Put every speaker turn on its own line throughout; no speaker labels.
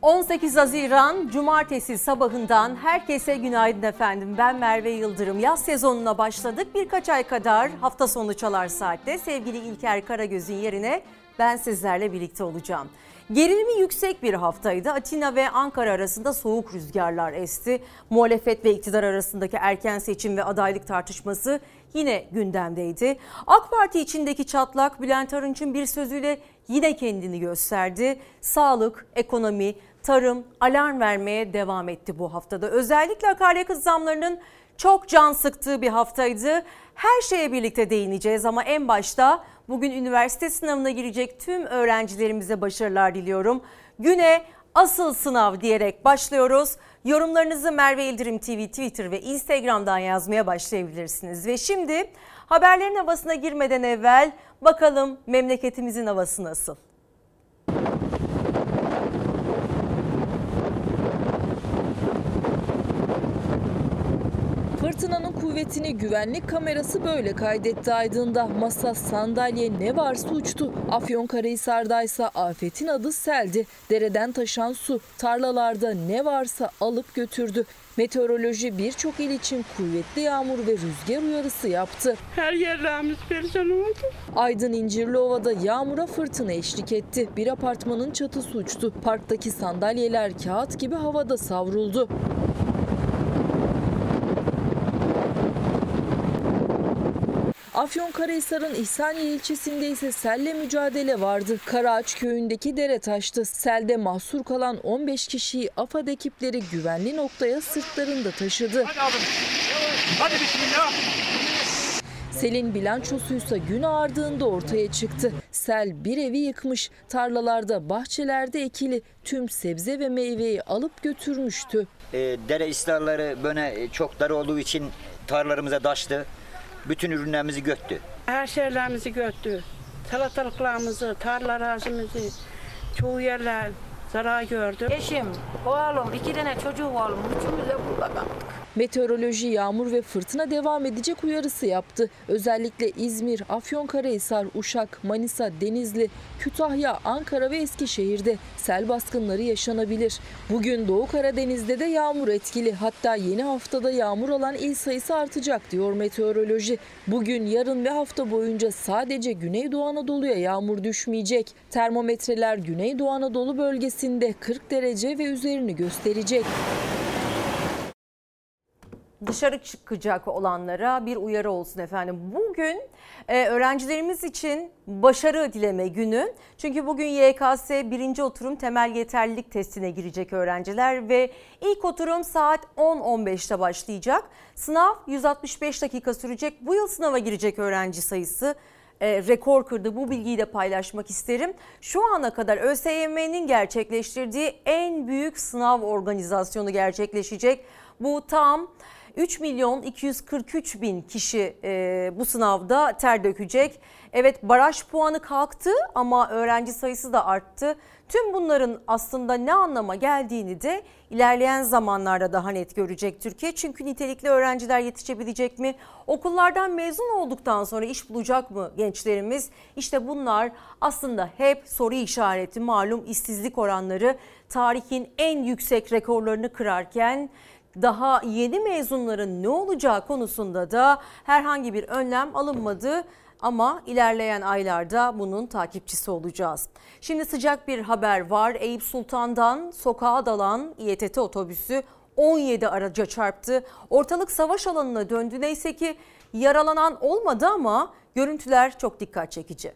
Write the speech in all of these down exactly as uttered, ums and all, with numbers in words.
on sekiz Haziran Cumartesi sabahından herkese günaydın efendim. Ben Merve Yıldırım. Yaz sezonuna başladık. Birkaç ay kadar hafta sonu Çalar Saat'te sevgili İlker Karagöz'ün yerine ben sizlerle birlikte olacağım. Gerilimi yüksek bir haftaydı. Atina ve Ankara arasında soğuk rüzgarlar esti. Muhalefet ve iktidar arasındaki erken seçim ve adaylık tartışması yine gündemdeydi. AK Parti içindeki çatlak Bülent Arınç'ın bir sözüyle yine kendini gösterdi. Sağlık, ekonomi, tarım alarm vermeye devam etti bu haftada. Özellikle akaryakıt zamlarının çok can sıktığı bir haftaydı. Her şeye birlikte değineceğiz ama en başta bugün üniversite sınavına girecek tüm öğrencilerimize başarılar diliyorum. Güne asıl sınav diyerek başlıyoruz. Yorumlarınızı Merve Yıldırım T V, Twitter ve Instagram'dan yazmaya başlayabilirsiniz. Ve şimdi haberlerin havasına girmeden evvel bakalım memleketimizin havası nasıl?
Fırtınanın kuvvetini güvenlik kamerası böyle kaydetti Aydın'da. Masa, sandalye ne varsa uçtu. Afyonkarahisar'daysa afetin adı seldi. Dereden taşan su, tarlalarda ne varsa alıp götürdü. Meteoroloji birçok il için kuvvetli yağmur ve rüzgar uyarısı yaptı.
Her yerlerimiz perişan oldu.
Aydın İncirliova'da yağmura fırtına eşlik etti. Bir apartmanın çatısı uçtu. Parktaki sandalyeler kağıt gibi havada savruldu. Afyonkarahisar'ın İhsaniye ilçesinde ise selle mücadele vardı. Karaağaç köyündeki dere taştı. Selde mahsur kalan on beş kişiyi AFAD ekipleri güvenli noktaya sırtlarında taşıdı.
Hadi abim. Hadi bismillah.
Selin bilançosuysa gün ağardığında ortaya çıktı. Sel bir evi yıkmış, tarlalarda, bahçelerde ekili tüm sebze ve meyveyi alıp götürmüştü.
E, dere ıslahları böyle çok dar olduğu için tarlalarımıza taştı. Bütün ürünlerimizi göttü.
Her şeylerimizi göttü. Salatalıklarımızı, tarla arazimizi, çoğu yerler zarar gördü.
Eşim, oğlum, iki tane çocuğu oğlum, üçümüz de burada kaldık.
Meteoroloji yağmur ve fırtına devam edecek uyarısı yaptı. Özellikle İzmir, Afyonkarahisar, Uşak, Manisa, Denizli, Kütahya, Ankara ve Eskişehir'de sel baskınları yaşanabilir. Bugün Doğu Karadeniz'de de yağmur etkili. Hatta yeni haftada yağmur alan il sayısı artacak diyor meteoroloji. Bugün, yarın ve hafta boyunca sadece Güneydoğu Anadolu'ya yağmur düşmeyecek. Termometreler Güneydoğu Anadolu bölgesinde kırk derece ve üzerini gösterecek.
Dışarı çıkacak olanlara bir uyarı olsun efendim. Bugün e, öğrencilerimiz için başarı dileme günü. Çünkü bugün Y K S birinci oturum temel yeterlilik testine girecek öğrenciler ve ilk oturum saat on on beşte başlayacak. Sınav yüz altmış beş dakika sürecek. Bu yıl sınava girecek öğrenci sayısı e, rekor kırdı. Bu bilgiyi de paylaşmak isterim. Şu ana kadar ÖSYM'nin gerçekleştirdiği en büyük sınav organizasyonu gerçekleşecek. Bu tam üç milyon iki yüz kırk üç bin kişi e, bu sınavda ter dökecek. Evet, baraj puanı kalktı ama öğrenci sayısı da arttı. Tüm bunların aslında ne anlama geldiğini de ilerleyen zamanlarda daha net görecek Türkiye. Çünkü nitelikli öğrenciler yetişebilecek mi? Okullardan mezun olduktan sonra iş bulacak mı gençlerimiz? İşte bunlar aslında hep soru işareti. Malum işsizlik oranları tarihin en yüksek rekorlarını kırarken daha yeni mezunların ne olacağı konusunda da herhangi bir önlem alınmadı ama ilerleyen aylarda bunun takipçisi olacağız. Şimdi sıcak bir haber var. Eyüp Sultan'dan sokağa dalan İ T T otobüsü on yedi araca çarptı. Ortalık savaş alanına döndü. Neyse ki yaralanan olmadı ama görüntüler çok dikkat çekici.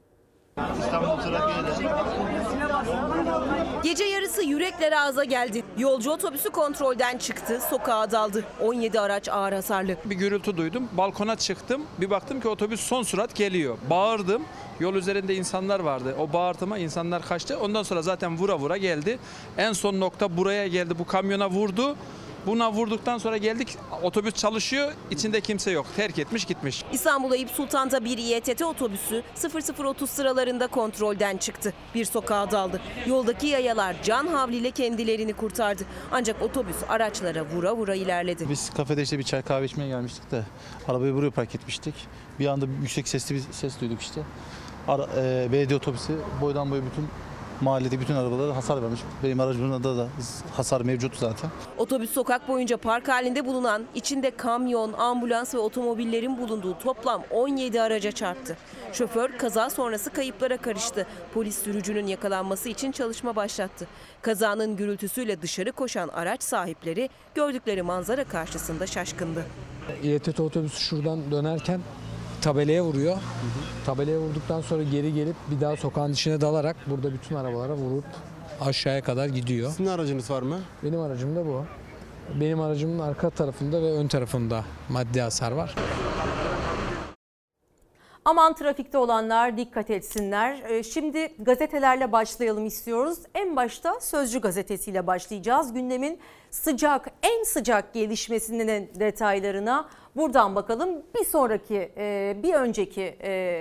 Gece yarısı yürekler ağza geldi. Yolcu otobüsü kontrolden çıktı, sokağa daldı. on yedi araç ağır hasarlı.
Bir gürültü duydum. Balkona çıktım. Bir baktım ki otobüs son sürat geliyor. Bağırdım. Yol üzerinde insanlar vardı. O bağırtıma insanlar kaçtı. Ondan sonra zaten vura vura geldi. En son nokta buraya geldi. Bu kamyona vurdu. Buna vurduktan sonra geldik, otobüs çalışıyor, içinde kimse yok. Terk etmiş gitmiş.
İstanbul Eyüp Sultan'da bir İ T T otobüsü sıfır sıfır otuz sıralarında kontrolden çıktı. Bir sokağa daldı. Yoldaki yayalar can havliyle kendilerini kurtardı. Ancak otobüs araçlara vura vura ilerledi.
Biz kafede işte bir çay kahve içmeye gelmiştik de arabayı buraya park etmiştik. Bir anda yüksek sesli bir ses duyduk işte. Ara, e, belediye otobüsü boydan boya bütün Mahallede bütün arabalara hasar vermiş. Benim aracımda da hasar mevcut zaten.
Otobüs sokak boyunca park halinde bulunan, içinde kamyon, ambulans ve otomobillerin bulunduğu toplam on yedi araca çarptı. Şoför kaza sonrası kayıplara karıştı. Polis sürücünün yakalanması için çalışma başlattı. Kazanın gürültüsüyle dışarı koşan araç sahipleri gördükleri manzara karşısında şaşkındı.
İ T T otobüsü şuradan dönerken tabelaya vuruyor. Hı hı. Tabelaya vurduktan sonra geri gelip bir daha sokağın içine dalarak burada bütün arabalara vurup aşağıya kadar gidiyor.
Sizin aracınız var mı?
Benim aracım da bu. Benim aracımın arka tarafında ve ön tarafında maddi hasar var.
Aman trafikte olanlar dikkat etsinler. Şimdi gazetelerle başlayalım istiyoruz. En başta Sözcü gazetesiyle başlayacağız. Gündemin sıcak, en sıcak gelişmesinin detaylarına buradan bakalım. Bir sonraki, bir önceki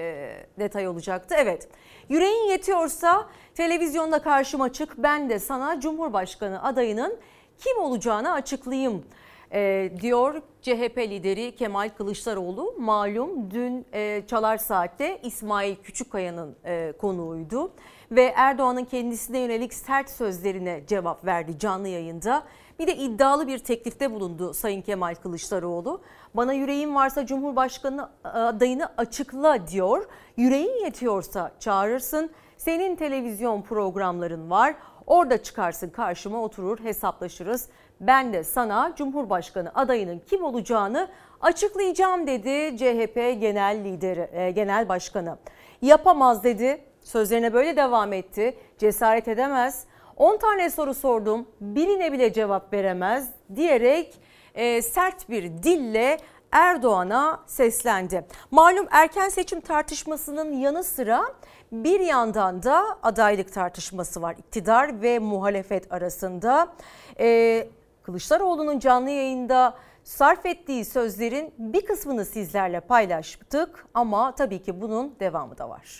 detay olacaktı. Evet, yüreğin yetiyorsa televizyonda karşıma çık, ben de sana Cumhurbaşkanı adayının kim olacağını açıklayayım E, diyor C H P lideri Kemal Kılıçdaroğlu. Malum dün e, Çalar Saat'te İsmail Küçükkaya'nın e, konuğuydu ve Erdoğan'ın kendisine yönelik sert sözlerine cevap verdi canlı yayında. Bir de iddialı bir teklifte bulundu Sayın Kemal Kılıçdaroğlu. Bana yüreğin varsa Cumhurbaşkanı adayını açıkla diyor. Yüreğin yetiyorsa çağırırsın. Senin televizyon programların var. Orada çıkarsın karşıma, oturur hesaplaşırız. Ben de sana Cumhurbaşkanı adayının kim olacağını açıklayacağım dedi C H P Genel Lideri, Genel Başkanı. Yapamaz dedi. Sözlerine böyle devam etti. Cesaret edemez. on tane soru sordum. Birine bile cevap veremez diyerek e, sert bir dille Erdoğan'a seslendi. Malum erken seçim tartışmasının yanı sıra bir yandan da adaylık tartışması var iktidar ve muhalefet arasında. Ee, Kılıçdaroğlu'nun canlı yayında sarf ettiği sözlerin bir kısmını sizlerle paylaştık ama tabii ki bunun devamı da var.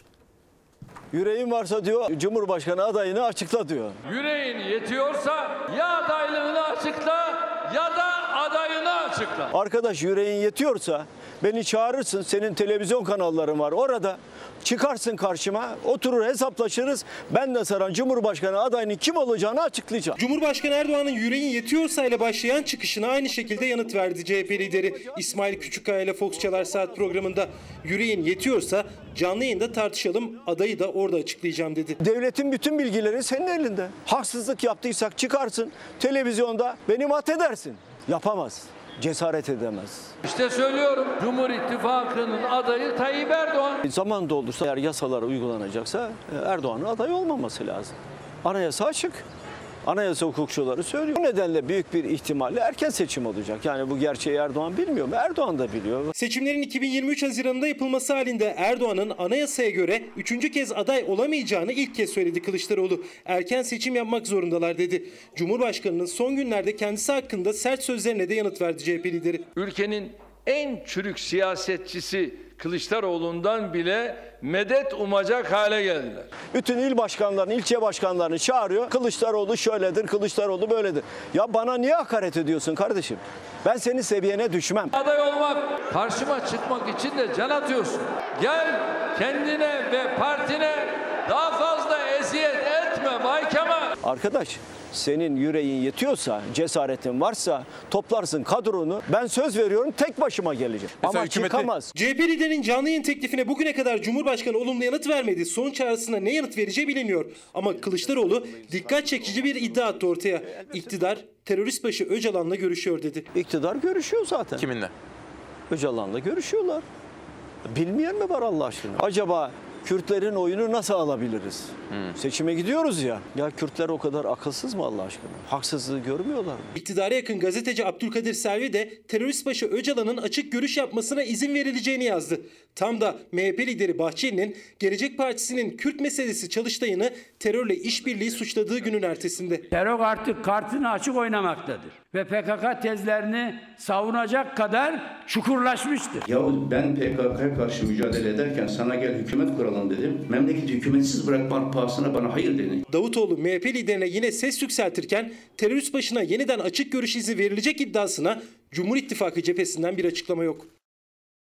Yüreğin varsa diyor Cumhurbaşkanı adayını açıkla diyor.
Yüreğin yetiyorsa ya adaylığını açıkla ya da adayını açıkla.
Arkadaş yüreğin yetiyorsa beni çağırırsın, senin televizyon kanalların var orada. Çıkarsın karşıma, oturur hesaplaşırız. Ben de sana Cumhurbaşkanı adayının kim olacağını açıklayacağım.
Cumhurbaşkanı Erdoğan'ın yüreğin yetiyorsa ile başlayan çıkışına aynı şekilde yanıt verdi C H P lideri İsmail Küçükkaya ile Fox Çalar Saat programında. Yüreğin yetiyorsa canlı yayında tartışalım, adayı da orada açıklayacağım dedi.
Devletin bütün bilgileri senin elinde. Haksızlık yaptıysak çıkarsın, televizyonda beni mat edersin. Yapamaz. Cesaret edemez.
İşte söylüyorum, Cumhur İttifakı'nın adayı Tayyip Erdoğan.
Zaman doldursa eğer yasalar uygulanacaksa Erdoğan'ın adayı olmaması lazım. Anayasa açık. Anayasa hukukçuları söylüyor. Bu nedenle büyük bir ihtimalle erken seçim olacak. Yani bu gerçeği Erdoğan bilmiyor mu? Erdoğan da biliyor.
Seçimlerin iki bin yirmi üç Haziran'da yapılması halinde Erdoğan'ın anayasaya göre üçüncü kez aday olamayacağını ilk kez söyledi Kılıçdaroğlu. Erken seçim yapmak zorundalar dedi. Cumhurbaşkanının son günlerde kendisi hakkında sert sözlerine de yanıt verdi C H P lideri.
Ülkenin en çürük siyasetçisi Kılıçdaroğlu'ndan bile medet umacak hale geldiler.
Bütün il başkanlarını, ilçe başkanlarını çağırıyor. Kılıçdaroğlu şöyledir, Kılıçdaroğlu böyledir. Ya bana niye hakaret ediyorsun kardeşim? Ben senin seviyene düşmem.
Aday olmak, karşıma çıkmak için de can atıyorsun. Gel kendine ve partine daha fazla eziyet etme Bay Kemal.
Arkadaş, senin yüreğin yetiyorsa, cesaretin varsa toplarsın kadronu. Ben söz veriyorum tek başıma geleceğim. Mesela ama hükümeti... çıkamaz.
C H P liderinin canlı yayın teklifine bugüne kadar Cumhurbaşkanı olumlu yanıt vermedi. Son çağrısına ne yanıt vereceği bilinmiyor. Ama Kılıçdaroğlu dikkat çekici bir iddia attı ortaya. İktidar terörist başı Öcalan'la görüşüyor dedi.
İktidar görüşüyor zaten.
Kiminle?
Öcalan'la görüşüyorlar. Bilmeyen mi var Allah aşkına? Acaba Kürtlerin oyunu nasıl alabiliriz? Hmm. Seçime gidiyoruz ya. Ya Kürtler o kadar akılsız mı Allah aşkına? Haksızlığı görmüyorlar mı?
İktidara yakın gazeteci Abdülkadir Selvi de terörist başı Öcalan'ın açık görüş yapmasına izin verileceğini yazdı. Tam da M H P lideri Bahçeli'nin Gelecek Partisi'nin Kürt meselesi Çalıştay'ını terörle işbirliği suçladığı günün ertesinde.
Terör artık kartını açık oynamaktadır ve P K K tezlerini savunacak kadar çukurlaşmıştır.
Ya ben P K K'ya karşı mücadele ederken sana gel hükümet kuralım dedim. Memleketi hükümetsiz bırakmak pahasına bana hayır dedi.
Davutoğlu M H P liderine yine ses yükseltirken terörist başına yeniden açık görüş izni verilecek iddiasına Cumhur İttifakı cephesinden bir açıklama yok.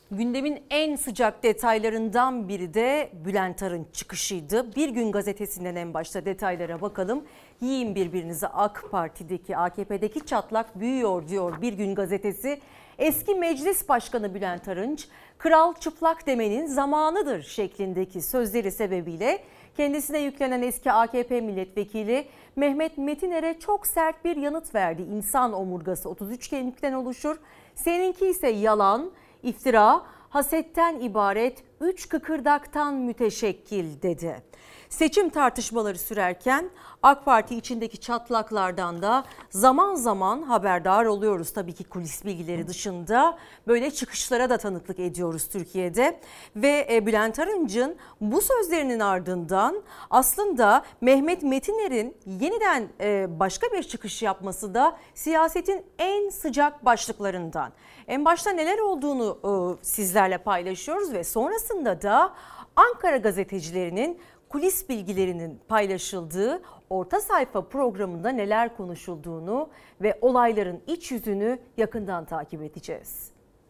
Gündemin en sıcak detaylarından biri de Bülent Arınç çıkışıydı. Bir Gün Gazetesi'nden en başta detaylara bakalım. Yiyin birbirinizi, AK Parti'deki, A K P'deki çatlak büyüyor diyor Bir Gün Gazetesi. Eski Meclis Başkanı Bülent Arınç, kral çıplak demenin zamanıdır şeklindeki sözleri sebebiyle kendisine yüklenen eski A K P milletvekili Mehmet Metiner'e çok sert bir yanıt verdi. İnsan omurgası otuz üç kemikten oluşur. Seninki ise yalan, iftira, hasetten ibaret üç kıkırdaktan müteşekkil dedi. Seçim tartışmaları sürerken AK Parti içindeki çatlaklardan da zaman zaman haberdar oluyoruz. Tabii ki kulis bilgileri dışında böyle çıkışlara da tanıklık ediyoruz Türkiye'de. Ve Bülent Arınç'ın bu sözlerinin ardından aslında Mehmet Metiner'in yeniden başka bir çıkış yapması da siyasetin en sıcak başlıklarından. En başta neler olduğunu sizlerle paylaşıyoruz ve sonrasında da Ankara gazetecilerinin kulis bilgilerinin paylaşıldığı Orta Sayfa programında neler konuşulduğunu ve olayların iç yüzünü yakından takip edeceğiz.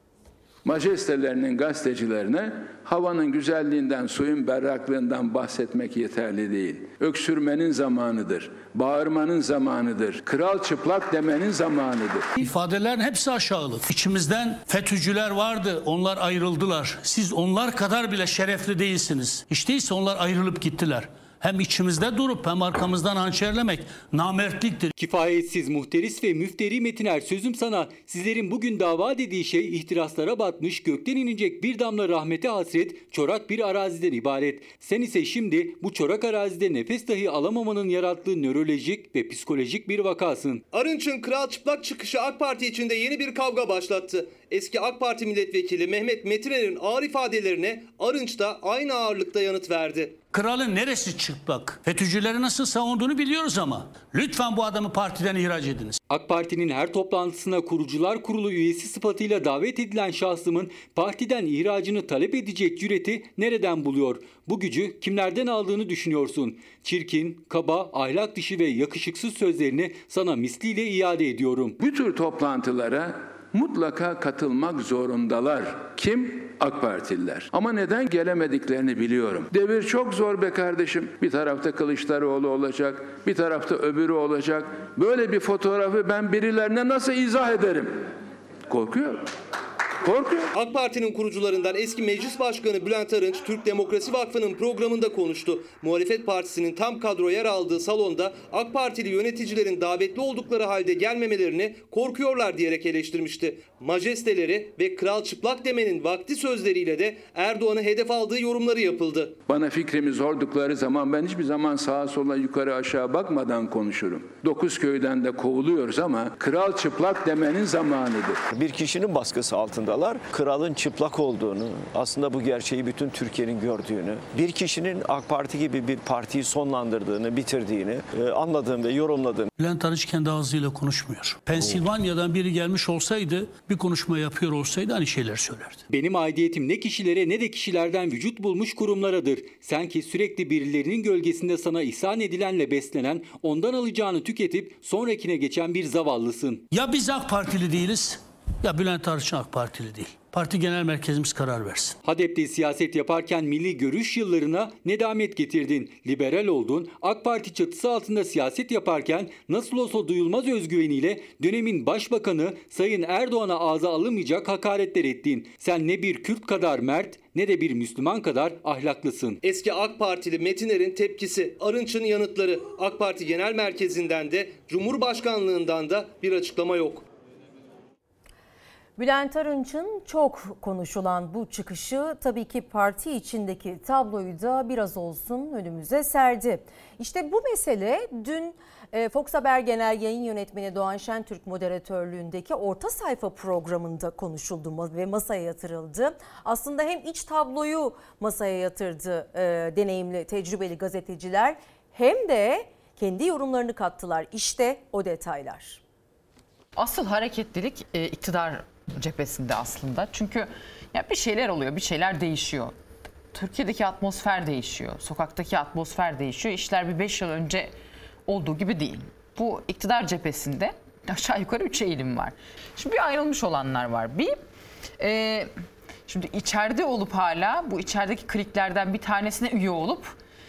Majestelerinin gazetecilerine havanın güzelliğinden, suyun berraklığından bahsetmek yeterli değil. Öksürmenin zamanıdır, bağırmanın zamanıdır, kral çıplak demenin zamanıdır.
İfadelerin hepsi aşağılık. İçimizden FETÖ'cüler vardı, onlar ayrıldılar. Siz onlar kadar bile şerefli değilsiniz. Hiç değilse onlar ayrılıp gittiler. Hem içimizde durup hem arkamızdan hançerlemek namertliktir.
Kifayetsiz, muhteris ve müfteri Metiner, sözüm sana, sizlerin bugün dava dediği şey ihtiraslara batmış, gökten inecek bir damla rahmete hasret, çorak bir araziden ibaret. Sen ise şimdi bu çorak arazide nefes dahi alamamanın yarattığı nörolojik ve psikolojik bir vakasın.
Arınç'ın kral çıplak çıkışı AK Parti içinde yeni bir kavga başlattı. Eski AK Parti milletvekili Mehmet Metiner'in ağır ifadelerine Arınç da aynı ağırlıkta yanıt verdi.
Kralın neresi çıplak? FETÖ'cüleri nasıl savunduğunu biliyoruz ama lütfen bu adamı partiden ihraç ediniz.
AK Parti'nin her toplantısına kurucular kurulu üyesi sıfatıyla davet edilen şahsımın partiden ihracını talep edecek cüreti nereden buluyor? Bu gücü kimlerden aldığını düşünüyorsun? Çirkin, kaba, ahlak dışı ve yakışıksız sözlerini sana misliyle iade ediyorum.
Bu tür toplantılara mutlaka katılmak zorundalar. Kim? AK Partililer. Ama neden gelemediklerini biliyorum. Devir çok zor be kardeşim. Bir tarafta Kılıçdaroğlu olacak, bir tarafta öbürü olacak. Böyle bir fotoğrafı ben birilerine nasıl izah ederim? Korkuyorum. Korkuyor.
AK Parti'nin kurucularından eski Meclis Başkanı Bülent Arınç, Türk Demokrasi Vakfı'nın programında konuştu. Muhalefet Partisi'nin tam kadro yer aldığı salonda AK Partili yöneticilerin davetli oldukları halde gelmemelerini korkuyorlar diyerek eleştirmişti. Majesteleri ve kral çıplak demenin vakti sözleriyle de Erdoğan'ı hedef aldığı yorumları yapıldı.
Bana fikrimi sordukları zaman ben hiçbir zaman sağa sola yukarı aşağı bakmadan konuşurum. Dokuz köyden de kovuluyoruz ama kral çıplak demenin zamanıdır.
Bir kişinin baskısı altında kralın çıplak olduğunu, aslında bu gerçeği bütün Türkiye'nin gördüğünü, bir kişinin AK Parti gibi bir partiyi sonlandırdığını, bitirdiğini e, anladığım ve yorumladığım.
Bülent Arınç kendi ağzıyla konuşmuyor. Pensilvanya'dan biri gelmiş olsaydı, bir konuşma yapıyor olsaydı aynı şeyler söylerdi.
Benim aidiyetim ne kişilere ne de kişilerden vücut bulmuş kurumlaradır. Sen ki sürekli birilerinin gölgesinde sana ihsan edilenle beslenen, ondan alacağını tüketip sonrakine geçen bir zavallısın.
Ya biz AK Partili değiliz, ya Bülent Arınç AK Partili değil. Parti genel merkezimiz karar versin.
HADEP'te siyaset yaparken milli görüş yıllarına nedamet getirdin. Liberal oldun. AK Parti çatısı altında siyaset yaparken nasıl olsa duyulmaz özgüveniyle dönemin başbakanı Sayın Erdoğan'a ağza alınmayacak hakaretler ettin. Sen ne bir Kürt kadar mert ne de bir Müslüman kadar ahlaklısın.
Eski AK Partili Metiner'in tepkisi, Arınç'ın yanıtları. AK Parti Genel Merkezi'nden de Cumhurbaşkanlığından da bir açıklama yok.
Bülent Arınç'ın çok konuşulan bu çıkışı tabii ki parti içindeki tabloyu da biraz olsun önümüze serdi. İşte bu mesele dün Fox Haber Genel Yayın Yönetmeni Doğan Şentürk moderatörlüğündeki Orta Sayfa programında konuşuldu ve masaya yatırıldı. Aslında hem iç tabloyu masaya yatırdı e, deneyimli, tecrübeli gazeteciler hem de kendi yorumlarını kattılar. İşte o detaylar.
Asıl hareketlilik e, iktidar cephesinde aslında. Çünkü ya bir şeyler oluyor, bir şeyler değişiyor. Türkiye'deki atmosfer değişiyor, sokaktaki atmosfer değişiyor. İşler bir beş yıl önce olduğu gibi değil. Bu iktidar cephesinde aşağı yukarı üç eğilim var. Şimdi bir ayrılmış olanlar var. Bir, e, Şimdi içeride olup hala bu içerideki kliklerden bir tanesine üye olup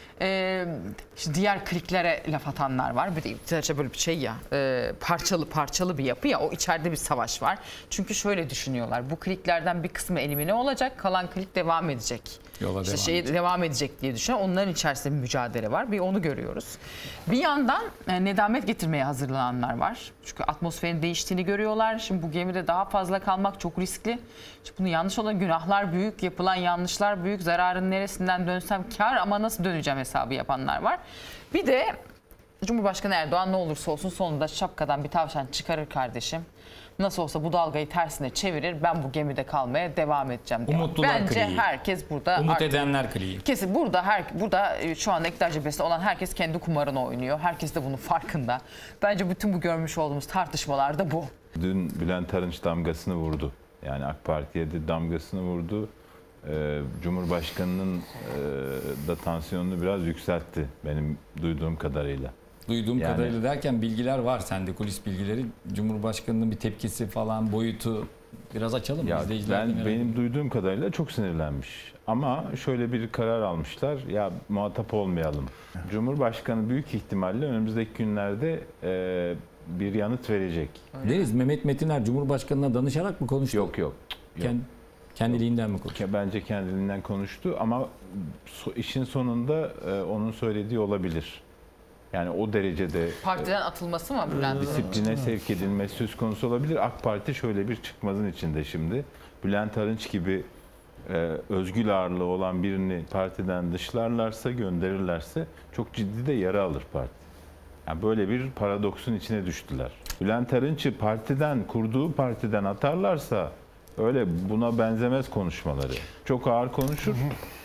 e, işte diğer kliklere laf atanlar var. Bir de İttihatçı böyle bir şey ya, e, parçalı parçalı bir yapı ya, o içeride bir savaş var. Çünkü şöyle düşünüyorlar, bu kliklerden bir kısmı elimine olacak, kalan klik devam edecek. Yola işte devam, şey edecek. devam edecek diye düşünüyor. Onların içerisinde bir mücadele var. Bir onu görüyoruz. Bir yandan e, nedamet getirmeye hazırlananlar var. Çünkü atmosferin değiştiğini görüyorlar. Şimdi bu gemide daha fazla kalmak çok riskli. Şimdi bunu yanlış olan günahlar büyük, yapılan yanlışlar büyük. Zararın neresinden dönsem kar ama nasıl döneceğim hesabı yapanlar var. Bir de Cumhurbaşkanı Erdoğan ne olursa olsun sonunda şapkadan bir tavşan çıkarır kardeşim. Nasıl olsa bu dalgayı tersine çevirir, ben bu gemide kalmaya devam edeceğim diyor.
Umutlular
Bence
kliği.
herkes burada
Umut
artık,
edenler kliği.
kesin burada her burada şu anda iktidar cephesinde olan herkes kendi kumarını oynuyor. Herkes de bunun farkında. Bence bütün bu görmüş olduğumuz tartışmalar da bu.
Dün Bülent Arınç damgasını vurdu. Yani AK Parti'ye de damgasını vurdu. Ee, Cumhurbaşkanı'nın e, da tansiyonunu biraz yükseltti benim duyduğum kadarıyla.
Duyduğum
Yani-
kadarıyla derken bilgiler var sende, kulis bilgileri. Cumhurbaşkanının bir tepkisi falan, boyutu biraz açalım.
Ya
izleyiciler
ben
merak
benim
ediyor.
duyduğum kadarıyla çok sinirlenmiş. Ama şöyle bir karar almışlar. Ya muhatap olmayalım. Cumhurbaşkanı büyük ihtimalle önümüzdeki günlerde e, bir yanıt verecek.
Deriz Mehmet Metiner Cumhurbaşkanı'na danışarak mı konuştu?
Yok yok.
Kend, kendiliğinden mi konuştu?
Bence kendiliğinden konuştu ama so- işin sonunda e, onun söylediği olabilir. Yani o derecede
Partiden atılması mı Bülent?
disipline sevk edilmesi söz konusu olabilir. AK Parti şöyle bir çıkmazın içinde şimdi. Bülent Arınç gibi e, özgül ağırlığı olan birini partiden dışlarlarsa, gönderirlerse çok ciddi de yara alır parti. Yani böyle bir paradoksun içine düştüler. Bülent Arınç'ı partiden, kurduğu partiden atarlarsa öyle buna benzemez konuşmaları. Çok ağır konuşur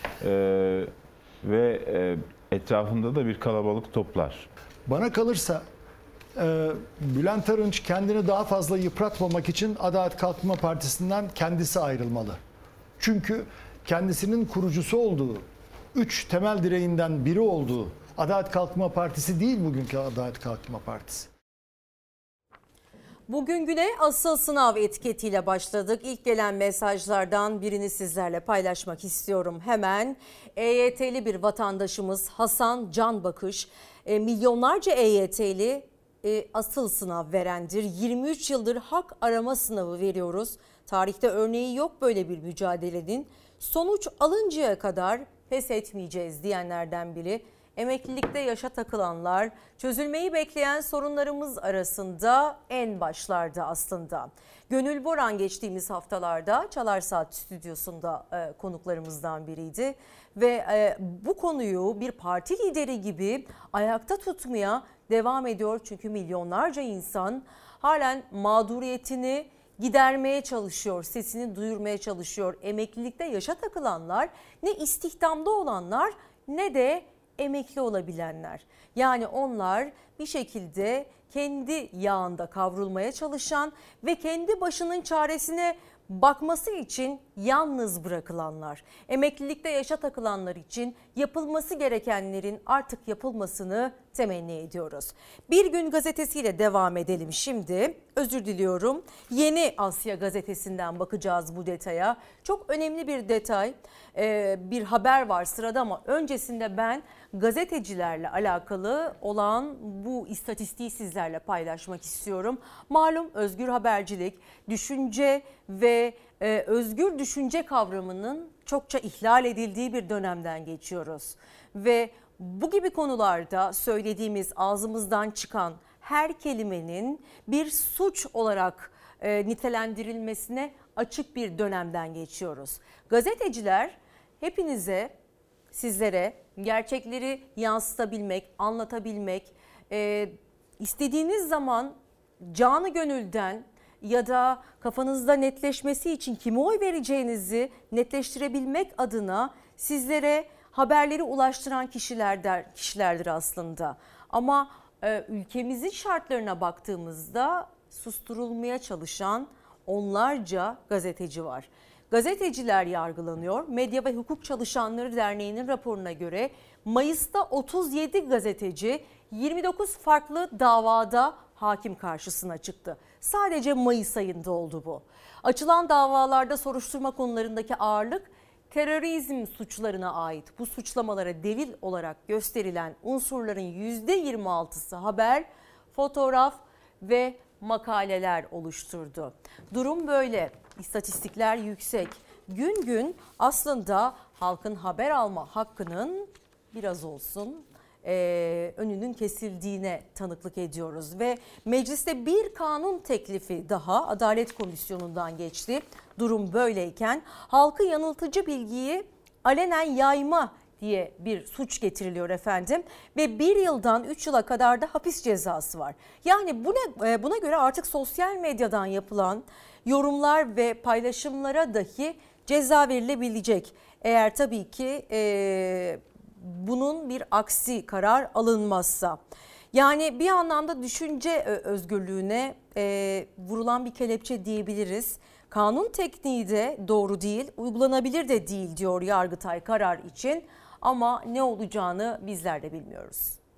e, ve e, etrafında da bir kalabalık toplar.
Bana kalırsa e, Bülent Arınç kendini daha fazla yıpratmamak için Adalet Kalkınma Partisi'nden kendisi ayrılmalı. Çünkü kendisinin kurucusu olduğu, üç temel direğinden biri olduğu Adalet Kalkınma Partisi değil bugünkü Adalet Kalkınma Partisi.
Bugün güne asıl sınav etiketiyle başladık. İlk gelen mesajlardan birini sizlerle paylaşmak istiyorum. Hemen E Y T'li bir vatandaşımız Hasan Can Bakış, e, milyonlarca E Y T'li e, asıl sınav verendir. yirmi üç yıldır hak arama sınavı veriyoruz. Tarihte örneği yok böyle bir mücadelenin. Sonuç alıncaya kadar pes etmeyeceğiz diyenlerden biri. Emeklilikte yaşa takılanlar, çözülmeyi bekleyen sorunlarımız arasında en başlarda aslında. Gönül Boran geçtiğimiz haftalarda Çalar Saat stüdyosunda e, konuklarımızdan biriydi. Ve e, bu konuyu bir parti lideri gibi ayakta tutmaya devam ediyor. Çünkü milyonlarca insan halen mağduriyetini gidermeye çalışıyor, sesini duyurmaya çalışıyor. Emeklilikte yaşa takılanlar, ne istihdamda olanlar ne de emekli olabilenler. Yani onlar bir şekilde kendi yağında kavrulmaya çalışan ve kendi başının çaresine bakması için yalnız bırakılanlar. Emeklilikte yaşa takılanlar için yapılması gerekenlerin artık yapılmasını temenni ediyoruz. Bir Gün gazetesiyle devam edelim şimdi. Özür diliyorum. Yeni Asya gazetesinden bakacağız bu detaya. Çok önemli bir detay, ee, bir haber var sırada ama öncesinde ben gazetecilerle alakalı olan bu istatistiği sizlerle paylaşmak istiyorum. Malum özgür habercilik, düşünce ve e, özgür düşünce kavramının çokça ihlal edildiği bir dönemden geçiyoruz. Ve bu gibi konularda söylediğimiz, ağzımızdan çıkan her kelimenin bir suç olarak e, nitelendirilmesine açık bir dönemden geçiyoruz. Gazeteciler hepinize, sizlere gerçekleri yansıtabilmek, anlatabilmek, e, istediğiniz zaman canı gönülden ya da kafanızda netleşmesi için kime oy vereceğinizi netleştirebilmek adına sizlere haberleri ulaştıran kişilerdir, kişilerdir aslında. Ama e, ülkemizin şartlarına baktığımızda susturulmaya çalışan onlarca gazeteci var. Gazeteciler yargılanıyor. Medya ve Hukuk Çalışanları Derneği'nin raporuna göre Mayıs'ta otuz yedi gazeteci yirmi dokuz farklı davada hakim karşısına çıktı. Sadece Mayıs ayında oldu bu. Açılan davalarda soruşturma konularındaki ağırlık terörizm suçlarına ait. Bu suçlamalara delil olarak gösterilen unsurların yüzde yirmi altısı haber, fotoğraf ve makaleler oluşturdu. Durum böyle. İstatistikler yüksek. Gün gün aslında halkın haber alma hakkının biraz olsun e, önünün kesildiğine tanıklık ediyoruz. Ve mecliste bir kanun teklifi daha Adalet Komisyonu'ndan geçti. Durum böyleyken halkı yanıltıcı bilgiyi alenen yayma diye bir suç getiriliyor efendim ve bir yıldan üç yıla kadar da hapis cezası var. Yani buna, buna göre artık sosyal medyadan yapılan yorumlar ve paylaşımlara dahi ceza verilebilecek. Eğer tabii ki e, bunun bir aksi karar alınmazsa. Yani bir anlamda düşünce özgürlüğüne e, vurulan bir kelepçe diyebiliriz. Kanun tekniği de doğru değil, uygulanabilir de değil diyor Yargıtay karar için. Ama ne olacağını bizler de bilmiyoruz.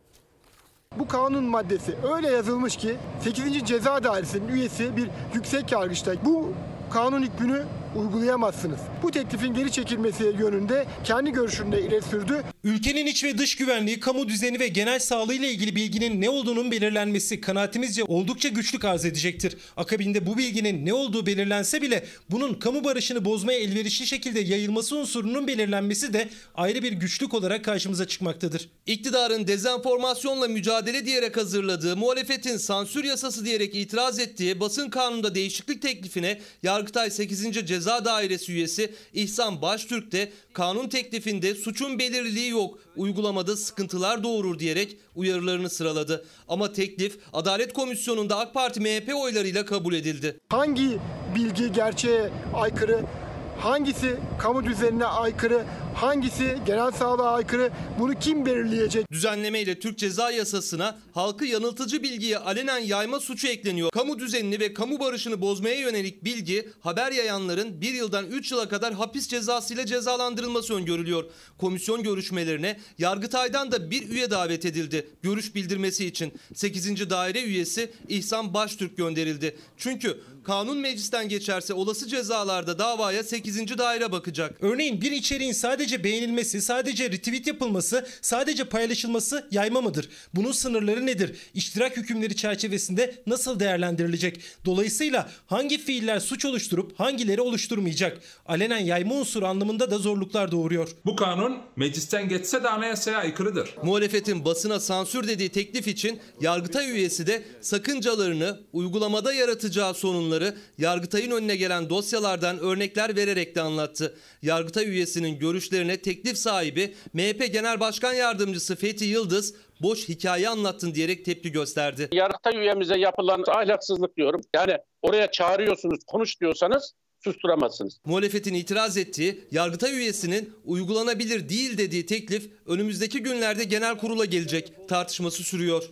Bu kanun maddesi öyle yazılmış ki sekizinci Ceza Dairesi'nin üyesi bir yüksek yargıçta bu kanun hükmünü uygulayamazsınız. Bu teklifin geri çekilmesi yönünde kendi görüşünü de ileri sürdü.
Ülkenin iç ve dış güvenliği, kamu düzeni ve genel sağlığı ile ilgili bilginin ne olduğunun belirlenmesi kanaatimizce oldukça güçlük arz edecektir. Akabinde bu bilginin ne olduğu belirlense bile bunun kamu barışını bozmaya elverişli şekilde yayılması unsurunun belirlenmesi de ayrı bir güçlük olarak karşımıza çıkmaktadır.
İktidarın dezenformasyonla mücadele diyerek hazırladığı, muhalefetin sansür yasası diyerek itiraz ettiği basın kanununda değişiklik teklifine Yargıtay sekizinci Ceza Dairesi üyesi İhsan Baştürk de kanun teklifinde suçun belirliliği yok, uygulamada sıkıntılar doğurur diyerek uyarılarını sıraladı. Ama teklif Adalet Komisyonu'nda AK Parti M H P oylarıyla kabul edildi.
Hangi bilgi gerçeğe aykırı, hangisi kamu düzenine aykırı, hangisi genel sağlığa aykırı, bunu kim belirleyecek?
Düzenleme ile Türk Ceza Yasası'na halkı yanıltıcı bilgiyi alenen yayma suçu ekleniyor. Kamu düzenini ve kamu barışını bozmaya yönelik bilgi, haber yayanların bir yıldan üç yıla kadar hapis cezası ile cezalandırılması öngörülüyor. Komisyon görüşmelerine Yargıtay'dan da bir üye davet edildi. Görüş bildirmesi için sekizinci daire üyesi İhsan Baştürk gönderildi. Çünkü kanun meclisten geçerse olası cezalarda davaya sekizinci daire bakacak.
Örneğin bir içeriğin sadece beğenilmesi, sadece retweet yapılması, sadece paylaşılması yayma mıdır? Bunun sınırları nedir? İştirak hükümleri çerçevesinde nasıl değerlendirilecek? Dolayısıyla hangi fiiller suç oluşturup hangileri oluşturmayacak? Alenen yayma unsuru anlamında da zorluklar doğuruyor.
Bu kanun meclisten geçse de anayasaya aykırıdır.
Muhalefetin basına sansür dediği teklif için Yargıtay üyesi de sakıncalarını, uygulamada yaratacağı sorunları Yargıtay'ın önüne gelen dosyalardan örnekler vererek de anlattı. Yargıtay üyesinin görüşlerine teklif sahibi M H P Genel Başkan Yardımcısı Fethi Yıldız boş hikaye anlattın diyerek tepki gösterdi.
Yargıtay üyemize yapılan ahlaksızlık diyorum. Yani oraya çağırıyorsunuz, konuş diyorsanız susturamazsınız.
Muhalefetin itiraz ettiği, Yargıtay üyesinin uygulanabilir değil dediği teklif önümüzdeki günlerde genel kurula gelecek. Tartışması sürüyor.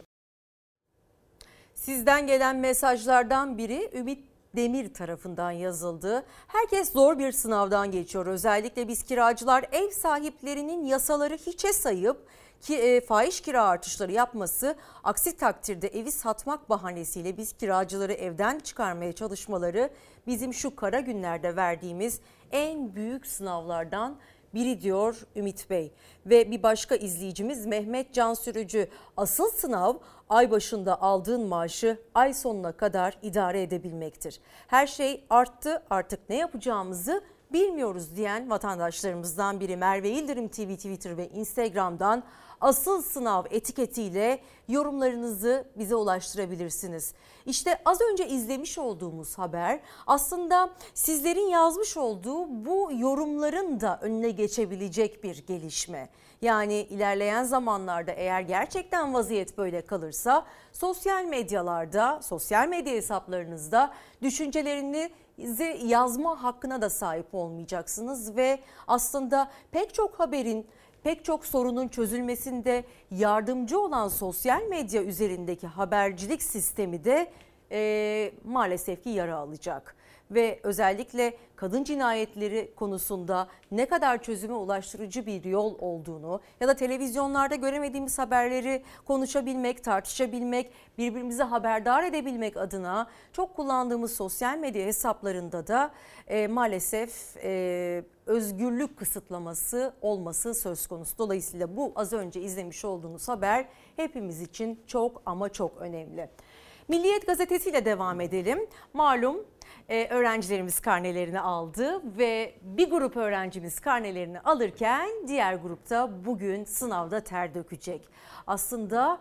Sizden gelen mesajlardan biri Ümit Demir tarafından yazıldı. Herkes zor bir sınavdan geçiyor. Özellikle biz kiracılar ev sahiplerinin yasaları hiçe sayıp ki e, fahiş kira artışları yapması, aksi takdirde evi satmak bahanesiyle biz kiracıları evden çıkarmaya çalışmaları bizim şu kara günlerde verdiğimiz en büyük sınavlardan biri diyor Ümit Bey. Ve bir başka izleyicimiz Mehmet Can Sürücü, asıl sınav ay başında aldığın maaşı ay sonuna kadar idare edebilmektir. Her şey arttı, artık ne yapacağımızı bilmiyoruz diyen vatandaşlarımızdan biri. Merve Yıldırım T V Twitter ve Instagram'dan asıl sınav etiketiyle yorumlarınızı bize ulaştırabilirsiniz. İşte az önce izlemiş olduğumuz haber aslında sizlerin yazmış olduğu bu yorumların da önüne geçebilecek bir gelişme. Yani ilerleyen zamanlarda eğer gerçekten vaziyet böyle kalırsa sosyal medyalarda, sosyal medya hesaplarınızda düşüncelerinizi yazma hakkına da sahip olmayacaksınız ve aslında pek çok haberin, pek çok sorunun çözülmesinde yardımcı olan sosyal medya üzerindeki habercilik sistemi de e, maalesef ki yara alacak. ve özellikle kadın cinayetleri konusunda ne kadar çözüme ulaştırıcı bir yol olduğunu ya da televizyonlarda göremediğimiz haberleri konuşabilmek, tartışabilmek, birbirimizi haberdar edebilmek adına çok kullandığımız sosyal medya hesaplarında da e, maalesef e, özgürlük kısıtlaması olması söz konusu. Dolayısıyla bu az önce izlemiş olduğunuz haber hepimiz için çok ama çok önemli. Milliyet gazetesiyle devam edelim. Malum e, öğrencilerimiz karnelerini aldı ve bir grup öğrencimiz karnelerini alırken diğer grupta bugün sınavda ter dökecek. Aslında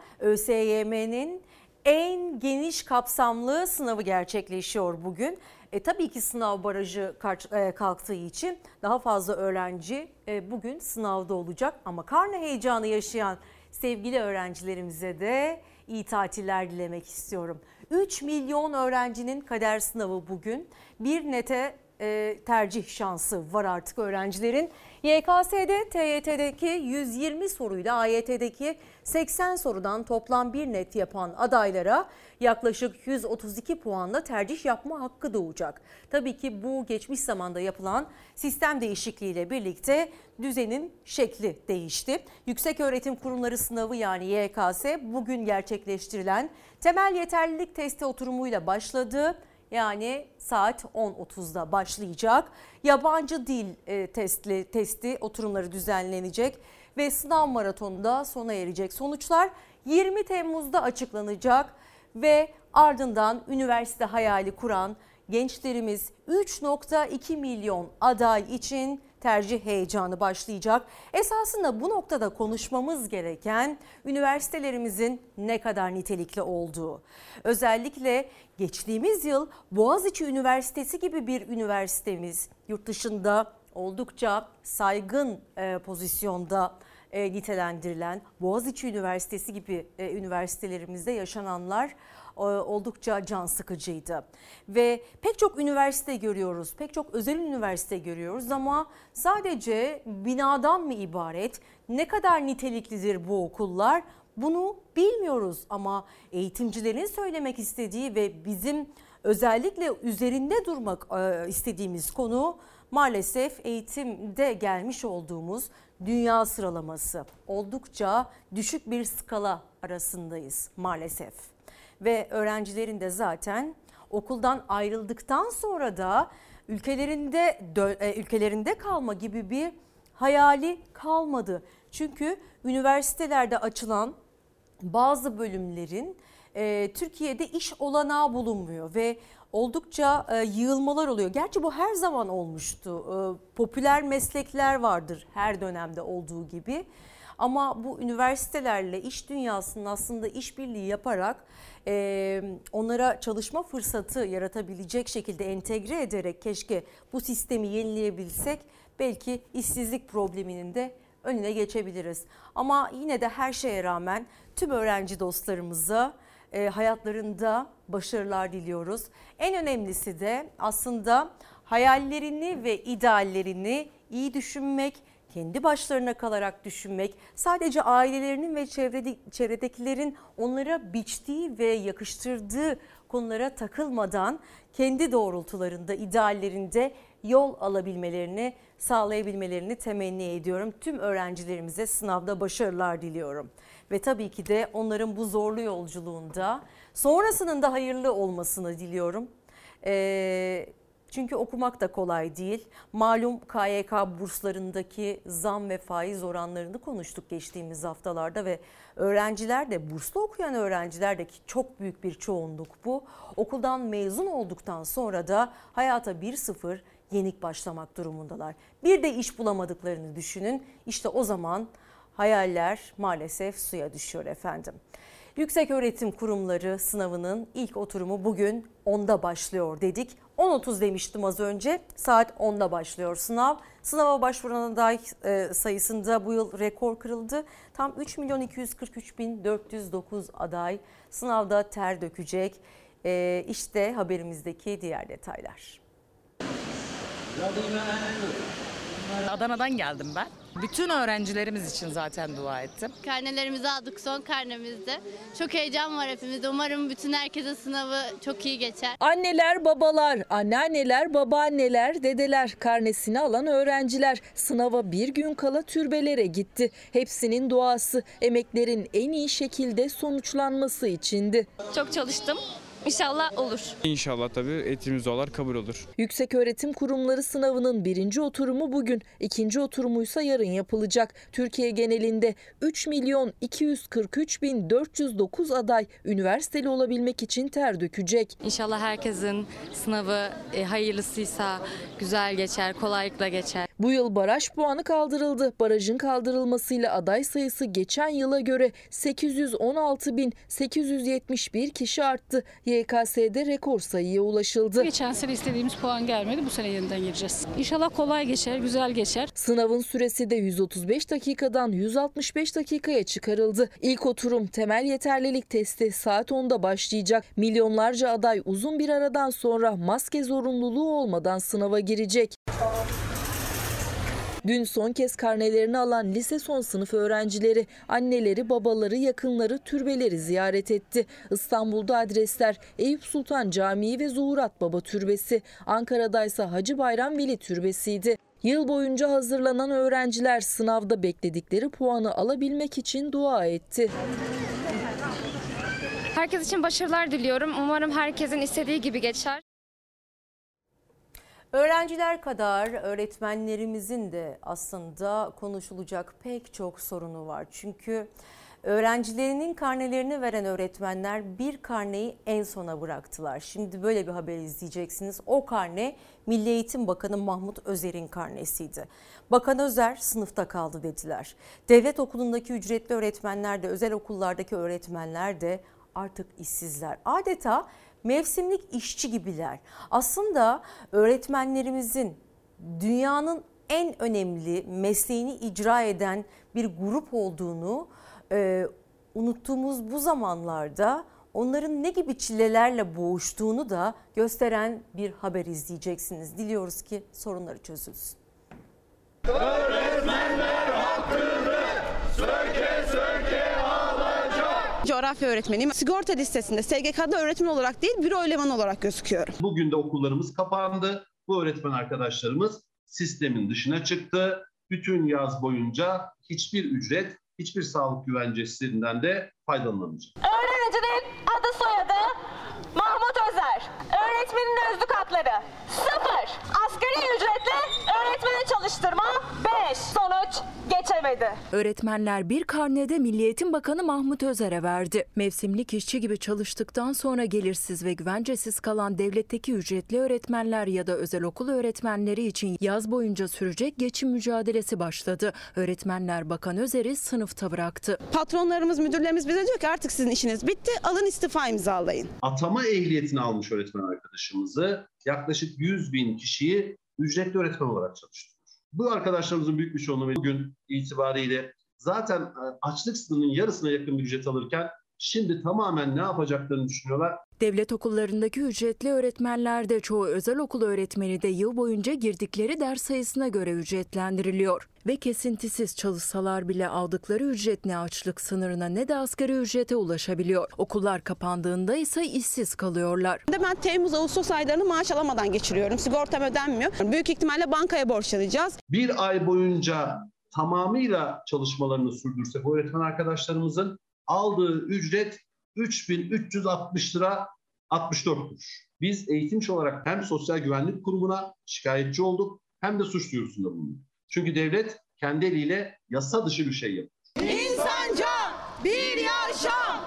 ÖSYM'nin en geniş kapsamlı sınavı gerçekleşiyor bugün. E, tabii ki sınav barajı kalktığı için daha fazla öğrenci e, bugün sınavda olacak. Ama karne heyecanı yaşayan sevgili öğrencilerimize de iyi tatiller dilemek istiyorum. üç milyon öğrencinin kader sınavı bugün. Bir nete e, tercih şansı var artık öğrencilerin. Y K S'de T Y T'deki yüz yirmi soruyla A Y T'deki seksen sorudan toplam bir net yapan adaylara yaklaşık yüz otuz iki puanla tercih yapma hakkı doğacak. Tabii ki bu geçmiş zamanda yapılan sistem değişikliğiyle birlikte düzenin şekli değişti. Yükseköğretim Kurumları sınavı yani Y K S bugün gerçekleştirilen temel yeterlilik testi oturumuyla başladı. Yani saat on otuzda başlayacak. Yabancı dil e, testli, testi oturumları düzenlenecek ve sınav maratonunda sona erecek. Sonuçlar yirmi Temmuz'da açıklanacak ve ardından üniversite hayali kuran gençlerimiz üç nokta iki milyon aday için tercih heyecanı başlayacak. Esasında bu noktada konuşmamız gereken üniversitelerimizin ne kadar nitelikli olduğu. Özellikle geçtiğimiz yıl Boğaziçi Üniversitesi gibi bir üniversitemiz yurt dışında oldukça saygın e, pozisyonda e, nitelendirilen Boğaziçi Üniversitesi gibi e, üniversitelerimizde yaşananlar oldukça can sıkıcıydı. Ve pek çok üniversite görüyoruz, pek çok özel üniversite görüyoruz ama sadece binadan mı ibaret? Ne kadar niteliklidir bu okullar? Bunu bilmiyoruz ama eğitimcilerin söylemek istediği ve bizim özellikle üzerinde durmak istediğimiz konu maalesef eğitimde gelmiş olduğumuz dünya sıralaması. Oldukça düşük bir skala arasındayız maalesef. Ve öğrencilerin de zaten okuldan ayrıldıktan sonra da ülkelerinde ülkelerinde kalma gibi bir hayali kalmadı. Çünkü üniversitelerde açılan bazı bölümlerin e, Türkiye'de iş olanağı bulunmuyor ve oldukça e, yığılmalar oluyor. Gerçi bu her zaman olmuştu. E, popüler meslekler vardır her dönemde olduğu gibi. Ama bu üniversitelerle iş dünyasının aslında işbirliği yaparak e, onlara çalışma fırsatı yaratabilecek şekilde entegre ederek keşke bu sistemi yenileyebilsek belki işsizlik probleminin de önüne geçebiliriz. Ama yine de her şeye rağmen tüm öğrenci dostlarımıza e, hayatlarında başarılar diliyoruz. En önemlisi de aslında hayallerini ve ideallerini iyi düşünmek, kendi başlarına kalarak düşünmek, sadece ailelerinin ve çevrede, çevredekilerin onlara biçtiği ve yakıştırdığı konulara takılmadan kendi doğrultularında, ideallerinde yol alabilmelerini, sağlayabilmelerini temenni ediyorum. Tüm öğrencilerimize sınavda başarılar diliyorum. Ve tabii ki de onların bu zorlu yolculuğunda sonrasının da hayırlı olmasını diliyorum. Ee, Çünkü okumak da kolay değil. Malum K Y K burslarındaki zam ve faiz oranlarını konuştuk geçtiğimiz haftalarda ve öğrenciler de, burslu okuyan öğrenciler de, ki çok büyük bir çoğunluk bu, okuldan mezun olduktan sonra da hayata bir sıfır yenik başlamak durumundalar. Bir de iş bulamadıklarını düşünün. İşte o zaman hayaller maalesef suya düşüyor efendim. Yükseköğretim Kurumları sınavının ilk oturumu bugün onda başlıyor dedik. on otuz demiştim az önce, saat onda başlıyor sınav. Sınava başvuran aday sayısında bu yıl rekor kırıldı. Tam üç milyon iki yüz kırk üç bin dört yüz dokuz aday sınavda ter dökecek. İşte haberimizdeki diğer detaylar.
Adana'dan geldim ben. Bütün öğrencilerimiz için zaten dua ettim.
Karnelerimizi aldık, son karnemizde. Çok heyecan var hepimizde. Umarım bütün herkesin sınavı çok iyi geçer.
Anneler, babalar, anneanneler, babaanneler, dedeler, karnesini alan öğrenciler sınava bir gün kala türbelere gitti. Hepsinin duası emeklerin en iyi şekilde sonuçlanması içindi.
Çok çalıştım. İnşallah olur.
İnşallah tabii eğitimimiz dolar kabul olur.
Yükseköğretim Kurumları sınavının birinci oturumu bugün, ikinci oturumuysa yarın yapılacak. Türkiye genelinde üç milyon iki yüz kırk üç bin dört yüz dokuz aday üniversiteli olabilmek için ter dökecek.
İnşallah herkesin sınavı e, hayırlısıysa güzel geçer, kolaylıkla geçer.
Bu yıl baraj puanı kaldırıldı. Barajın kaldırılmasıyla aday sayısı geçen yıla göre sekiz yüz on altı bin sekiz yüz yetmiş bir kişi arttı. Y K S'de rekor sayıya ulaşıldı.
Geçen sene istediğimiz puan gelmedi. Bu sene yeniden gireceğiz. İnşallah kolay geçer, güzel geçer.
Sınavın süresi de yüz otuz beş dakikadan yüz altmış beş dakikaya çıkarıldı. İlk oturum temel yeterlilik testi saat onda başlayacak. Milyonlarca aday uzun bir aradan sonra maske zorunluluğu olmadan sınava girecek. Dün son kez karnelerini alan lise son sınıf öğrencileri, anneleri, babaları, yakınları türbeleri ziyaret etti. İstanbul'da adresler Eyüp Sultan Camii ve Zuhurat Baba Türbesi, Ankara'daysa Hacı Bayram Veli Türbesi'ydi. Yıl boyunca hazırlanan öğrenciler sınavda bekledikleri puanı alabilmek için dua etti.
Herkes için başarılar diliyorum. Umarım herkesin istediği gibi geçer.
Öğrenciler kadar öğretmenlerimizin de aslında konuşulacak pek çok sorunu var. Çünkü öğrencilerinin karnelerini veren öğretmenler bir karneyi en sona bıraktılar. Şimdi böyle bir haber izleyeceksiniz. O karne Milli Eğitim Bakanı Mahmut Özer'in karnesiydi. Bakan Özer sınıfta kaldı dediler. Devlet okulundaki ücretli öğretmenler de özel okullardaki öğretmenler de artık işsizler. Adeta mevsimlik işçi gibiler. Aslında öğretmenlerimizin dünyanın en önemli mesleğini icra eden bir grup olduğunu e, unuttuğumuz bu zamanlarda onların ne gibi çilelerle boğuştuğunu da gösteren bir haber izleyeceksiniz. Diliyoruz ki sorunları çözülsün.
Öğretmenler hakkını söke söke alacak.
Coğrafya öğretmeniyim. Sigorta listesinde S G K'da öğretmen olarak değil, büro elemanı olarak gözüküyorum.
Bugün de okullarımız kapandı. Bu öğretmen arkadaşlarımız sistemin dışına çıktı. Bütün yaz boyunca hiçbir ücret, hiçbir sağlık güvencesinden de faydalanamayacak.
Öğrencinin adı soyadı Mahmut Özer. Öğretmenin özlük hakları sıfır. Asgari ücretle öğretmeni çalıştırma beş. Sonuç geçemedi.
Öğretmenler bir karnede Milli Eğitim Bakanı Mahmut Özer'e verdi. Mevsimlik işçi gibi çalıştıktan sonra gelirsiz ve güvencesiz kalan devletteki ücretli öğretmenler ya da özel okul öğretmenleri için yaz boyunca sürecek geçim mücadelesi başladı. Öğretmenler Bakan Özer'i sınıfta bıraktı.
Patronlarımız, müdürlerimiz bize diyor ki artık sizin işiniz bitti, alın istifa imzalayın.
Atama ehliyetini almış öğretmen arkadaşımızı yaklaşık yüz bin kişiyi ücretli öğretmen olarak çalıştırıyor. Bu arkadaşlarımızın büyük bir çoğunluğu bugün itibariyle zaten açlık sınırının yarısına yakın bir ücret alırken şimdi tamamen ne yapacaklarını düşünüyorlar.
Devlet okullarındaki ücretli öğretmenler de çoğu özel okul öğretmeni de yıl boyunca girdikleri ders sayısına göre ücretlendiriliyor. Ve kesintisiz çalışsalar bile aldıkları ücret ne açlık sınırına ne de asgari ücrete ulaşabiliyor. Okullar kapandığında ise işsiz kalıyorlar.
Ben Temmuz-Ağustos aylarını maaş alamadan geçiriyorum. Sigortam ödenmiyor. Büyük ihtimalle bankaya borçlanacağız.
Bir ay boyunca tamamıyla çalışmalarını sürdürse bu öğretmen arkadaşlarımızın aldığı ücret üç bin üç yüz altmış lira altmış dört kuruş. Biz eğitimci olarak hem Sosyal Güvenlik Kurumu'na şikayetçi olduk hem de suç duyurusunda bulunduk. Çünkü devlet kendi eliyle yasa dışı bir şey yapıyor.
İnsanca bir yaşam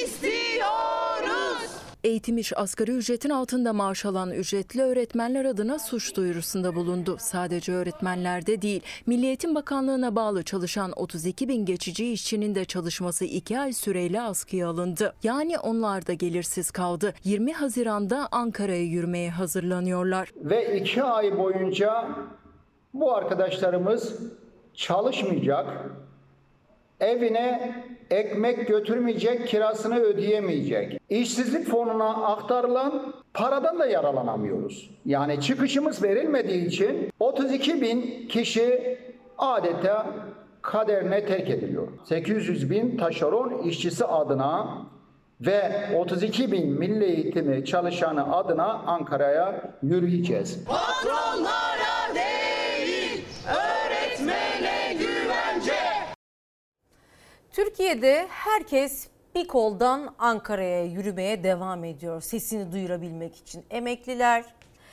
istiyoruz.
Eğitim İş asgari ücretin altında maaş alan ücretli öğretmenler adına suç duyurusunda bulundu. Sadece öğretmenlerde değil, Milli Eğitim Bakanlığı'na bağlı çalışan otuz iki bin geçici işçinin de çalışması iki ay süreyle askıya alındı. Yani onlar da gelirsiz kaldı. yirmi Haziran'da Ankara'ya yürümeye hazırlanıyorlar.
Ve iki ay boyunca bu arkadaşlarımız çalışmayacak, evine ekmek götürmeyecek, kirasını ödeyemeyecek. İşsizlik fonuna aktarılan Paradan da yaralanamıyoruz. Yani çıkışımız verilmediği için otuz iki bin kişi adeta kaderine terk ediliyor. sekiz yüz bin taşeron işçisi adına ve otuz iki bin milli eğitimi çalışanı adına Ankara'ya yürüyeceğiz.
Patronlara değil, öğretmene güvence.
Türkiye'de herkes bir koldan Ankara'ya yürümeye devam ediyor sesini duyurabilmek için. Emekliler,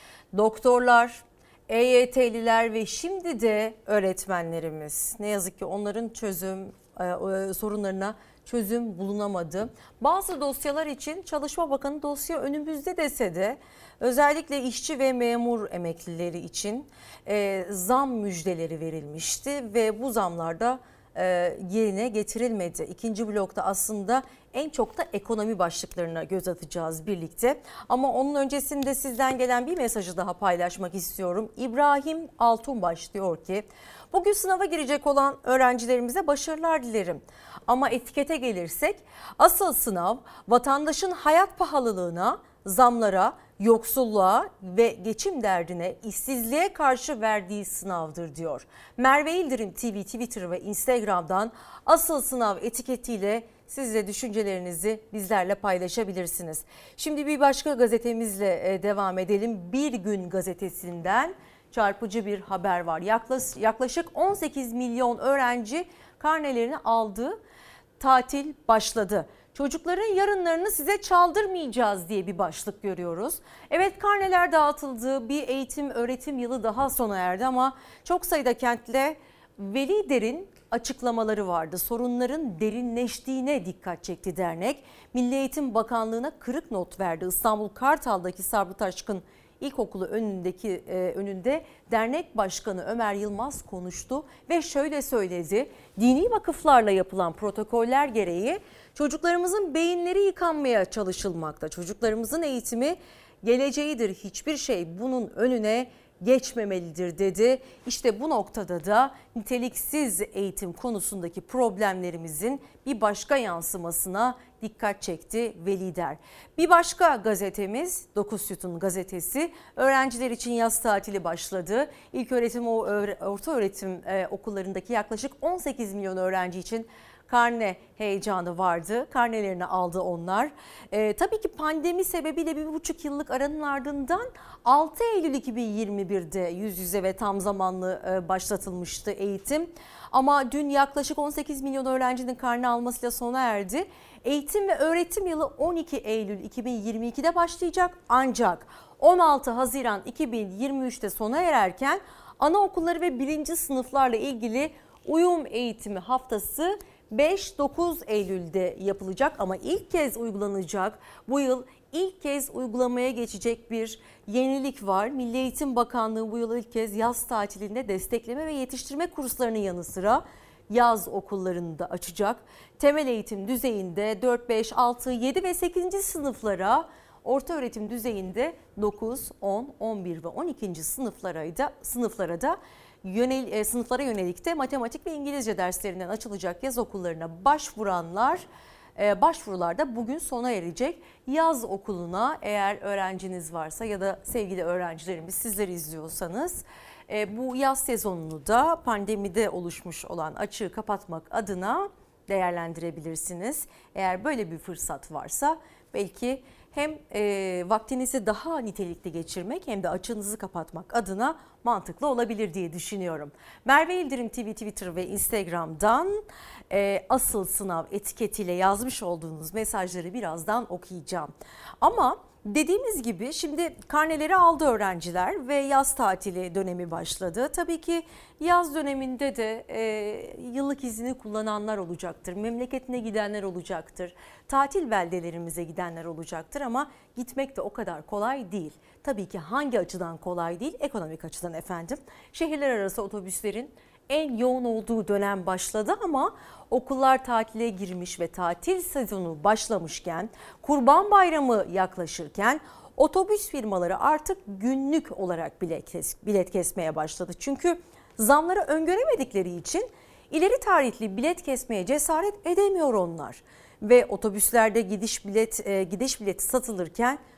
doktorlar, E Y T'liler ve şimdi de öğretmenlerimiz. Ne yazık ki onların çözüm e, sorunlarına çözüm bulunamadı. Bazı dosyalar için Çalışma Bakanı dosya önümüzde dese de özellikle işçi ve memur emeklileri için e, zam müjdeleri verilmişti ve bu zamlarda e, yerine getirilmedi. İkinci blokta aslında en çok da ekonomi başlıklarına göz atacağız birlikte. Ama onun öncesinde sizden gelen bir mesajı daha paylaşmak istiyorum. İbrahim Altunbaş diyor ki, bugün sınava girecek olan öğrencilerimize başarılar dilerim. Ama etikete gelirsek asıl sınav vatandaşın hayat pahalılığına, zamlara, yoksulluğa ve geçim derdine, işsizliğe karşı verdiği sınavdır diyor. Merve İldirim T V Twitter ve Instagram'dan asıl sınav etiketiyle siz de düşüncelerinizi bizlerle paylaşabilirsiniz. Şimdi bir başka gazetemizle devam edelim. Bir Gün gazetesinden çarpıcı bir haber var. Yaklaşık on sekiz milyon öğrenci karnelerini aldı. Tatil başladı. Çocukların yarınlarını size çaldırmayacağız diye bir başlık görüyoruz. Evet, karneler dağıtıldı. Bir eğitim öğretim yılı daha sona erdi ama çok sayıda kentle velilerin açıklamaları vardı. Sorunların derinleştiğine dikkat çekti dernek. Milli Eğitim Bakanlığı'na kırık not verdi. İstanbul Kartal'daki Sabri Taşkın İlkokulu önündeki e, önünde dernek başkanı Ömer Yılmaz konuştu ve şöyle söyledi. Dini vakıflarla yapılan protokoller gereği çocuklarımızın beyinleri yıkanmaya çalışılmakta. Çocuklarımızın eğitimi geleceğidir. Hiçbir şey bunun önüne geçmemelidir dedi. İşte bu noktada da niteliksiz eğitim konusundaki problemlerimizin bir başka yansımasına dikkat çekti Veli Der. Bir başka gazetemiz dokuz Sütun gazetesi. Öğrenciler için yaz tatili başladı. İlköğretim, orta öğretim okullarındaki yaklaşık on sekiz milyon öğrenci için karne heyecanı vardı. Karnelerini aldı onlar. Ee, tabii ki pandemi sebebiyle bir buçuk yıllık aranın ardından altı Eylül iki bin yirmi bir'de yüz yüze ve tam zamanlı e, başlatılmıştı eğitim. Ama dün yaklaşık on sekiz milyon öğrencinin karne almasıyla sona erdi. Eğitim ve öğretim yılı on iki Eylül iki bin yirmi iki'de başlayacak ancak on altı Haziran iki bin yirmi üç'te sona ererken anaokulları ve birinci sınıflarla ilgili uyum eğitimi haftası beş dokuz Eylül'de yapılacak ama ilk kez uygulanacak, bu yıl ilk kez uygulamaya geçecek bir yenilik var. Milli Eğitim Bakanlığı bu yıl ilk kez yaz tatilinde destekleme ve yetiştirme kurslarının yanı sıra yaz okullarını da açacak. Temel eğitim düzeyinde dört, beş, altı, yedi ve sekizinci sınıflara, orta öğretim düzeyinde dokuz, on, on bir ve on ikinci sınıflara da sınıflara da Yönel, e, sınıflara yönelik de matematik ve İngilizce derslerinden açılacak yaz okullarına başvuranlar, e, başvurular da bugün sona erecek. Yaz okuluna eğer öğrenciniz varsa ya da sevgili öğrencilerimiz sizleri izliyorsanız e, bu yaz sezonunu da pandemide oluşmuş olan açığı kapatmak adına değerlendirebilirsiniz. Eğer böyle bir fırsat varsa belki hem e, vaktinizi daha nitelikli geçirmek hem de açığınızı kapatmak adına mantıklı olabilir diye düşünüyorum. Merve İldirim T V Twitter ve Instagram'dan e, asıl sınav etiketiyle yazmış olduğunuz mesajları birazdan okuyacağım. Ama dediğimiz gibi şimdi karneleri aldı öğrenciler ve yaz tatili dönemi başladı. Tabii ki yaz döneminde de e, yıllık izni kullananlar olacaktır. Memleketine gidenler olacaktır. Tatil beldelerimize gidenler olacaktır ama gitmek de o kadar kolay değil. Tabii ki hangi açıdan kolay değil? Ekonomik açıdan efendim. Şehirler arası otobüslerin en yoğun olduğu dönem başladı ama okullar tatile girmiş ve tatil sezonu başlamışken, Kurban Bayramı yaklaşırken otobüs firmaları artık günlük olarak bilet, kes, bilet kesmeye başladı. Çünkü zamları öngöremedikleri için ileri tarihli bilet kesmeye cesaret edemiyor onlar. Ve otobüslerde gidiş bilet e, gidiş bileti satılırken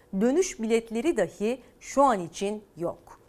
dönüş biletleri dahi şu an için yok.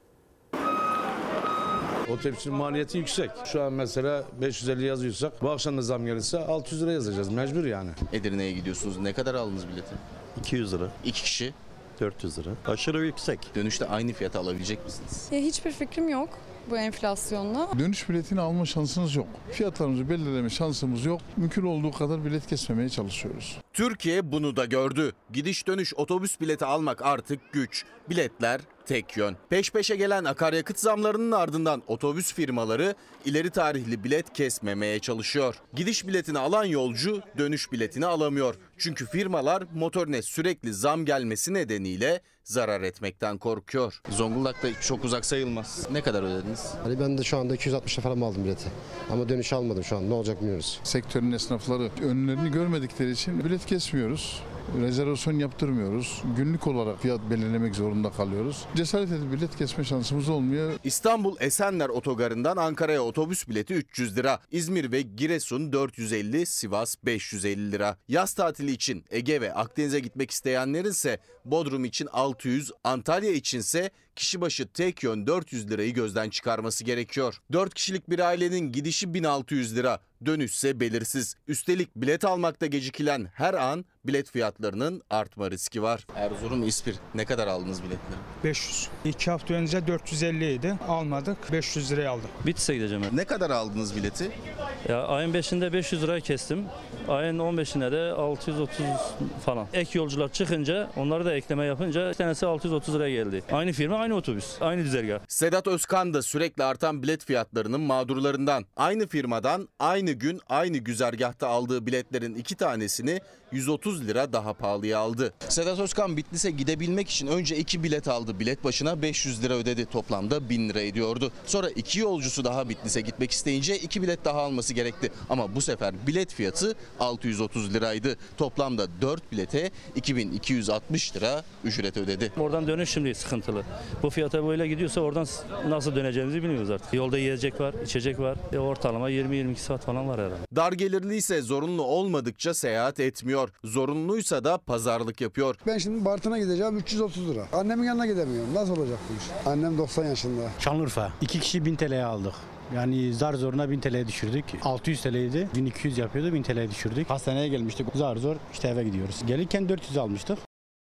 Otobüsün maliyeti yüksek. Şu an mesela beş yüz elli yazıyorsak bu akşam da zam gelirse altı yüz lira yazacağız mecbur yani.
Edirne'ye gidiyorsunuz. Ne kadar aldınız bileti?
iki yüz lira.
İki kişi.
dört yüz lira. Aşırı yüksek.
Dönüşte aynı fiyata alabilecek misiniz?
Ya hiçbir fikrim yok bu enflasyonla.
Dönüş biletini alma şansınız yok. Fiyatlarımızı belirleme şansımız yok. Mümkün olduğu kadar bilet kesmemeye çalışıyoruz.
Türkiye bunu da gördü. Gidiş dönüş otobüs bileti almak artık güç. Biletler tek yön. Peş peşe gelen akaryakıt zamlarının ardından otobüs firmaları ileri tarihli bilet kesmemeye çalışıyor. Gidiş biletini alan yolcu dönüş biletini alamıyor. Çünkü firmalar motorine sürekli zam gelmesi nedeniyle zarar etmekten korkuyor.
Zonguldak'ta çok uzak sayılmaz. Ne kadar ödediniz?
Hani ben de şu anda iki yüz altmış falan aldım bileti. Ama dönüş almadım şu an. Ne olacak bilmiyoruz.
Sektörün esnafları önlerini görmedikleri için bilet kesmiyoruz. Rezervasyon yaptırmıyoruz. Günlük olarak fiyat belirlemek zorunda kalıyoruz. Cesaret edip bilet kesme şansımız olmuyor.
İstanbul Esenler Otogarı'ndan Ankara'ya otobüs bileti üç yüz lira. İzmir ve Giresun dört yüz elli, Sivas beş yüz elli lira. Yaz tatili için Ege ve Akdeniz'e gitmek isteyenlerin ise Bodrum için altı yüz, Antalya içinse kişi başı tek yön dört yüz lirayı gözden çıkarması gerekiyor. dört kişilik bir ailenin gidişi bin altı yüz lira. Dönüşse belirsiz. Üstelik bilet almakta gecikilen her an bilet fiyatlarının artma riski var.
Erzurum, İspir ne kadar aldınız biletleri?
beş yüz. İki hafta önce dört yüz elli idi. Almadık. beş yüz liraya aldık.
Bitlis'e gideceğim. Ne kadar aldınız bileti?
Ya ayın beşinde beş yüz liraya kestim. Ayın on beşinde de altı yüz otuz falan. Ek yolcular çıkınca onları da ekleme yapınca bir tanesi altı yüz otuz liraya geldi. Aynı firma, aynı otobüs, aynı düzergah.
Sedat Özkan da sürekli artan bilet fiyatlarının mağdurlarından. Aynı firmadan aynı gün aynı güzergahta aldığı biletlerin iki tanesini yüz otuz lira daha pahalıya aldı.
Sedat Özkan Bitlis'e gidebilmek için önce iki bilet aldı. Bilet başına beş yüz lira ödedi. Toplamda bin lira ediyordu. Sonra iki yolcusu daha Bitlis'e gitmek isteyince iki bilet daha alması gerekti. Ama bu sefer bilet fiyatı altı yüz otuz liraydı. Toplamda dört bilete iki bin iki yüz altmış lira ücret ödedi.
Oradan dönüş şimdi sıkıntılı. Bu fiyata böyle gidiyorsa oradan nasıl döneceğimizi bilmiyoruz artık. Yolda yiyecek var, içecek var. E ortalama yirmi yirmi iki saat falan var herhalde.
Dar gelirli ise zorunlu olmadıkça seyahat etmiyor. Zorunluysa da pazarlık yapıyor.
Ben şimdi Bartın'a gideceğim üç yüz otuz lira. Annemin yanına gidemiyorum. Nasıl olacak bu iş? Annem doksan yaşında.
Şanlıurfa. İki kişi bin T L'ye aldık. Yani zar zoruna bin T L'ye düşürdük. altı yüz T L'ydi. bin iki yüz yapıyordu. bin T L'ye düşürdük. Hastaneye gelmiştik. Zar zor işte eve gidiyoruz. Gelirken dört yüz almıştık.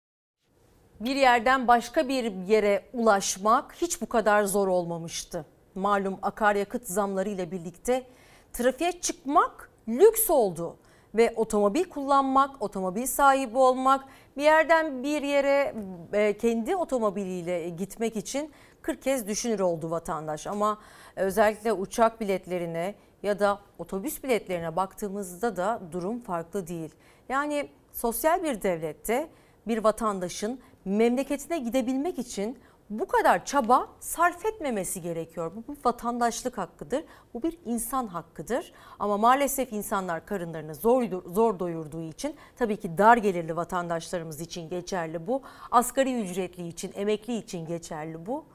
Bir yerden başka bir yere ulaşmak hiç bu kadar zor olmamıştı. Malum akaryakıt zamları ile birlikte trafiğe çıkmak lüks oldu. Ve otomobil kullanmak, otomobil sahibi olmak, bir yerden bir yere kendi otomobiliyle gitmek için kırk kez düşünür oldu vatandaş. Ama özellikle uçak biletlerine ya da otobüs biletlerine baktığımızda da durum farklı değil. Yani sosyal bir devlette bir vatandaşın memleketine gidebilmek için bu kadar çaba sarf etmemesi gerekiyor. Bu bir vatandaşlık hakkıdır. Bu bir insan hakkıdır. Ama maalesef insanlar karınlarını zor, zor doyurduğu için, tabii ki dar gelirli vatandaşlarımız için geçerli bu. Asgari ücretli için, emekli için geçerli bu.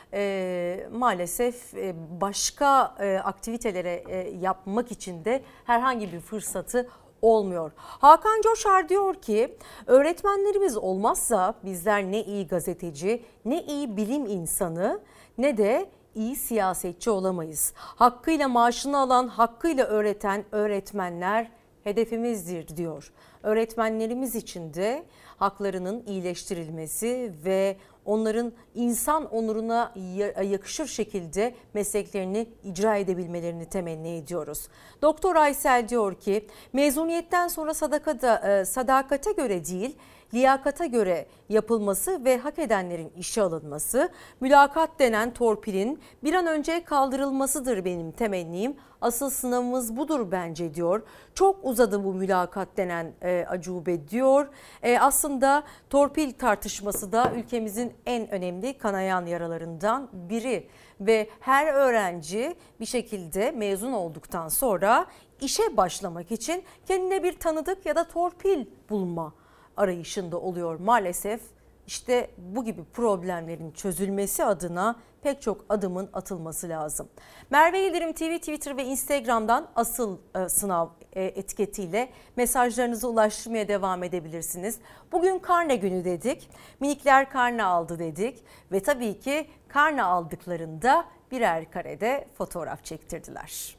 Ee, maalesef başka e, aktivitelere e, yapmak için de herhangi bir fırsatı olmuyor. Hakan Coşar diyor ki öğretmenlerimiz olmazsa bizler ne iyi gazeteci, ne iyi bilim insanı, ne de iyi siyasetçi olamayız. Hakkıyla maaşını alan, hakkıyla öğreten öğretmenler hedefimizdir diyor. Öğretmenlerimiz için de haklarının iyileştirilmesi ve onların insan onuruna yakışır şekilde mesleklerini icra edebilmelerini temenni ediyoruz. Doktor Aysel diyor ki mezuniyetten sonra sadakata, sadakate göre değil, liyakata göre yapılması ve hak edenlerin işe alınması, mülakat denen torpilin bir an önce kaldırılmasıdır benim temennim. Asıl sınavımız budur bence diyor. Çok uzadı bu mülakat denen e, acube diyor. E, aslında torpil tartışması da ülkemizin en önemli kanayan yaralarından biri. Ve her öğrenci bir şekilde mezun olduktan sonra işe başlamak için kendine bir tanıdık ya da torpil bulma arayışında oluyor maalesef. İşte bu gibi problemlerin çözülmesi adına pek çok adımın atılması lazım. Merve Yıldırım T V, Twitter ve Instagram'dan asıl e, sınav etiketiyle mesajlarınızı ulaştırmaya devam edebilirsiniz. Bugün karne günü dedik. Minikler karne aldı dedik ve tabii ki karne aldıklarında birer karede fotoğraf çektirdiler.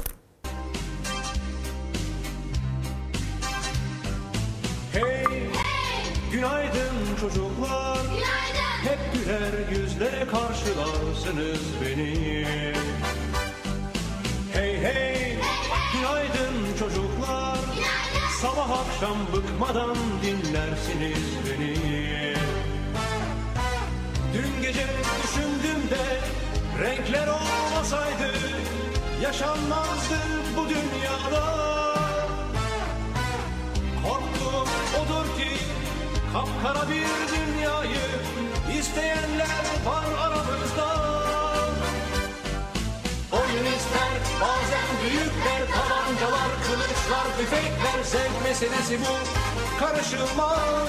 Hey, günaydın çocuklar. Günaydın. Hep güler yüzle karşılarsınız beni. Hey hey, hey, hey. Günaydın çocuklar. Günaydın. Sabah akşam bıkmadan dinlersiniz beni. Dün gece düşündüm de renkler olmasaydı yaşanmazdı bu dünyada. Korktuğum odur ki kapkara bir dünyayı isteyenler var aramızda. Oyun ister bazen büyükler, tabancalar, kılıçlar, tüfekler. Zevk meselesi bu, karışılmaz,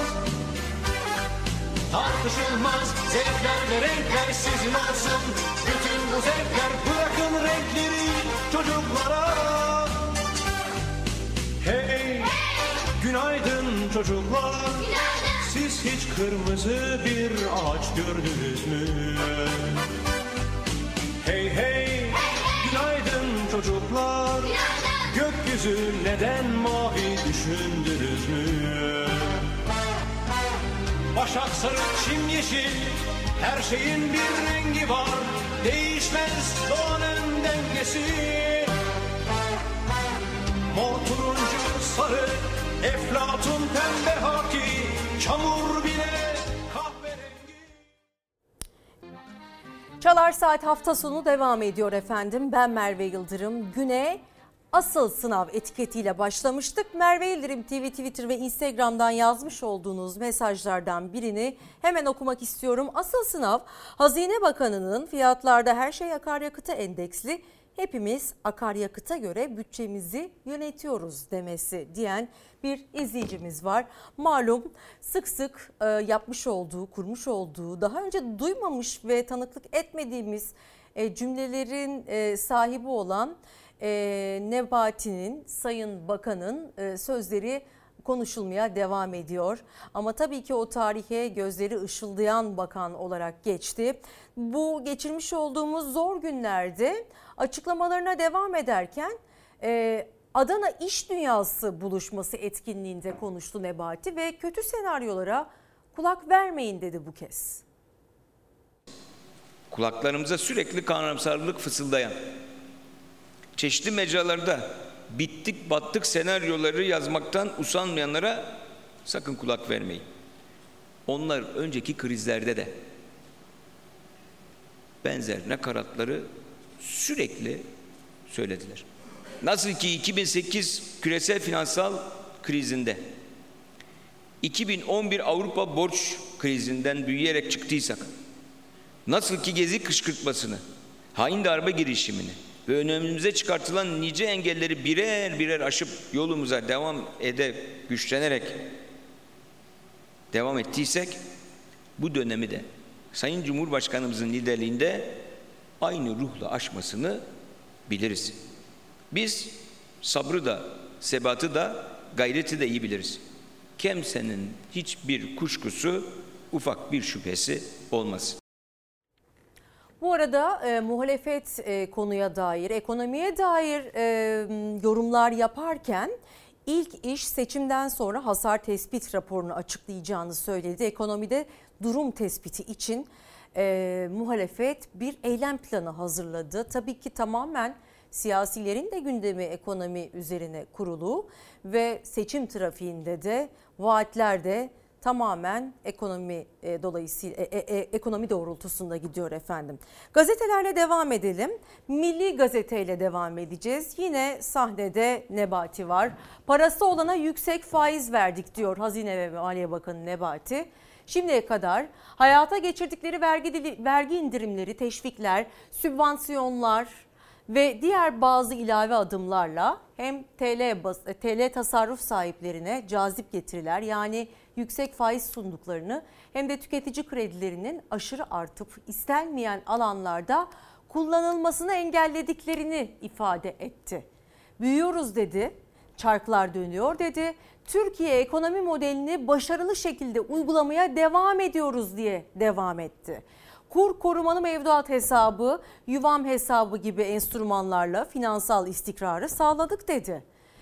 tartışılmaz. Zevkler ve renkler sizin olsun, bütün bu zevkler. Bırakın renkleri çocuklara. Hey, günaydın çocuklar. Günaydın. Siz hiç kırmızı bir ağaç gördünüz mü? Hey hey, hey, hey. Günaydın çocuklar. Günaydın. Gökyüzü neden mavi düşündünüz mü? Başak sarı, çim yeşil, her şeyin bir rengi var. Değişmez doğanın dengesi. Mor, turuncu, sarı, eflatun, pembe, haki, çamur bile kahverengi.
Çalar Saat hafta sonu devam ediyor efendim. Ben Merve Yıldırım. Güne asıl sınav etiketiyle başlamıştık. Merve Yıldırım T V, Twitter ve Instagram'dan yazmış olduğunuz mesajlardan birini hemen okumak istiyorum. Asıl sınav, Hazine Bakanı'nın fiyatlarda her şey akaryakıta endeksli, hepimiz akaryakıta göre bütçemizi yönetiyoruz demesi diyen bir izleyicimiz var. Malum sık sık e, yapmış olduğu, kurmuş olduğu, daha önce duymamış ve tanıklık etmediğimiz e, cümlelerin e, sahibi olan e, Nebati'nin, Sayın Bakan'ın e, sözleri konuşulmaya devam ediyor. Ama tabii ki o tarihe gözleri ışıldayan bakan olarak geçti. Bu geçirmiş olduğumuz zor günlerde açıklamalarına devam ederken e, Adana İş Dünyası buluşması etkinliğinde konuştu Nebati ve kötü senaryolara kulak vermeyin dedi bu kez.
Kulaklarımıza sürekli karamsarlık fısıldayan, çeşitli mecralarda bittik battık senaryoları yazmaktan usanmayanlara sakın kulak vermeyin. Onlar önceki krizlerde de benzer nakaratları sürekli söylediler. Nasıl ki iki bin sekiz küresel finansal krizinde, iki bin on bir Avrupa borç krizinden büyüyerek çıktıysak, nasıl ki Gezi kışkırtmasını, hain darbe girişimini ve önümüze çıkartılan nice engelleri birer birer aşıp yolumuza devam ede güçlenerek devam ettiysek, bu dönemi de Sayın Cumhurbaşkanımızın liderliğinde aynı ruhla aşmasını biliriz. Biz sabrı da, sebatı da, gayreti de iyi biliriz. Kimsenin hiçbir kuşkusu, ufak bir şüphesi olmasın.
Bu arada e, muhalefet e, konuya dair, ekonomiye dair e, yorumlar yaparken ilk iş seçimden sonra hasar tespit raporunu açıklayacağını söyledi. Ekonomide durum tespiti için e, muhalefet bir eylem planı hazırladı. Tabii ki tamamen siyasilerin de gündemi ekonomi üzerine kurulu ve seçim trafiğinde de vaatler de tamamen ekonomi e, dolayısıyla e, e, ekonomi doğrultusunda gidiyor efendim. Gazetelerle devam edelim. Milli Gazete'yle devam edeceğiz. Yine sahnede Nebati var. Parası olana yüksek faiz verdik diyor Hazine ve Maliye Bakanı Nebati. Şimdiye kadar hayata geçirdikleri vergi, vergi indirimleri, teşvikler, sübvansiyonlar ve diğer bazı ilave adımlarla hem T L, T L tasarruf sahiplerine cazip getiriler, yani yüksek faiz sunduklarını, hem de tüketici kredilerinin aşırı artıp istenmeyen alanlarda kullanılmasını engellediklerini ifade etti. Büyüyoruz dedi. çarklar dönüyor dedi. Türkiye ekonomi modelini başarılı şekilde uygulamaya devam ediyoruz diye devam etti. Kur korumalı mevduat hesabı, yuvam hesabı gibi enstrümanlarla finansal istikrarı sağladık dedi.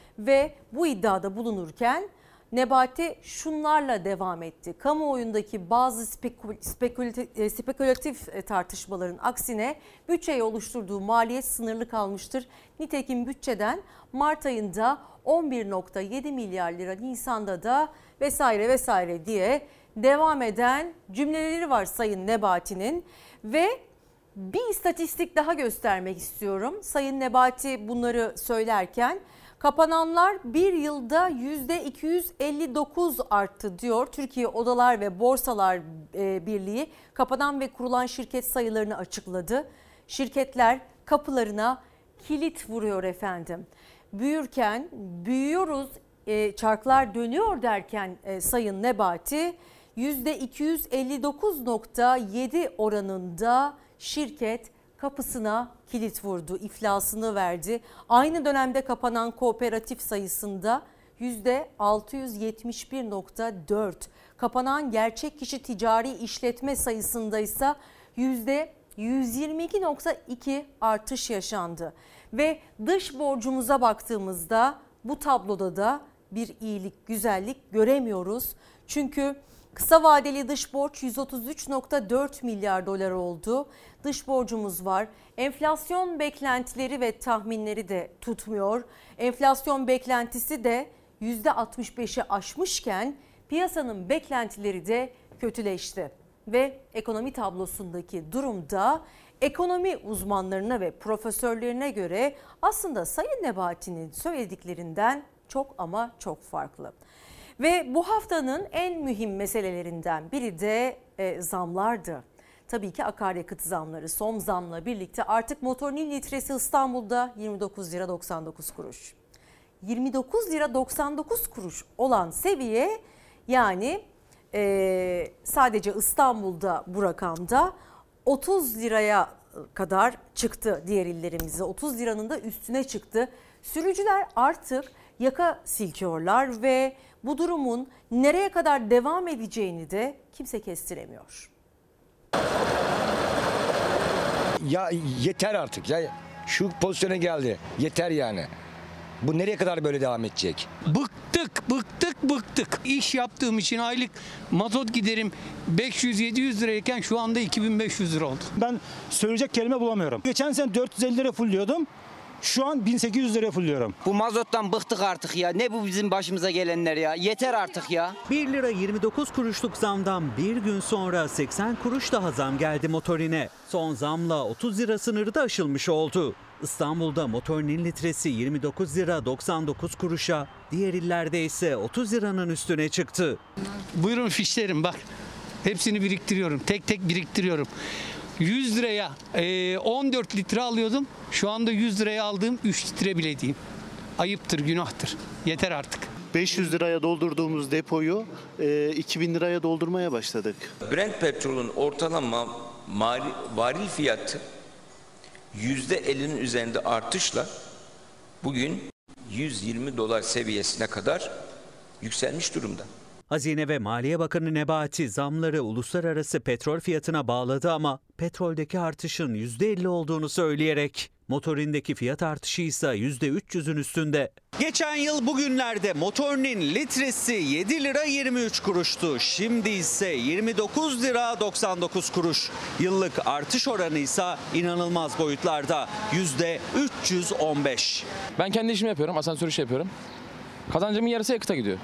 Ve bu iddiada bulunurken Nebati şunlarla devam etti. Kamuoyundaki bazı spekül, spekülatif, spekülatif tartışmaların aksine bütçeyi oluşturduğu maliyet sınırlı kalmıştır. Nitekim bütçeden Mart ayında on bir virgül yedi milyar lira, Nisan'da da vesaire vesaire diye devam eden cümleleri var Sayın Nebati'nin. Ve bir istatistik daha göstermek istiyorum. Sayın Nebati bunları söylerken kapananlar bir yılda yüzde iki yüz elli dokuz arttı diyor. Türkiye Odalar ve Borsalar Birliği kapanan ve kurulan şirket sayılarını açıkladı. Şirketler kapılarına kilit vuruyor efendim. Büyürken, büyüyoruz, çarklar dönüyor derken Sayın Nebati yüzde iki yüz elli dokuz virgül yedi oranında şirket kapısına kilit vurdu, iflasını verdi. Aynı dönemde kapanan kooperatif sayısında yüzde altı yüz yetmiş bir virgül dört. Kapanan gerçek kişi ticari işletme sayısında ise yüzde yüz yirmi iki virgül iki artış yaşandı. Ve dış borcumuza baktığımızda bu tabloda da bir iyilik, güzellik göremiyoruz. Çünkü kısa vadeli dış borç yüz otuz üç virgül dört milyar dolar oldu. Dış borcumuz var. Enflasyon beklentileri ve tahminleri de tutmuyor. Enflasyon beklentisi de yüzde altmış beşi aşmışken piyasanın beklentileri de kötüleşti. Ve ekonomi tablosundaki durumda ekonomi uzmanlarına ve profesörlerine göre aslında Sayın Nebati'nin söylediklerinden çok ama çok farklı. Ve bu haftanın en mühim meselelerinden biri de e, zamlardı. Tabii ki akaryakıt zamları. Son zamla birlikte artık motorinin litresi İstanbul'da yirmi dokuz lira doksan dokuz kuruş. yirmi dokuz lira doksan dokuz kuruş olan seviye, yani e, sadece İstanbul'da bu rakamda otuz liraya kadar çıktı diğer illerimizde. otuz liranın da üstüne çıktı. Sürücüler artık yaka silkiyorlar ve bu durumun nereye kadar devam edeceğini de kimse kestiremiyor.
Ya yeter artık ya, şu pozisyona geldi, yeter yani. Bu nereye kadar böyle devam edecek?
Bıktık, bıktık, bıktık. İş yaptığım için aylık mazot giderim beş yüz yedi yüz lirayken şu anda iki bin beş yüz lira oldu.
Ben söyleyecek kelime bulamıyorum. Geçen sene dört yüz elli lira fulliyordum. Şu an bin sekiz yüz liraya fulluyorum.
Bu mazottan bıktık artık ya. Ne bu bizim başımıza gelenler ya. Yeter artık ya.
bir lira yirmi dokuz kuruşluk zamdan bir gün sonra seksen kuruş daha zam geldi motorine. Son zamla otuz lira sınırı da aşılmış oldu. İstanbul'da motorinin litresi yirmi dokuz lira doksan dokuz kuruşa, diğer illerde ise otuz liranın üstüne çıktı.
Buyurun fişlerim bak. Hepsini biriktiriyorum. Tek tek biriktiriyorum. yüz liraya on dört litre alıyordum. Şu anda yüz liraya aldığım üç litre bile değil. Ayıptır, günahtır. Yeter artık.
beş yüz liraya doldurduğumuz depoyu iki bin liraya doldurmaya başladık.
Brent petrolün ortalama mali, varil fiyatı yüzde ellinin üzerinde artışla bugün yüz yirmi dolar seviyesine kadar yükselmiş durumda.
Hazine ve Maliye Bakanı Nebati zamları uluslararası petrol fiyatına bağladı ama petroldeki artışın yüzde elli olduğunu söyleyerek motorindeki fiyat artışı ise yüzde üç yüzün üstünde. Geçen yıl bugünlerde motorinin litresi yedi lira yirmi üç kuruştu. Şimdi ise yirmi dokuz lira doksan dokuz kuruş. Yıllık artış oranı ise inanılmaz boyutlarda, yüzde üç yüz on beş.
Ben kendi işimi yapıyorum, asansör işi yapıyorum. Kazancımın yarısı yakıta gidiyor.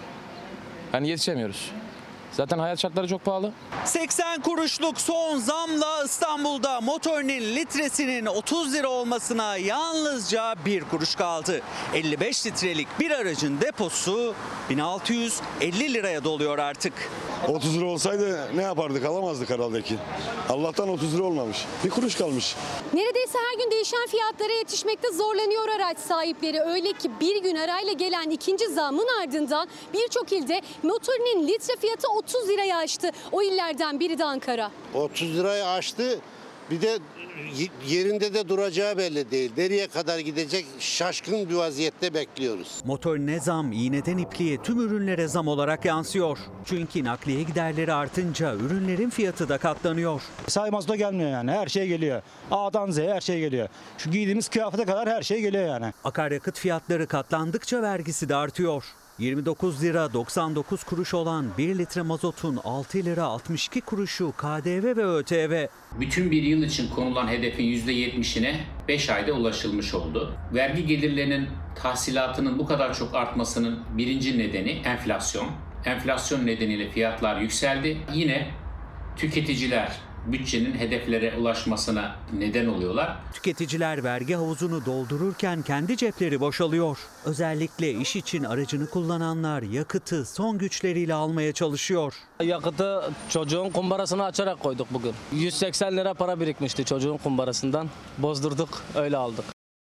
Yani yetişemiyoruz. Zaten hayat şartları çok pahalı.
seksen kuruşluk son zamla İstanbul'da motorinin litresinin otuz lira olmasına yalnızca bir kuruş kaldı. elli beş litrelik bir aracın deposu bin altı yüz elli liraya doluyor artık.
otuz lira olsaydı ne yapardık, alamazdık herhalde ki. Allah'tan otuz lira olmamış. Bir kuruş kalmış.
Neredeyse her gün değişen fiyatlara yetişmekte zorlanıyor araç sahipleri. Öyle ki bir gün arayla gelen ikinci zamın ardından birçok ilde motorinin litre fiyatı otuz liraya aştı. O illerden biri de Ankara.
otuz liraya aştı. Bir de
yerinde de duracağı belli değil. Nereye kadar gidecek şaşkın bir vaziyette bekliyoruz.
Motorine zam iğneden ipliğe tüm ürünlere zam olarak yansıyor. Çünkü nakliye giderleri artınca ürünlerin fiyatı da katlanıyor.
Saymaz da gelmiyor yani, her şey geliyor. A'dan Z'ye her şey geliyor. Şu giydiğimiz kıyafete kadar her şey geliyor yani.
Akaryakıt fiyatları katlandıkça vergisi de artıyor. yirmi dokuz lira doksan dokuz kuruş olan bir litre mazotun altı lira altmış iki kuruşu K D V ve Ö T V.
Bütün bir yıl için konulan hedefin yüzde yetmişine beş ayda ulaşılmış oldu. Vergi gelirlerinin tahsilatının bu kadar çok artmasının birinci nedeni enflasyon. Enflasyon nedeniyle fiyatlar yükseldi. Yine tüketiciler bütçenin hedeflere ulaşmasına neden oluyorlar.
Tüketiciler vergi havuzunu doldururken kendi cepleri boşalıyor. Özellikle iş için aracını kullananlar yakıtı son güçleriyle almaya çalışıyor.
Yakıtı çocuğun kumbarasını açarak koyduk bugün. yüz seksen lira para birikmişti çocuğun kumbarasından. Bozdurduk, öyle aldık.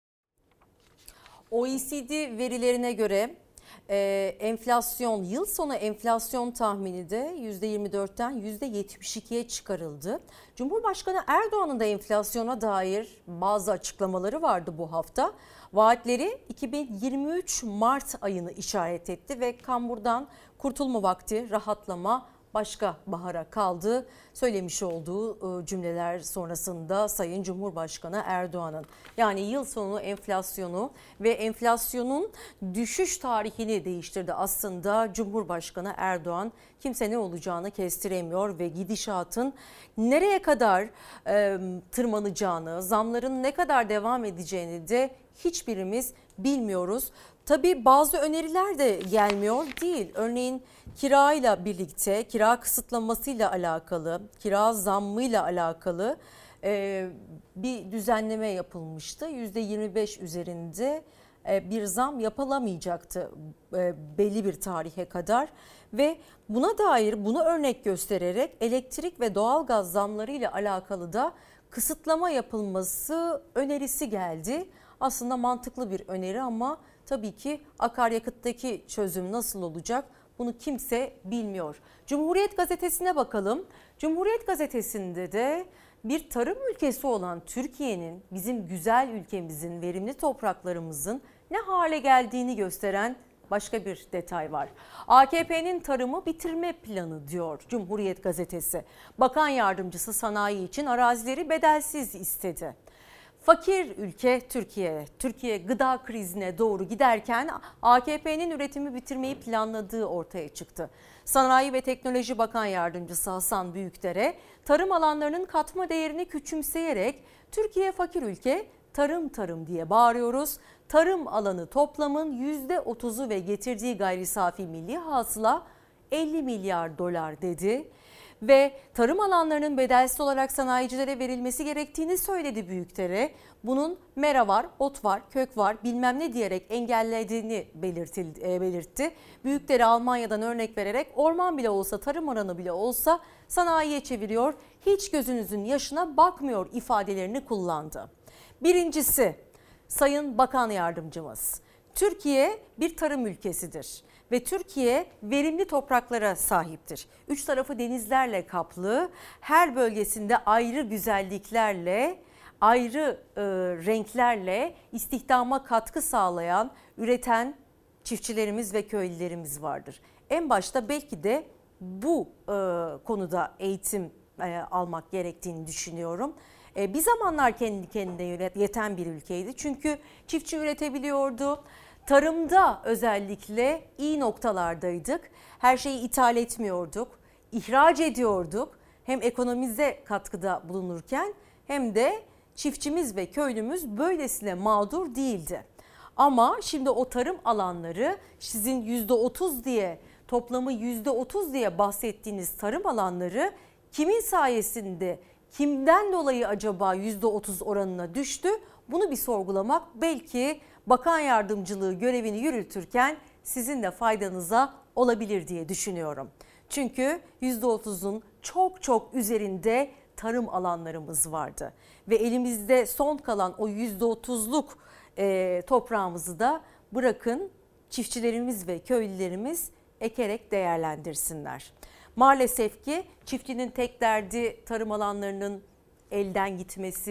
O E C D verilerine göre Ee, enflasyon yıl sonu enflasyon tahmini de yüzde yirmi dörtten yüzde yetmiş ikiye çıkarıldı. Cumhurbaşkanı Erdoğan'ın da enflasyona dair bazı açıklamaları vardı bu hafta. Vaatleri iki bin yirmi üç Mart ayını işaret etti ve kamburdan kurtulma vakti, rahatlama başka bahara kaldı söylemiş olduğu cümleler sonrasında Sayın Cumhurbaşkanı Erdoğan'ın. Yani yıl sonu enflasyonu ve enflasyonun düşüş tarihini değiştirdi aslında Cumhurbaşkanı Erdoğan. Kimse ne olacağını kestiremiyor ve gidişatın nereye kadar e, tırmanacağını, zamların ne kadar devam edeceğini de hiçbirimiz bilmiyoruz. Tabii bazı öneriler de gelmiyor değil. Örneğin kirayla birlikte, kira kısıtlamasıyla alakalı, kira zammıyla alakalı e, bir düzenleme yapılmıştı. yüzde yirmi beş üzerinde e, bir zam yapılamayacaktı e, belli bir tarihe kadar. Ve buna dair bunu örnek göstererek elektrik ve doğalgaz zamlarıyla alakalı da kısıtlama yapılması önerisi geldi. Aslında mantıklı bir öneri ama tabii ki akaryakıttaki çözüm nasıl olacak bunu kimse bilmiyor. Cumhuriyet Gazetesi'ne bakalım. Cumhuriyet Gazetesi'nde de bir tarım ülkesi olan Türkiye'nin, bizim güzel ülkemizin, verimli topraklarımızın ne hale geldiğini gösteren başka bir detay var. A K P'nin tarımı bitirme planı diyor Cumhuriyet Gazetesi. Bakan yardımcısı sanayi için arazileri bedelsiz istedi. Fakir ülke Türkiye, Türkiye gıda krizine doğru giderken A K P'nin üretimi bitirmeyi planladığı ortaya çıktı. Sanayi ve Teknoloji Bakan Yardımcısı Hasan Büyükdere, tarım alanlarının katma değerini küçümseyerek Türkiye fakir ülke, tarım tarım diye bağırıyoruz. Tarım alanı toplamın yüzde otuzu ve getirdiği gayri safi milli hasıla elli milyar dolar dedi. Ve tarım alanlarının bedelsiz olarak sanayicilere verilmesi gerektiğini söyledi Büyükdere. Bunun mera var, ot var, kök var bilmem ne diyerek engellediğini belirtti. Büyükdere Almanya'dan örnek vererek orman bile olsa, tarım alanı bile olsa sanayiye çeviriyor. Hiç gözünüzün yaşına bakmıyor ifadelerini kullandı. Birincisi, Sayın Bakan Yardımcımız, Türkiye bir tarım ülkesidir. Ve Türkiye verimli topraklara sahiptir. Üç tarafı denizlerle kaplı, her bölgesinde ayrı güzelliklerle, ayrı e, renklerle istihdama katkı sağlayan, üreten çiftçilerimiz ve köylülerimiz vardır. En başta belki de bu e, konuda eğitim e, almak gerektiğini düşünüyorum. E, bir zamanlar kendi kendine yeten bir ülkeydi. Çünkü çiftçi üretebiliyordu. Tarımda özellikle iyi noktalardaydık. Her şeyi ithal etmiyorduk, ihraç ediyorduk. Hem ekonomize katkıda bulunurken hem de çiftçimiz ve köylümüz böylesine mağdur değildi. Ama şimdi o tarım alanları sizin yüzde otuz diye, toplamı yüzde otuz diye bahsettiğiniz tarım alanları kimin sayesinde, kimden dolayı acaba yüzde otuz oranına düştü? Bunu bir sorgulamak belki bakan yardımcılığı görevini yürütürken sizin de faydanıza olabilir diye düşünüyorum. Çünkü yüzde otuzun çok çok üzerinde tarım alanlarımız vardı. Ve elimizde son kalan o yüzde otuzluk e, toprağımızı da bırakın çiftçilerimiz ve köylülerimiz ekerek değerlendirsinler. Maalesef ki çiftçinin tek derdi tarım alanlarının elden gitmesi,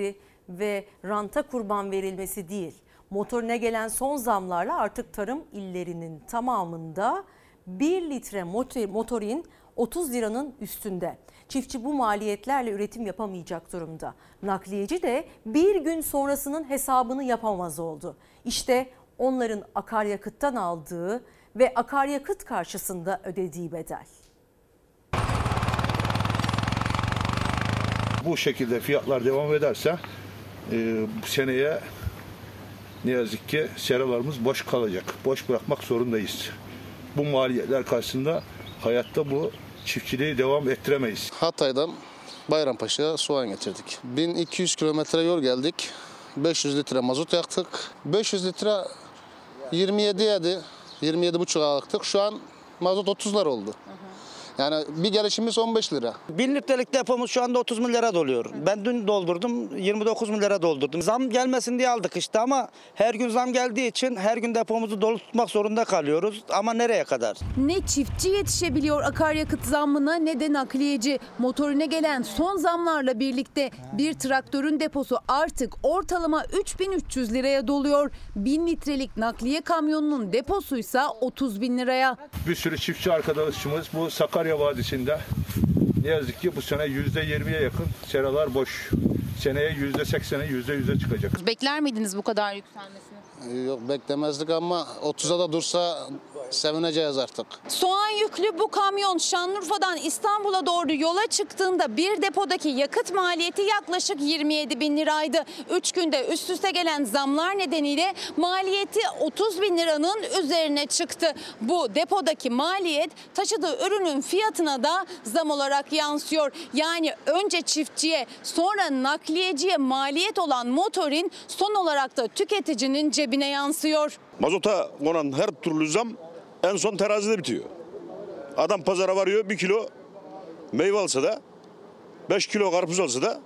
ve ranta kurban verilmesi değil. Motorine gelen son zamlarla artık tarım illerinin tamamında bir litre motorin otuz liranın üstünde. Çiftçi bu maliyetlerle üretim yapamayacak durumda. Nakliyeci de bir gün sonrasının hesabını yapamaz oldu. İşte onların akaryakıttan aldığı ve akaryakıt karşısında ödediği bedel.
Bu şekilde fiyatlar devam ederse e, bu seneye ne yazık ki seralarımız boş kalacak. Boş bırakmak zorundayız. Bu maliyetler karşısında hayatta bu çiftçiliği devam ettiremeyiz.
Hatay'dan Bayrampaşa'ya soğan getirdik. bin iki yüz kilometre yol geldik. beş yüz litre mazot yaktık. beş yüz litre yirmi yedi yedi, yirmi yedi buçuk aldık. Şu an mazot otuzlar oldu. Yani bir gelişimiz on beş lira.
bin litrelik depomuz şu anda otuz milyara doluyor. Ben dün doldurdum, yirmi dokuz milyara doldurdum. Zam gelmesin diye aldık işte ama her gün zam geldiği için her gün depomuzu dolu tutmak zorunda kalıyoruz. Ama nereye kadar?
Ne çiftçi yetişebiliyor akaryakıt zammına ne de nakliyeci. Motorine gelen son zamlarla birlikte bir traktörün deposu artık ortalama üç bin üç yüz liraya doluyor. bin litrelik nakliye kamyonunun deposuysa otuz bin liraya.
Bir sürü çiftçi arkadaşımız bu Sakarya Vadisi'nde ne yazık ki bu sene yüzde yirmiye yakın seralar boş. Seneye yüzde seksene, yüzde yüze çıkacak.
Bekler miydiniz bu kadar yükselmesini?
Yok beklemezdik ama otuza da dursa sevineceğiz artık.
Soğan yüklü bu kamyon Şanlıurfa'dan İstanbul'a doğru yola çıktığında bir depodaki yakıt maliyeti yaklaşık yirmi yedi bin liraydı. üç günde üst üste gelen zamlar nedeniyle maliyeti otuz bin liranın üzerine çıktı. Bu depodaki maliyet taşıdığı ürünün fiyatına da zam olarak yansıyor. Yani önce çiftçiye sonra nakliyeciye maliyet olan motorin son olarak da tüketicinin cebine yansıyor.
Mazota konan her türlü zam en son terazide bitiyor. Adam pazara varıyor, bir kilo meyve alsa da, beş kilo karpuz alsa da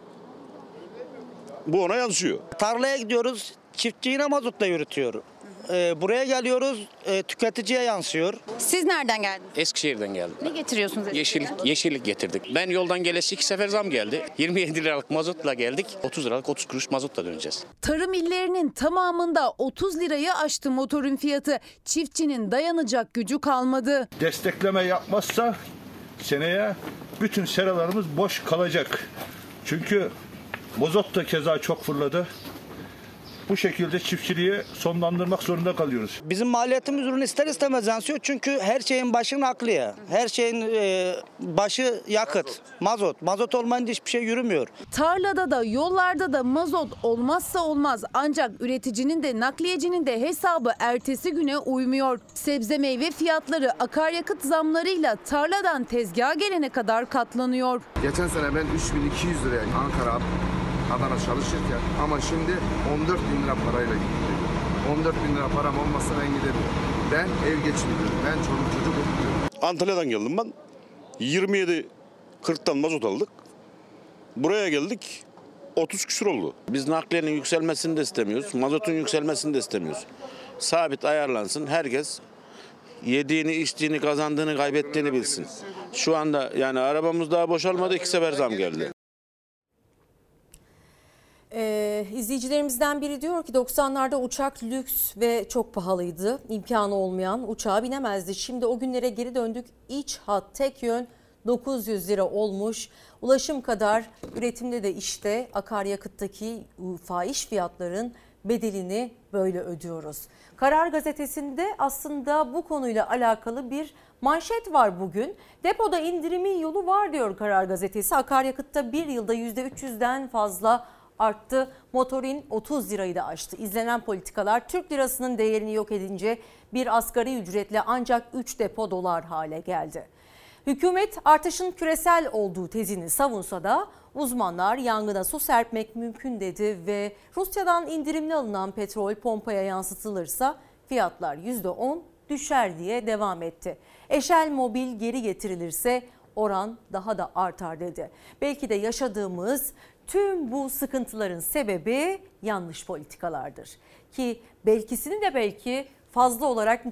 bu ona yansıyor.
Tarlaya gidiyoruz, çiftçi yine mazotla yürütüyor. Ee, buraya geliyoruz, e, tüketiciye yansıyor.
Siz nereden geldiniz?
Eskişehir'den geldim.
Ne getiriyorsunuz?
Yeşillik, yeşillik getirdik. Ben yoldan gelesi iki sefer zam geldi. yirmi yedi liralık mazotla geldik. otuz liralık otuz kuruş mazotla döneceğiz.
Tarım illerinin tamamında otuz lirayı aştı motorun fiyatı. Çiftçinin dayanacak gücü kalmadı.
Destekleme yapmazsa seneye bütün seralarımız boş kalacak. Çünkü mazot da keza çok fırladı. Bu şekilde çiftçiliği sonlandırmak zorunda kalıyoruz.
Bizim maliyetimiz ürün ister istemez yansıyor çünkü her şeyin başı nakliye, her şeyin e, başı yakıt, mazot. Mazot olmayınca hiçbir şey yürümüyor.
Tarlada da yollarda da mazot olmazsa olmaz ancak üreticinin de nakliyecinin de hesabı ertesi güne uymuyor. Sebze meyve fiyatları akaryakıt zamlarıyla tarladan tezgaha gelene kadar katlanıyor.
Geçen sene ben üç bin iki yüz liraya Ankara Adana çalışırken ama şimdi on dört bin lira parayla gidiyorum. on dört bin lira param olmazsa ben gidemiyorum. Ben ev geçindiriyorum. Ben çoluk çocuk okutuyorum.
Antalya'dan geldim ben. yirmi yedi kırktan mazot aldık. Buraya geldik. otuz küsur oldu.
Biz nakliyenin yükselmesini de istemiyoruz. Mazotun yükselmesini de istemiyoruz. Sabit ayarlansın. Herkes yediğini, içtiğini, kazandığını, kaybettiğini bilsin. Şu anda yani arabamız daha boşalmadı. iki sefer zam geldi.
Ee, izleyicilerimizden biri diyor ki doksanlarda uçak lüks ve çok pahalıydı. İmkanı olmayan uçağa binemezdi. Şimdi o günlere geri döndük. İç hat tek yön dokuz yüz lira olmuş. Ulaşım kadar üretimde de işte akaryakıttaki fahiş fiyatların bedelini böyle ödüyoruz. Karar Gazetesi'nde aslında bu konuyla alakalı bir manşet var bugün. Depoda indirimin yolu var diyor Karar Gazetesi. Akaryakıtta bir yılda yüzde üç yüzden fazla arttı. Motorin otuz lirayı da aştı. İzlenen politikalar Türk lirasının değerini yok edince bir asgari ücretle ancak üç depo dolar hale geldi. Hükümet artışın küresel olduğu tezini savunsa da uzmanlar yangına su serpmek mümkün dedi ve Rusya'dan indirimli alınan petrol pompaya yansıtılırsa fiyatlar yüzde on düşer diye devam etti. Eşel Mobil geri getirilirse oran daha da artar dedi. Belki de yaşadığımız tüm bu sıkıntıların sebebi yanlış politikalardır. Ki belkisini de belki fazla olarak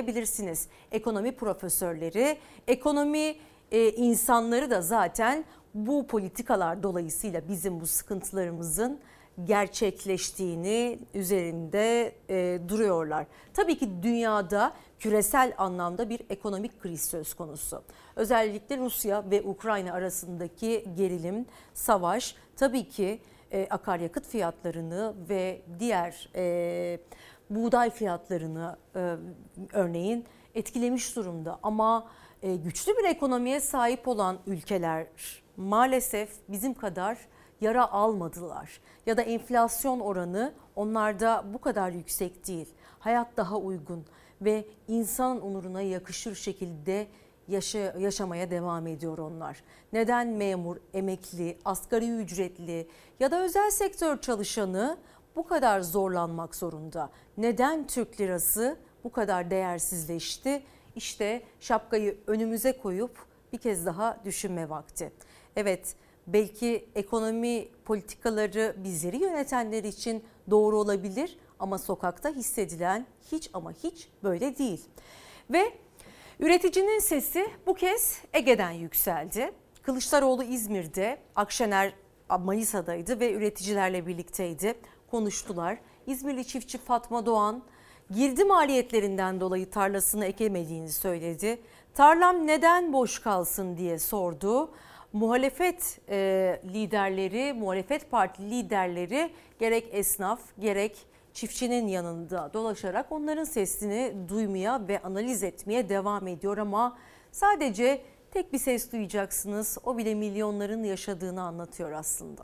nitelendirebilirsiniz. Ekonomi profesörleri, ekonomi e, insanları da zaten bu politikalar dolayısıyla bizim bu sıkıntılarımızın gerçekleştiğini üzerinde e, duruyorlar. Tabii ki dünyada küresel anlamda bir ekonomik kriz söz konusu. Özellikle Rusya ve Ukrayna arasındaki gerilim, savaş tabii ki e, akaryakıt fiyatlarını ve diğer e, buğday fiyatlarını e, örneğin etkilemiş durumda. Ama e, güçlü bir ekonomiye sahip olan ülkeler maalesef bizim kadar yara almadılar. Ya da enflasyon oranı onlarda bu kadar yüksek değil. Hayat daha uygun ve insan onuruna yakışır şekilde yaşa, yaşamaya devam ediyor onlar. Neden memur, emekli, asgari ücretli ya da özel sektör çalışanı bu kadar zorlanmak zorunda? Neden Türk lirası bu kadar değersizleşti? İşte şapkayı önümüze koyup bir kez daha düşünme vakti. Evet, belki ekonomi politikaları bizleri yönetenler için doğru olabilir ama sokakta hissedilen hiç ama hiç böyle değil. Ve üreticinin sesi bu kez Ege'den yükseldi. Kılıçdaroğlu İzmir'de, Akşener Manisa'daydı ve üreticilerle birlikteydi. Konuştular. İzmirli çiftçi Fatma Doğan girdi maliyetlerinden dolayı tarlasını ekemediğini söyledi. Tarlam neden boş kalsın diye sordu. Muhalefet e, liderleri, muhalefet parti liderleri gerek esnaf gerek çiftçinin yanında dolaşarak onların sesini duymaya ve analiz etmeye devam ediyor. Ama sadece tek bir ses duyacaksınız. O bile milyonların yaşadığını anlatıyor aslında.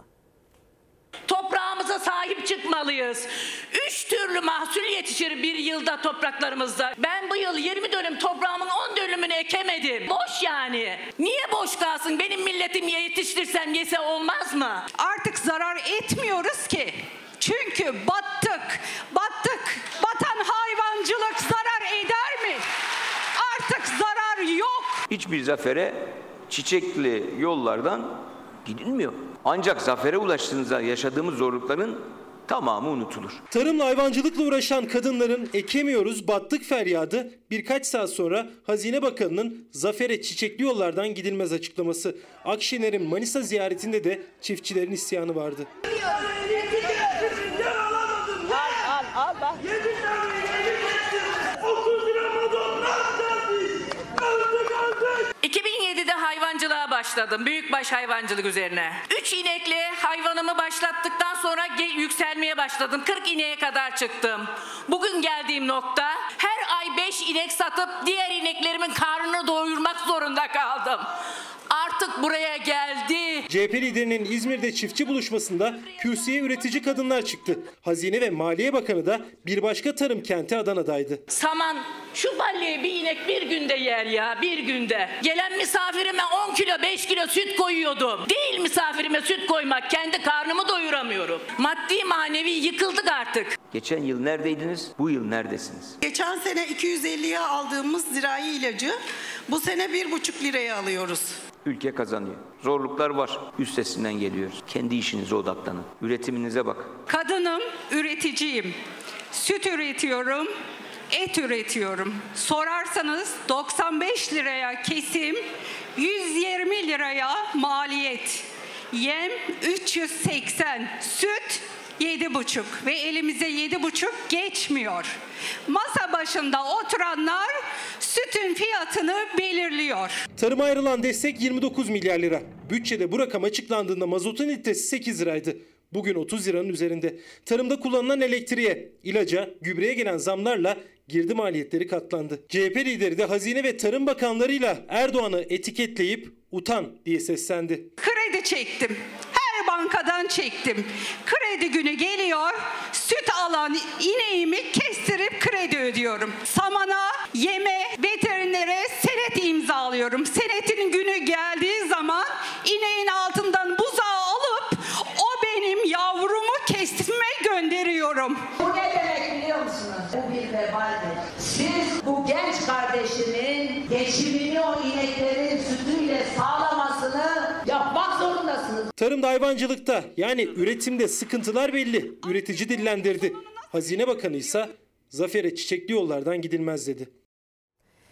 Toprağımıza sahip çıkmalıyız. Üç türlü mahsul yetişir bir yılda topraklarımızda. Ben bu yıl yirmi dönüm toprağımın on dönümünü ekemedim. Boş yani. Niye boş kalsın? Benim milletim yetiştirsem yese olmaz mı?
Artık zarar etmiyoruz ki. Çünkü battık. Battık. Batan hayvancılık zarar eder mi? Artık zarar yok.
Hiçbir zafere çiçekli yollardan gidilmiyor. Ancak zafere ulaştığınızda yaşadığımız zorlukların tamamı unutulur.
Tarımla hayvancılıkla uğraşan kadınların ekemiyoruz battık feryadı birkaç saat sonra Hazine Bakanı'nın zafere çiçekli yollardan gidilmez açıklaması. Akşener'in Manisa ziyaretinde de çiftçilerin isyanı vardı.
Al al al bak. iki bin yedide hayvancılığa başladım. Büyükbaş hayvancılık üzerine. Üç inekle hayvanımı başlattıktan sonra yükselmeye başladım. kırk ineğe kadar çıktım. Bugün geldiğim nokta her ay beş inek satıp diğer ineklerimin karnını doyurmak zorunda kaldım. Artık buraya geldi.
C H P liderinin İzmir'de çiftçi buluşmasında kürsüye üretici kadınlar çıktı. Hazine ve Maliye Bakanı da bir başka tarım kenti Adana'daydı.
Saman şu balleyi bir inek bir günde yer ya bir günde. Gelen misafirime on kilo beş kilo süt koyuyordum. Değil misafirime süt koymak, kendi karnımı doyuramıyorum. Maddi manevi yıkıldık artık.
Geçen yıl neredeydiniz? Bu yıl neredesiniz?
Geçen sene iki yüz elliye aldığımız zirai ilacı bu sene bir buçuk liraya alıyoruz.
Ülke kazanıyor. Zorluklar var. Üstesinden geliyoruz. Kendi işinize odaklanın. Üretiminize bakın.
Kadınım, üreticiyim. Süt üretiyorum, et üretiyorum. Sorarsanız doksan beş liraya kesim, yüz yirmi liraya maliyet. Yem üç yüz seksen, süt yedi buçuk ve elimize yedi buçuk geçmiyor. Masa başında oturanlar sütün fiyatını belirliyor.
Tarıma ayrılan destek yirmi dokuz milyar lira. Bütçede bu rakam açıklandığında mazotun litresi sekiz liraydı. Bugün otuz liranın üzerinde. Tarımda kullanılan elektriğe, ilaca, gübreye gelen zamlarla girdi maliyetleri katlandı. C H P lideri de Hazine ve Tarım Bakanlarıyla Erdoğan'ı etiketleyip utan diye seslendi.
Kredi çektim. Her bankadan çektim. Kredi günü geliyor. Süt alan ineğimi kestirip kredi ödüyorum. Samana, yeme, veterinere senet imzalıyorum. Senetin günü geldiği zaman ineğin altından buzağı alıp o benim yavrumu kesime gönderiyorum.
Bu ne demek biliyor musunuz? Bu bir vebaldir. Siz bu genç kardeşimin geçimini o ineklerin sütüyle sağlamasını yapmak zorundasınız.
Tarımda hayvancılıkta yani üretimde sıkıntılar belli. Üretici dillendirdi. Hazine Bakanı ise zafere çiçekli yollardan gidilmez dedi.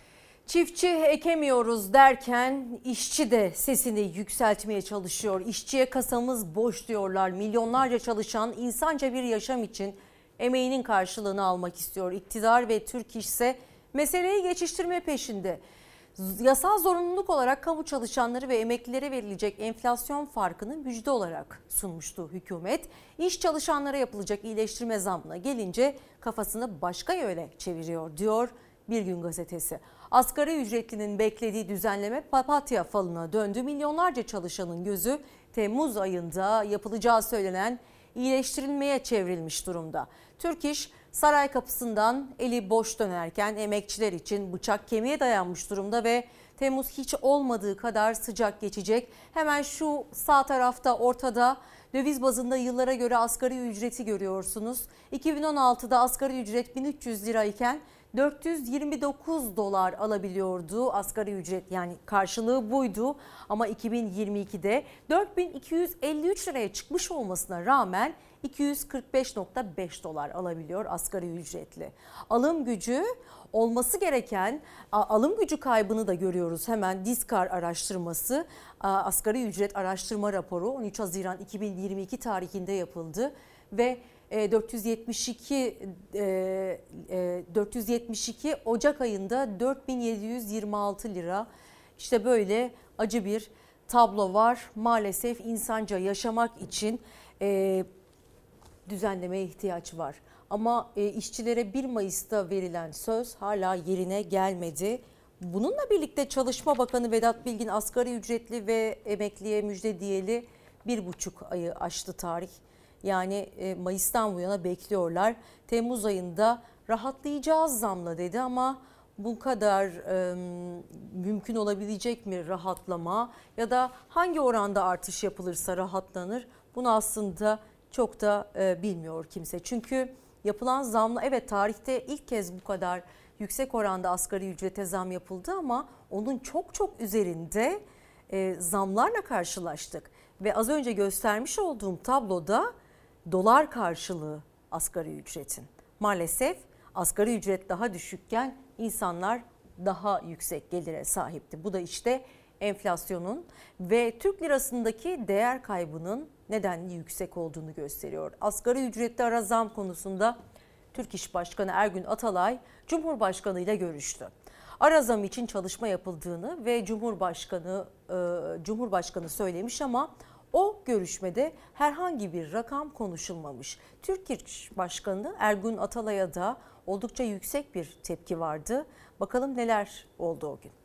Çiftçi ekemiyoruz derken işçi de sesini yükseltmeye çalışıyor. İşçiye kasamız boş diyorlar. Milyonlarca çalışan insanca bir yaşam için emeğinin karşılığını almak istiyor. İktidar ve Türk İş ise meseleyi geçiştirme peşinde. Yasal zorunluluk olarak kamu çalışanları ve emeklilere verilecek enflasyon farkını müjde olarak sunmuştu hükümet. İş çalışanlara yapılacak iyileştirme zammına gelince kafasını başka yöne çeviriyor diyor Bir Gün Gazetesi. Asgari ücretlinin beklediği düzenleme papatya falına döndü. Milyonlarca çalışanın gözü Temmuz ayında yapılacağı söylenen iyileştirilmeye çevrilmiş durumda. Türk İş saray kapısından eli boş dönerken emekçiler için bıçak kemiğe dayanmış durumda ve Temmuz hiç olmadığı kadar sıcak geçecek. Hemen şu sağ tarafta ortada döviz bazında yıllara göre asgari ücreti görüyorsunuz. iki bin on altıda asgari ücret bin üç yüz lira iken dört yüz yirmi dokuz dolar alabiliyordu asgari ücret, yani karşılığı buydu. Ama iki bin yirmi ikide dört bin iki yüz elli üç liraya çıkmış olmasına rağmen iki yüz kırk beş virgül beş dolar alabiliyor asgari ücretli. Alım gücü olması gereken alım gücü kaybını da görüyoruz. Hemen Diskar araştırması, asgari ücret araştırma raporu on üç Haziran iki bin yirmi iki tarihinde yapıldı ve dört yüz yetmiş iki dört yüz yetmiş iki Ocak ayında dört bin yedi yüz yirmi altı lira. İşte böyle acı bir tablo var. Maalesef insanca yaşamak için e, düzenlemeye ihtiyaç var. Ama e, işçilere bir Mayıs'ta verilen söz hala yerine gelmedi. Bununla birlikte Çalışma Bakanı Vedat Bilgin asgari ücretli ve emekliye müjde diyeli bir buçuk ayı aştı tarih. Yani Mayıs'tan bu yana bekliyorlar. Temmuz ayında rahatlayacağız zamla dedi ama bu kadar e, mümkün olabilecek mi rahatlama ya da hangi oranda artış yapılırsa rahatlanır? Bunu aslında çok da e, bilmiyor kimse. Çünkü yapılan zamla, evet, tarihte ilk kez bu kadar yüksek oranda asgari ücrete zam yapıldı ama onun çok çok üzerinde e, zamlarla karşılaştık. Ve az önce göstermiş olduğum tabloda dolar karşılığı asgari ücretin. Maalesef asgari ücret daha düşükken insanlar daha yüksek gelire sahipti. Bu da işte enflasyonun ve Türk lirasındaki değer kaybının nedenli yüksek olduğunu gösteriyor. Asgari ücretli ara zam konusunda Türk İş Başkanı Ergün Atalay Cumhurbaşkanı ile görüştü. Ara zam için çalışma yapıldığını ve Cumhurbaşkanı e, Cumhurbaşkanı söylemiş ama o görüşmede herhangi bir rakam konuşulmamış. Türk İş Başkanı Ergün Atalay'a da oldukça yüksek bir tepki vardı. Bakalım neler oldu o gün.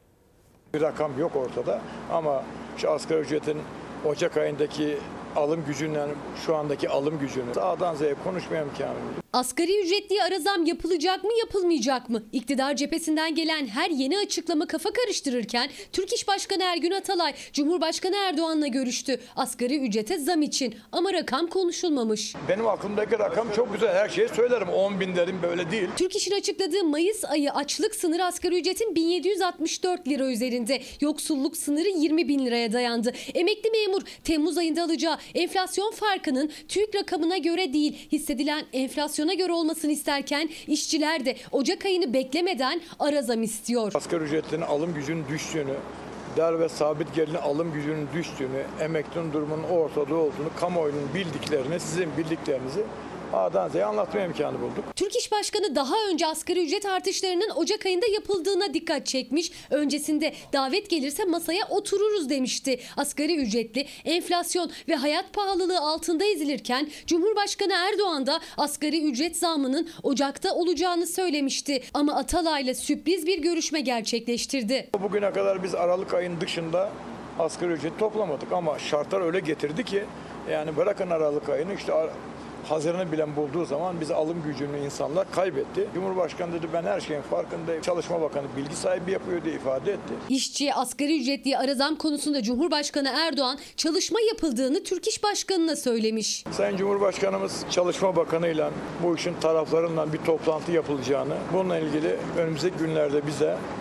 Bir rakam yok ortada ama şu asgari ücretin Ocak ayındaki alım gücünden şu andaki alım gücünü A'dan Z'ye konuşmaya imkanı yok.
Asgari ücretliye ara zam yapılacak mı, yapılmayacak mı? İktidar cephesinden gelen her yeni açıklama kafa karıştırırken Türk İş Başkanı Ergün Atalay Cumhurbaşkanı Erdoğan'la görüştü. Asgari ücrete zam için ama rakam konuşulmamış.
Benim aklımdaki rakam çok güzel, her şeyi söylerim, on bin derim, böyle değil.
Türk İş'in açıkladığı Mayıs ayı açlık sınırı asgari ücretin bin yedi yüz altmış dört lira üzerinde. Yoksulluk sınırı yirmi bin liraya dayandı. Emekli memur Temmuz ayında alacağı enflasyon farkının TÜİK rakamına göre değil, hissedilen enflasyona göre olmasını isterken işçiler de Ocak ayını beklemeden ara zam istiyor.
Asgari ücretin alım gücünün düştüğünü, değer ve sabit gelirin alım gücünün düştüğünü, emeklinin durumunun ortada olduğunu, kamuoyunun bildiklerini, sizin bildiklerinizi A'dan Z'ye anlatma imkanı bulduk.
Türk İş Başkanı daha önce asgari ücret artışlarının Ocak ayında yapıldığına dikkat çekmiş. Öncesinde davet gelirse masaya otururuz demişti. Asgari ücretli enflasyon ve hayat pahalılığı altında ezilirken Cumhurbaşkanı Erdoğan da asgari ücret zammının Ocak'ta olacağını söylemişti. Ama Atalay'la sürpriz bir görüşme gerçekleştirdi.
Bugüne kadar biz Aralık ayının dışında asgari ücret toplamadık ama şartlar öyle getirdi ki, yani bırakın Aralık ayını, işte Haziran'ı bilen bulduğu zaman bizi alım gücünü insanlar kaybetti. Cumhurbaşkanı dedi ben her şeyin farkındayım. Çalışma Bakanı bilgi sahibi yapıyor diye ifade etti.
İşçiye asgari ücretliye ara zam konusunda Cumhurbaşkanı Erdoğan çalışma yapıldığını Türk İş Başkanı'na söylemiş.
Sayın Cumhurbaşkanımız Çalışma Bakanı'yla bu işin taraflarından bir toplantı yapılacağını, bununla ilgili önümüzdeki günlerde bize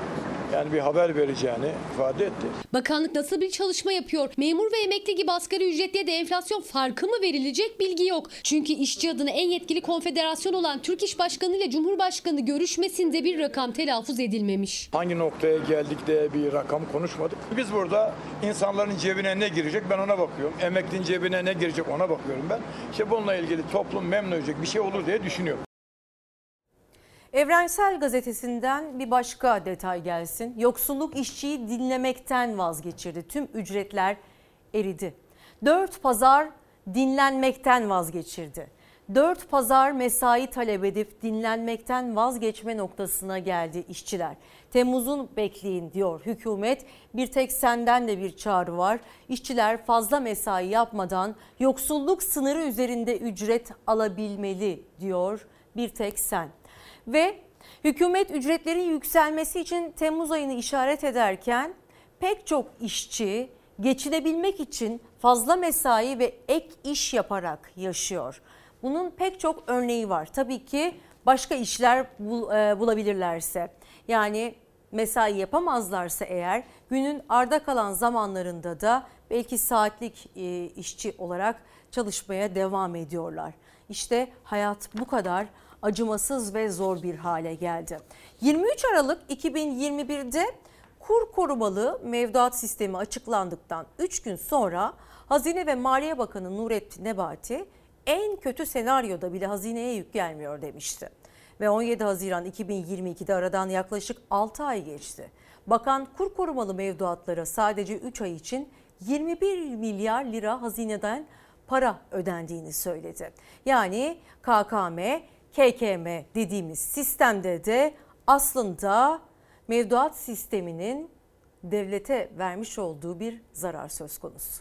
yani bir haber vereceğini ifade etti.
Bakanlık nasıl bir çalışma yapıyor? Memur ve emekli gibi asgari ücretliye de enflasyon farkı mı verilecek bilgi yok. Çünkü işçi adına en yetkili konfederasyon olan Türk İş Başkanı ile Cumhurbaşkanı görüşmesinde bir rakam telaffuz edilmemiş.
Hangi noktaya geldik de bir rakam konuşmadık. Biz burada insanların cebine ne girecek ben ona bakıyorum. Emeklinin cebine ne girecek ona bakıyorum ben. İşte bununla ilgili toplum memnun olacak bir şey olur diye düşünüyorum.
Evrensel Gazetesi'nden bir başka detay gelsin. Yoksulluk işçiyi dinlemekten vazgeçirdi. Tüm ücretler eridi. Dört pazar dinlenmekten vazgeçirdi. Dört pazar mesai talep edip dinlenmekten vazgeçme noktasına geldi işçiler. Temmuz'un bekleyin diyor hükümet. Bir tek senden de bir çağrı var. İşçiler fazla mesai yapmadan yoksulluk sınırı üzerinde ücret alabilmeli diyor bir tek sen. Ve hükümet ücretlerin yükselmesi için Temmuz ayını işaret ederken pek çok işçi geçinebilmek için fazla mesai ve ek iş yaparak yaşıyor. Bunun pek çok örneği var. Tabii ki başka işler bulabilirlerse, yani mesai yapamazlarsa eğer günün arda kalan zamanlarında da belki saatlik işçi olarak çalışmaya devam ediyorlar. İşte hayat bu kadar acımasız ve zor bir hale geldi. yirmi üç Aralık iki bin yirmi bir'de kur korumalı mevduat sistemi açıklandıktan üç gün sonra Hazine ve Maliye Bakanı Nurettin Nebati en kötü senaryoda bile hazineye yük gelmiyor demişti. Ve on yedi Haziran iki bin yirmi iki'de aradan yaklaşık altı ay geçti. Bakan kur korumalı mevduatlara sadece üç ay için yirmi bir milyar lira hazineden para ödendiğini söyledi. Yani K K M, K K M dediğimiz sistemde de aslında mevduat sisteminin devlete vermiş olduğu bir zarar söz konusu.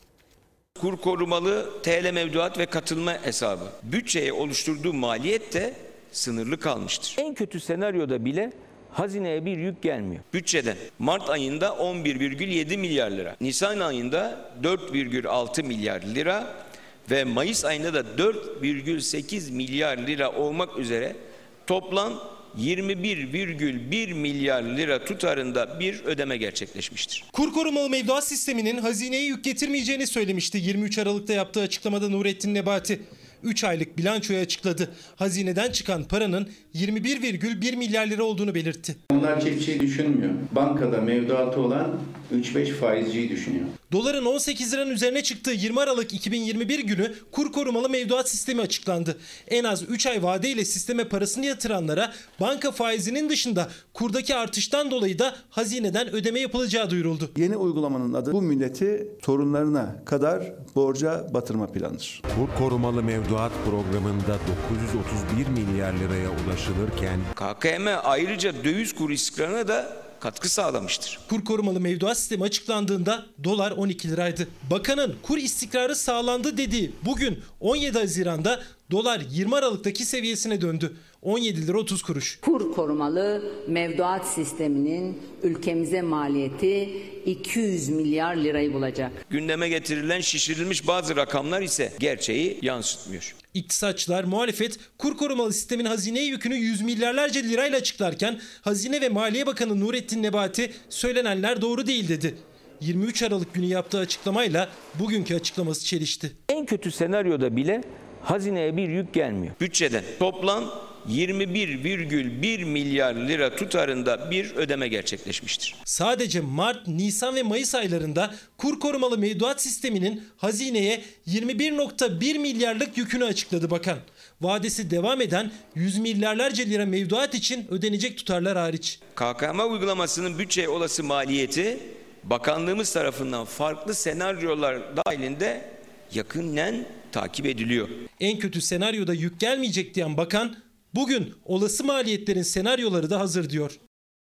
Kur korumalı T L mevduat ve katılma hesabı bütçeye oluşturduğu maliyet de sınırlı kalmıştır. En kötü senaryoda bile hazineye bir yük gelmiyor. Bütçeden Mart ayında on bir virgül yedi milyar lira, Nisan ayında dört virgül altı milyar lira ve Mayıs ayında da dört virgül sekiz milyar lira olmak üzere toplam yirmi bir virgül bir milyar lira tutarında bir ödeme gerçekleşmiştir.
Kur korumalı mevduat sisteminin hazineye yük getirmeyeceğini söylemişti yirmi üç Aralık'ta yaptığı açıklamada Nurettin Nebati. üç aylık bilançoyu açıkladı. Hazineden çıkan paranın yirmi bir virgül bir milyar lira olduğunu belirtti.
Onlar çiftçiyi düşünmüyor. Bankada mevduatı olan üç beş faizciyi düşünüyor.
Doların on sekiz liranın üzerine çıktığı yirmi Aralık iki bin yirmi bir günü kur korumalı mevduat sistemi açıklandı. En az üç ay vadeyle sisteme parasını yatıranlara banka faizinin dışında kurdaki artıştan dolayı da hazineden ödeme yapılacağı duyuruldu.
Yeni uygulamanın adı bu milleti torunlarına kadar borca batırma planıdır.
Kur korumalı mevduat programında dokuz yüz otuz bir milyar liraya ulaşılırken
K K M ayrıca döviz kuru istikrarına da katkı sağlamıştır.
Kur korumalı mevduat sistemi açıklandığında dolar on iki liraydı. Bakanın kur istikrarı sağlandı dediği bugün on yedi Haziran'da dolar yirmi Aralık'taki seviyesine döndü. on yedi lira otuz kuruş.
Kur korumalı mevduat sisteminin ülkemize maliyeti iki yüz milyar lirayı bulacak.
Gündeme getirilen şişirilmiş bazı rakamlar ise gerçeği yansıtmıyor.
İktisatçılar, muhalefet kur korumalı sistemin hazineye yükünü yüz milyarlarca lirayla açıklarken Hazine ve Maliye Bakanı Nurettin Nebati söylenenler doğru değil dedi. yirmi üç Aralık günü yaptığı açıklamayla bugünkü açıklaması çelişti.
En kötü senaryoda bile hazineye bir yük gelmiyor. Bütçeden toplam yirmi bir virgül bir milyar lira tutarında bir ödeme gerçekleşmiştir.
Sadece Mart, Nisan ve Mayıs aylarında kur korumalı mevduat sisteminin hazineye yirmi bir virgül bir milyarlık yükünü açıkladı bakan. Vadesi devam eden yüz milyarlarca lira mevduat için ödenecek tutarlar hariç.
K K M uygulamasının bütçeye olası maliyeti bakanlığımız tarafından farklı senaryolar dahilinde yakından takip ediliyor.
En kötü senaryoda yük gelmeyecek diyen bakan bugün olası maliyetlerin senaryoları da hazır diyor.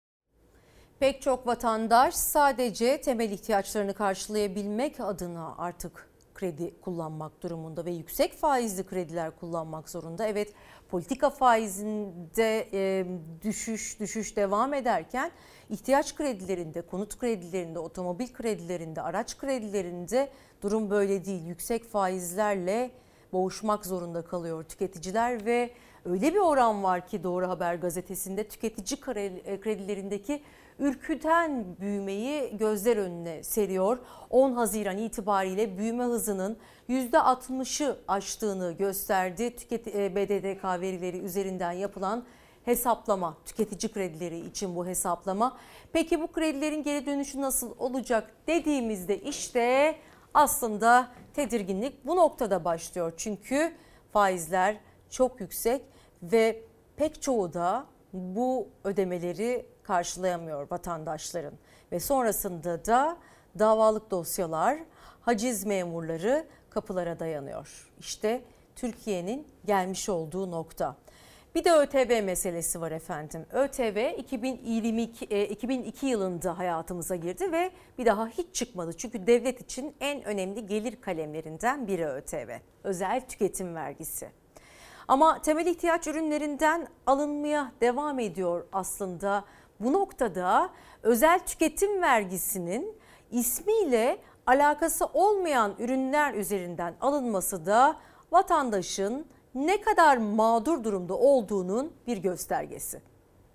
Pek çok vatandaş sadece temel ihtiyaçlarını karşılayabilmek adına artık kredi kullanmak durumunda ve yüksek faizli krediler kullanmak zorunda. Evet, politika faizinde e, düşüş düşüş devam ederken ihtiyaç kredilerinde, konut kredilerinde, otomobil kredilerinde, araç kredilerinde durum böyle değil. Yüksek faizlerle boğuşmak zorunda kalıyor tüketiciler ve Öyle bir oran var ki Doğru Haber gazetesinde tüketici kredilerindeki ürküten büyümeyi gözler önüne seriyor. on Haziran itibariyle büyüme hızının yüzde altmışı aştığını gösterdi. Tüketi, B D D K verileri üzerinden yapılan hesaplama, tüketici kredileri için bu hesaplama. Peki bu kredilerin geri dönüşü nasıl olacak dediğimizde işte aslında tedirginlik bu noktada başlıyor. Çünkü faizler çok yüksek ve pek çoğu da bu ödemeleri karşılayamıyor vatandaşların. Ve sonrasında da davalık dosyalar, haciz memurları kapılara dayanıyor. İşte Türkiye'nin gelmiş olduğu nokta. Bir de ÖTV meselesi var efendim. ÖTV iki bin yirmi iki, iki bin iki yılında hayatımıza girdi ve bir daha hiç çıkmadı. Çünkü devlet için en önemli gelir kalemlerinden biri ÖTV. Özel tüketim vergisi. Ama temel ihtiyaç ürünlerinden alınmaya devam ediyor aslında. Bu noktada özel tüketim vergisinin ismiyle alakası olmayan ürünler üzerinden alınması da vatandaşın ne kadar mağdur durumda olduğunun bir göstergesi.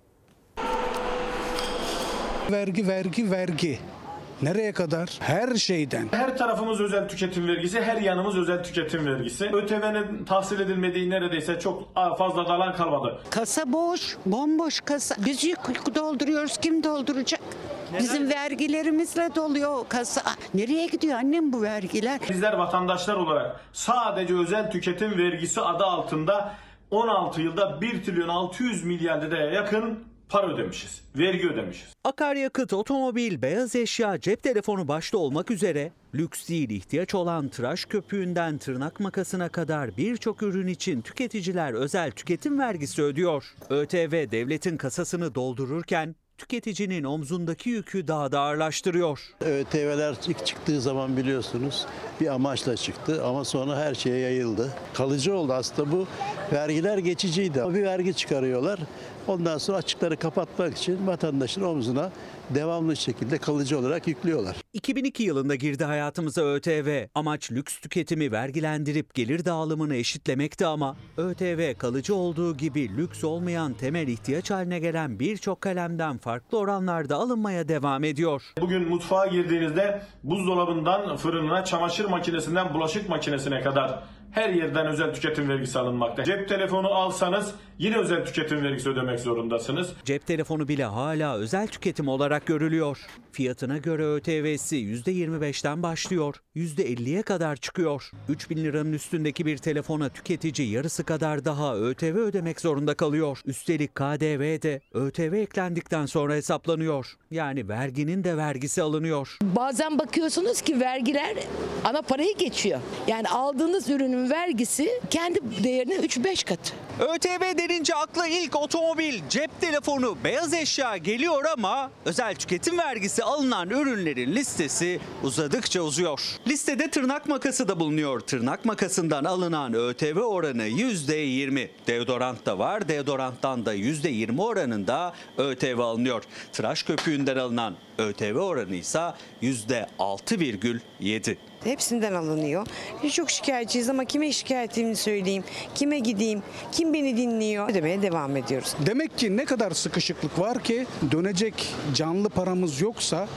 Vergi, vergi, vergi. Nereye kadar? Her şeyden.
Her tarafımız özel tüketim vergisi, her yanımız özel tüketim vergisi. ÖTV'nin tahsil edilmediği neredeyse çok fazla dalan kalmadı.
Kasa boş, bomboş kasa. Biz yük dolduruyoruz, kim dolduracak? Neden? Bizim vergilerimizle doluyor kasa. Nereye gidiyor annem bu vergiler?
Bizler vatandaşlar olarak sadece özel tüketim vergisi adı altında on altı yılda bir trilyon altı yüz milyar liraya yakın para ödemişiz, vergi ödemişiz.
Akaryakıt, otomobil, beyaz eşya, cep telefonu başta olmak üzere lüks değil ihtiyaç olan tıraş köpüğünden tırnak makasına kadar birçok ürün için tüketiciler özel tüketim vergisi ödüyor. ÖTV devletin kasasını doldururken tüketicinin omzundaki yükü daha da ağırlaştırıyor.
ÖTV'ler ilk çıktığı zaman biliyorsunuz bir amaçla çıktı ama sonra her şeye yayıldı. Kalıcı oldu aslında bu. Vergiler geçiciydi. Bir vergi çıkarıyorlar. Ondan sonra açıkları kapatmak için vatandaşın omzuna devamlı şekilde kalıcı olarak yüklüyorlar.
iki bin iki yılında girdi hayatımıza ÖTV. Amaç lüks tüketimi vergilendirip gelir dağılımını eşitlemekti ama ÖTV kalıcı olduğu gibi lüks olmayan temel ihtiyaç haline gelen birçok kalemden farklı oranlarda alınmaya devam ediyor.
Bugün mutfağa girdiğinizde buzdolabından fırınına, çamaşır makinesinden bulaşık makinesine kadar her yerden özel tüketim vergisi alınmakta. Cep telefonu alsanız yine özel tüketim vergisi ödemek zorundasınız.
Cep telefonu bile hala özel tüketim olarak görülüyor. Fiyatına göre ÖTV'si yüzde yirmi beşten başlıyor, yüzde elliye kadar çıkıyor. üç bin liranın üstündeki bir telefona tüketici yarısı kadar daha ÖTV ödemek zorunda kalıyor. Üstelik K D V de ÖTV eklendikten sonra hesaplanıyor. Yani verginin de vergisi alınıyor.
Bazen bakıyorsunuz ki vergiler ana parayı geçiyor. Yani aldığınız ürünün vergisi kendi değerinin üç beş katı.
ÖTV denince akla ilk otomobil, cep telefonu, beyaz eşya geliyor ama özel tüketim vergisi alınan ürünlerin listesi uzadıkça uzuyor. Listede tırnak makası da bulunuyor. Tırnak makasından alınan ÖTV oranı yüzde yirmi. Deodorant da var. Deodoranttan da yüzde yirmi oranında ÖTV alınıyor. Tıraş köpüğünden alınan ÖTV oranı ise yüzde altı virgül yedi.
Hepsinden alınıyor. Biz çok şikayetçiyiz ama kime şikayetimi söyleyeyim, kime gideyim, kim beni dinliyor demeye devam ediyoruz.
Demek ki ne kadar sıkışıklık var ki dönecek canlı paramız yoksa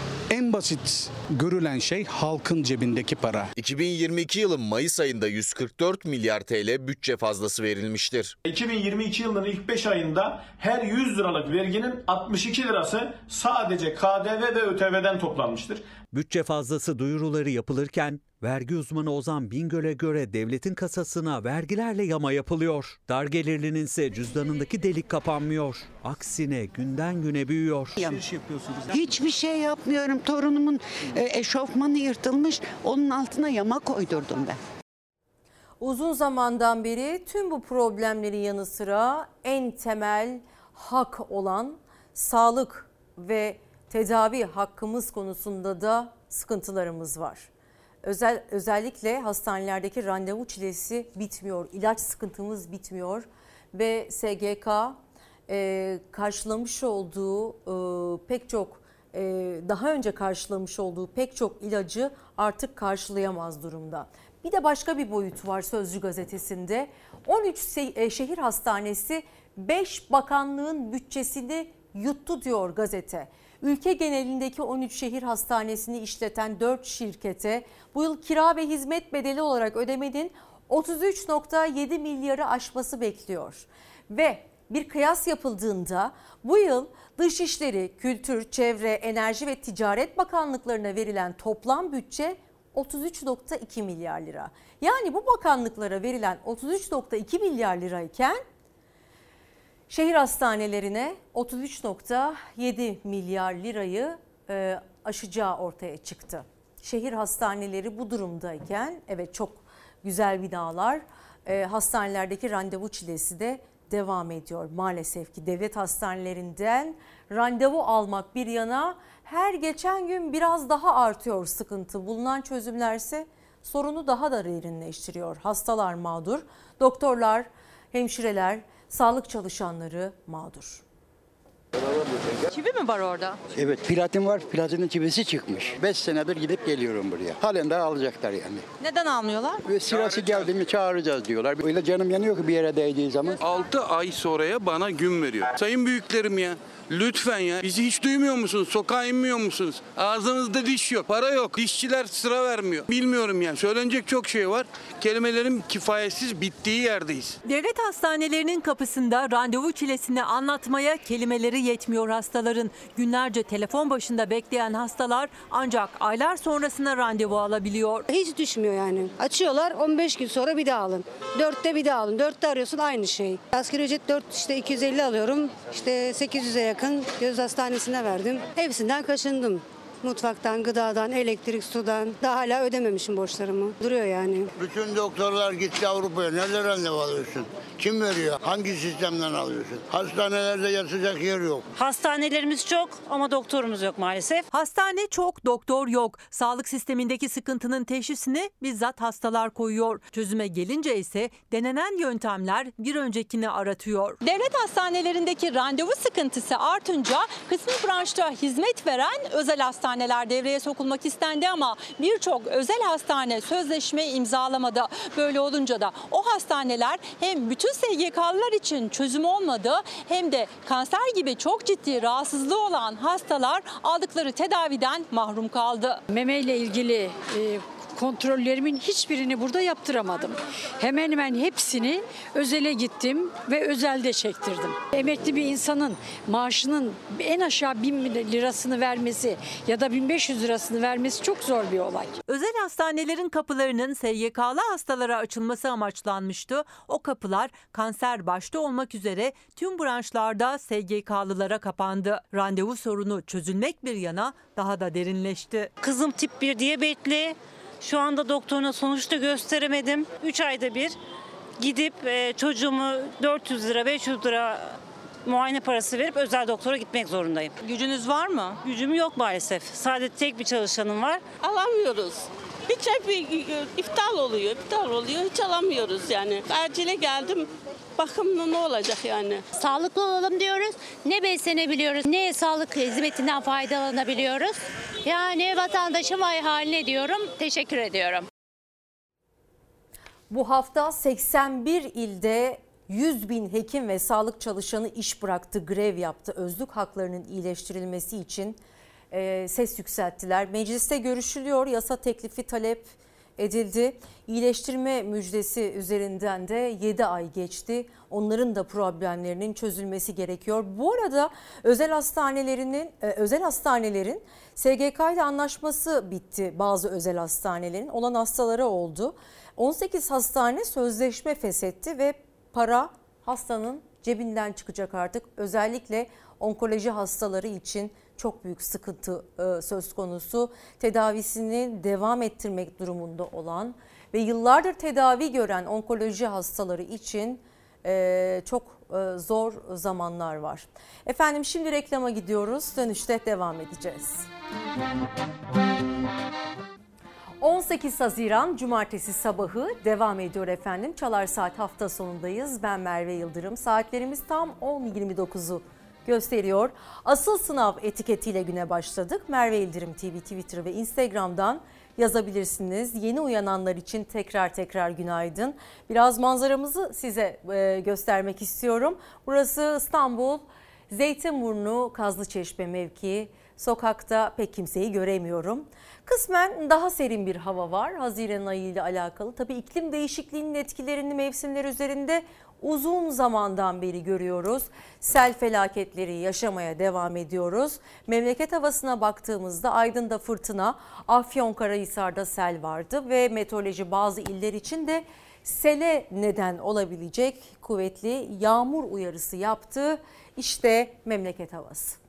en basit görülen şey halkın cebindeki para.
iki bin yirmi iki yılın Mayıs ayında yüz kırk dört milyar T L bütçe fazlası verilmiştir.
iki bin yirmi iki yılının ilk beş ayında her yüz liralık verginin altmış iki lirası sadece K D V ve ÖTV'den toplanmıştır.
Bütçe fazlası duyuruları yapılırken vergi uzmanı Ozan Bingöl'e göre devletin kasasına vergilerle yama yapılıyor. Dar gelirlinin ise cüzdanındaki delik kapanmıyor. Aksine günden güne büyüyor.
Hiçbir şey yapmıyorum. Torunumun eşofmanı yırtılmış. Onun altına yama koydurdum ben.
Uzun zamandan beri tüm bu problemlerin yanı sıra en temel hak olan sağlık ve tedavi hakkımız konusunda da sıkıntılarımız var. Özel, özellikle hastanelerdeki randevu çilesi bitmiyor, ilaç sıkıntımız bitmiyor ve S G K e, karşılamış olduğu e, pek çok e, daha önce karşılamış olduğu pek çok ilacı artık karşılayamaz durumda. Bir de başka bir boyut var Sözcü gazetesinde. on üç şehir hastanesi beş bakanlığın bütçesini yuttu diyor gazete. Ülke genelindeki on üç şehir hastanesini işleten dört şirkete bu yıl kira ve hizmet bedeli olarak ödemenin otuz üç virgül yedi milyarı aşması bekliyor. Ve bir kıyas yapıldığında bu yıl Dışişleri, Kültür, Çevre, Enerji ve Ticaret Bakanlıklarına verilen toplam bütçe otuz üç virgül iki milyar lira. Yani bu bakanlıklara verilen otuz üç virgül iki milyar lirayken şehir hastanelerine otuz üç virgül yedi milyar lirayı e, aşacağı ortaya çıktı. Şehir hastaneleri bu durumdayken evet çok güzel binalar, e, hastanelerdeki randevu çilesi de devam ediyor. Maalesef ki devlet hastanelerinden randevu almak bir yana her geçen gün biraz daha artıyor sıkıntı. Bulunan çözümlerse sorunu daha da derinleştiriyor. Hastalar mağdur, doktorlar, hemşireler, sağlık çalışanları mağdur.
Çivi mi var orada?
Evet, platin var. Platinin çivisi çıkmış. beş senedir gidip geliyorum buraya. Halen daha alacaklar yani.
Neden almıyorlar?
Ve sırası geldi mi çağıracağız diyorlar. Öyle canım yanıyor ki bir yere değdiği zaman.
altı ay sonraya bana gün veriyor. Sayın büyüklerim ya, lütfen ya. Bizi hiç duymuyor musunuz? Sokağa inmiyor musunuz? Ağzınızda diş yok, para yok. Dişçiler sıra vermiyor. Bilmiyorum yani. Söylenecek çok şey var. Kelimelerim kifayetsiz, bittiği yerdeyiz.
Devlet hastanelerinin kapısında randevu çilesini anlatmaya kelimeleri yetmiyor hastaların. Günlerce telefon başında bekleyen hastalar ancak aylar sonrasına randevu alabiliyor.
Hiç düşmüyor yani. Açıyorlar, on beş gün sonra bir daha alın. dörtte bir daha alın. dörtte arıyorsun aynı şey. Asgari ücret dört işte iki yüz elli alıyorum. İşte sekiz yüze yakın göz hastanesine verdim. Hepsinden kaçındım. Mutfaktan, gıdadan, elektrik, sudan. Daha hala ödememişim borçlarımı. Duruyor yani.
Bütün doktorlar gitti Avrupa'ya. Nerede randevu alıyorsun? Kim veriyor? Hangi sistemden alıyorsun? Hastanelerde yatacak yer yok.
Hastanelerimiz çok ama doktorumuz yok maalesef. Hastane çok, doktor yok. Sağlık sistemindeki sıkıntının teşhisini bizzat hastalar koyuyor. Çözüme gelince ise denenen yöntemler bir öncekini aratıyor. Devlet hastanelerindeki randevu sıkıntısı artınca kısmi branşta hizmet veren özel hastaneler devreye sokulmak istendi ama birçok özel hastane sözleşme imzalamadı. Böyle olunca da o hastaneler hem bütün S G K'lılar için çözüm olmadı hem de kanser gibi çok ciddi rahatsızlığı olan hastalar aldıkları tedaviden mahrum kaldı.
Meme ile ilgili e, kontrollerimin hiçbirini burada yaptıramadım. Hemen hemen hepsini özele gittim ve özelde çektirdim. Emekli bir insanın maaşının en aşağı bin lirasını vermesi ya da bin beş yüz lirasını vermesi çok zor bir olay.
Özel hastanelerin kapılarının S G K'lı hastalara açılması amaçlanmıştı. O kapılar kanser başta olmak üzere tüm branşlarda S G K'lılara kapandı. Randevu sorunu çözülmek bir yana daha da derinleşti. Kızım tip bir diyabetli. Şu anda doktoruna sonuçta gösteremedim. üç ayda bir gidip e, çocuğumu dört yüz lira beş yüz lira muayene parası verip özel doktora gitmek zorundayım. Gücünüz var mı? Gücüm yok maalesef. Sadece tek bir çalışanım var.
Alamıyoruz. Hiç hep iptal oluyor, iptal oluyor. Hiç alamıyoruz yani. Acile geldim. Bakım ne olacak yani?
Sağlıklı olalım diyoruz. Ne beslenebiliyoruz, ne sağlık hizmetinden faydalanabiliyoruz. Yani vatandaşım vay haline diyorum. Teşekkür ediyorum.
Bu hafta seksen bir ilde yüz bin hekim ve sağlık çalışanı iş bıraktı, grev yaptı. Özlük haklarının iyileştirilmesi için e, ses yükselttiler. Mecliste görüşülüyor, yasa teklifi talep edildi. İyileştirme müjdesi üzerinden de yedi ay geçti. Onların da problemlerinin çözülmesi gerekiyor. Bu arada özel hastanelerinin özel hastanelerin S G K ile anlaşması bitti. Bazı özel hastanelerin olan hastalara oldu. on sekiz hastane sözleşme feshetti ve para hastanın cebinden çıkacak artık. Özellikle onkoloji hastaları için çok büyük sıkıntı söz konusu. Tedavisini devam ettirmek durumunda olan ve yıllardır tedavi gören onkoloji hastaları için çok zor zamanlar var. Efendim şimdi reklama gidiyoruz. Dönüşte devam edeceğiz. on sekiz Haziran Cumartesi sabahı devam ediyor efendim. Çalar Saat hafta sonundayız. Ben Merve Yıldırım. Saatlerimiz tam on yirmi dokuzu gösteriyor. Asıl sınav etiketiyle güne başladık. Merve Yıldırım T V Twitter ve Instagram'dan yazabilirsiniz. Yeni uyananlar için tekrar tekrar günaydın. Biraz manzaramızı size e, göstermek istiyorum. Burası İstanbul Zeytinburnu Kazlıçeşme mevkii. Sokakta pek kimseyi göremiyorum. Kısmen daha serin bir hava var Haziran ayı ile alakalı. Tabii iklim değişikliğinin etkilerini mevsimler üzerinde uzun zamandan beri görüyoruz. Sel felaketleri yaşamaya devam ediyoruz. Memleket havasına baktığımızda Aydın'da fırtına, Afyonkarahisar'da sel vardı ve meteoroloji bazı iller için de sele neden olabilecek kuvvetli yağmur uyarısı yaptı. İşte memleket havası.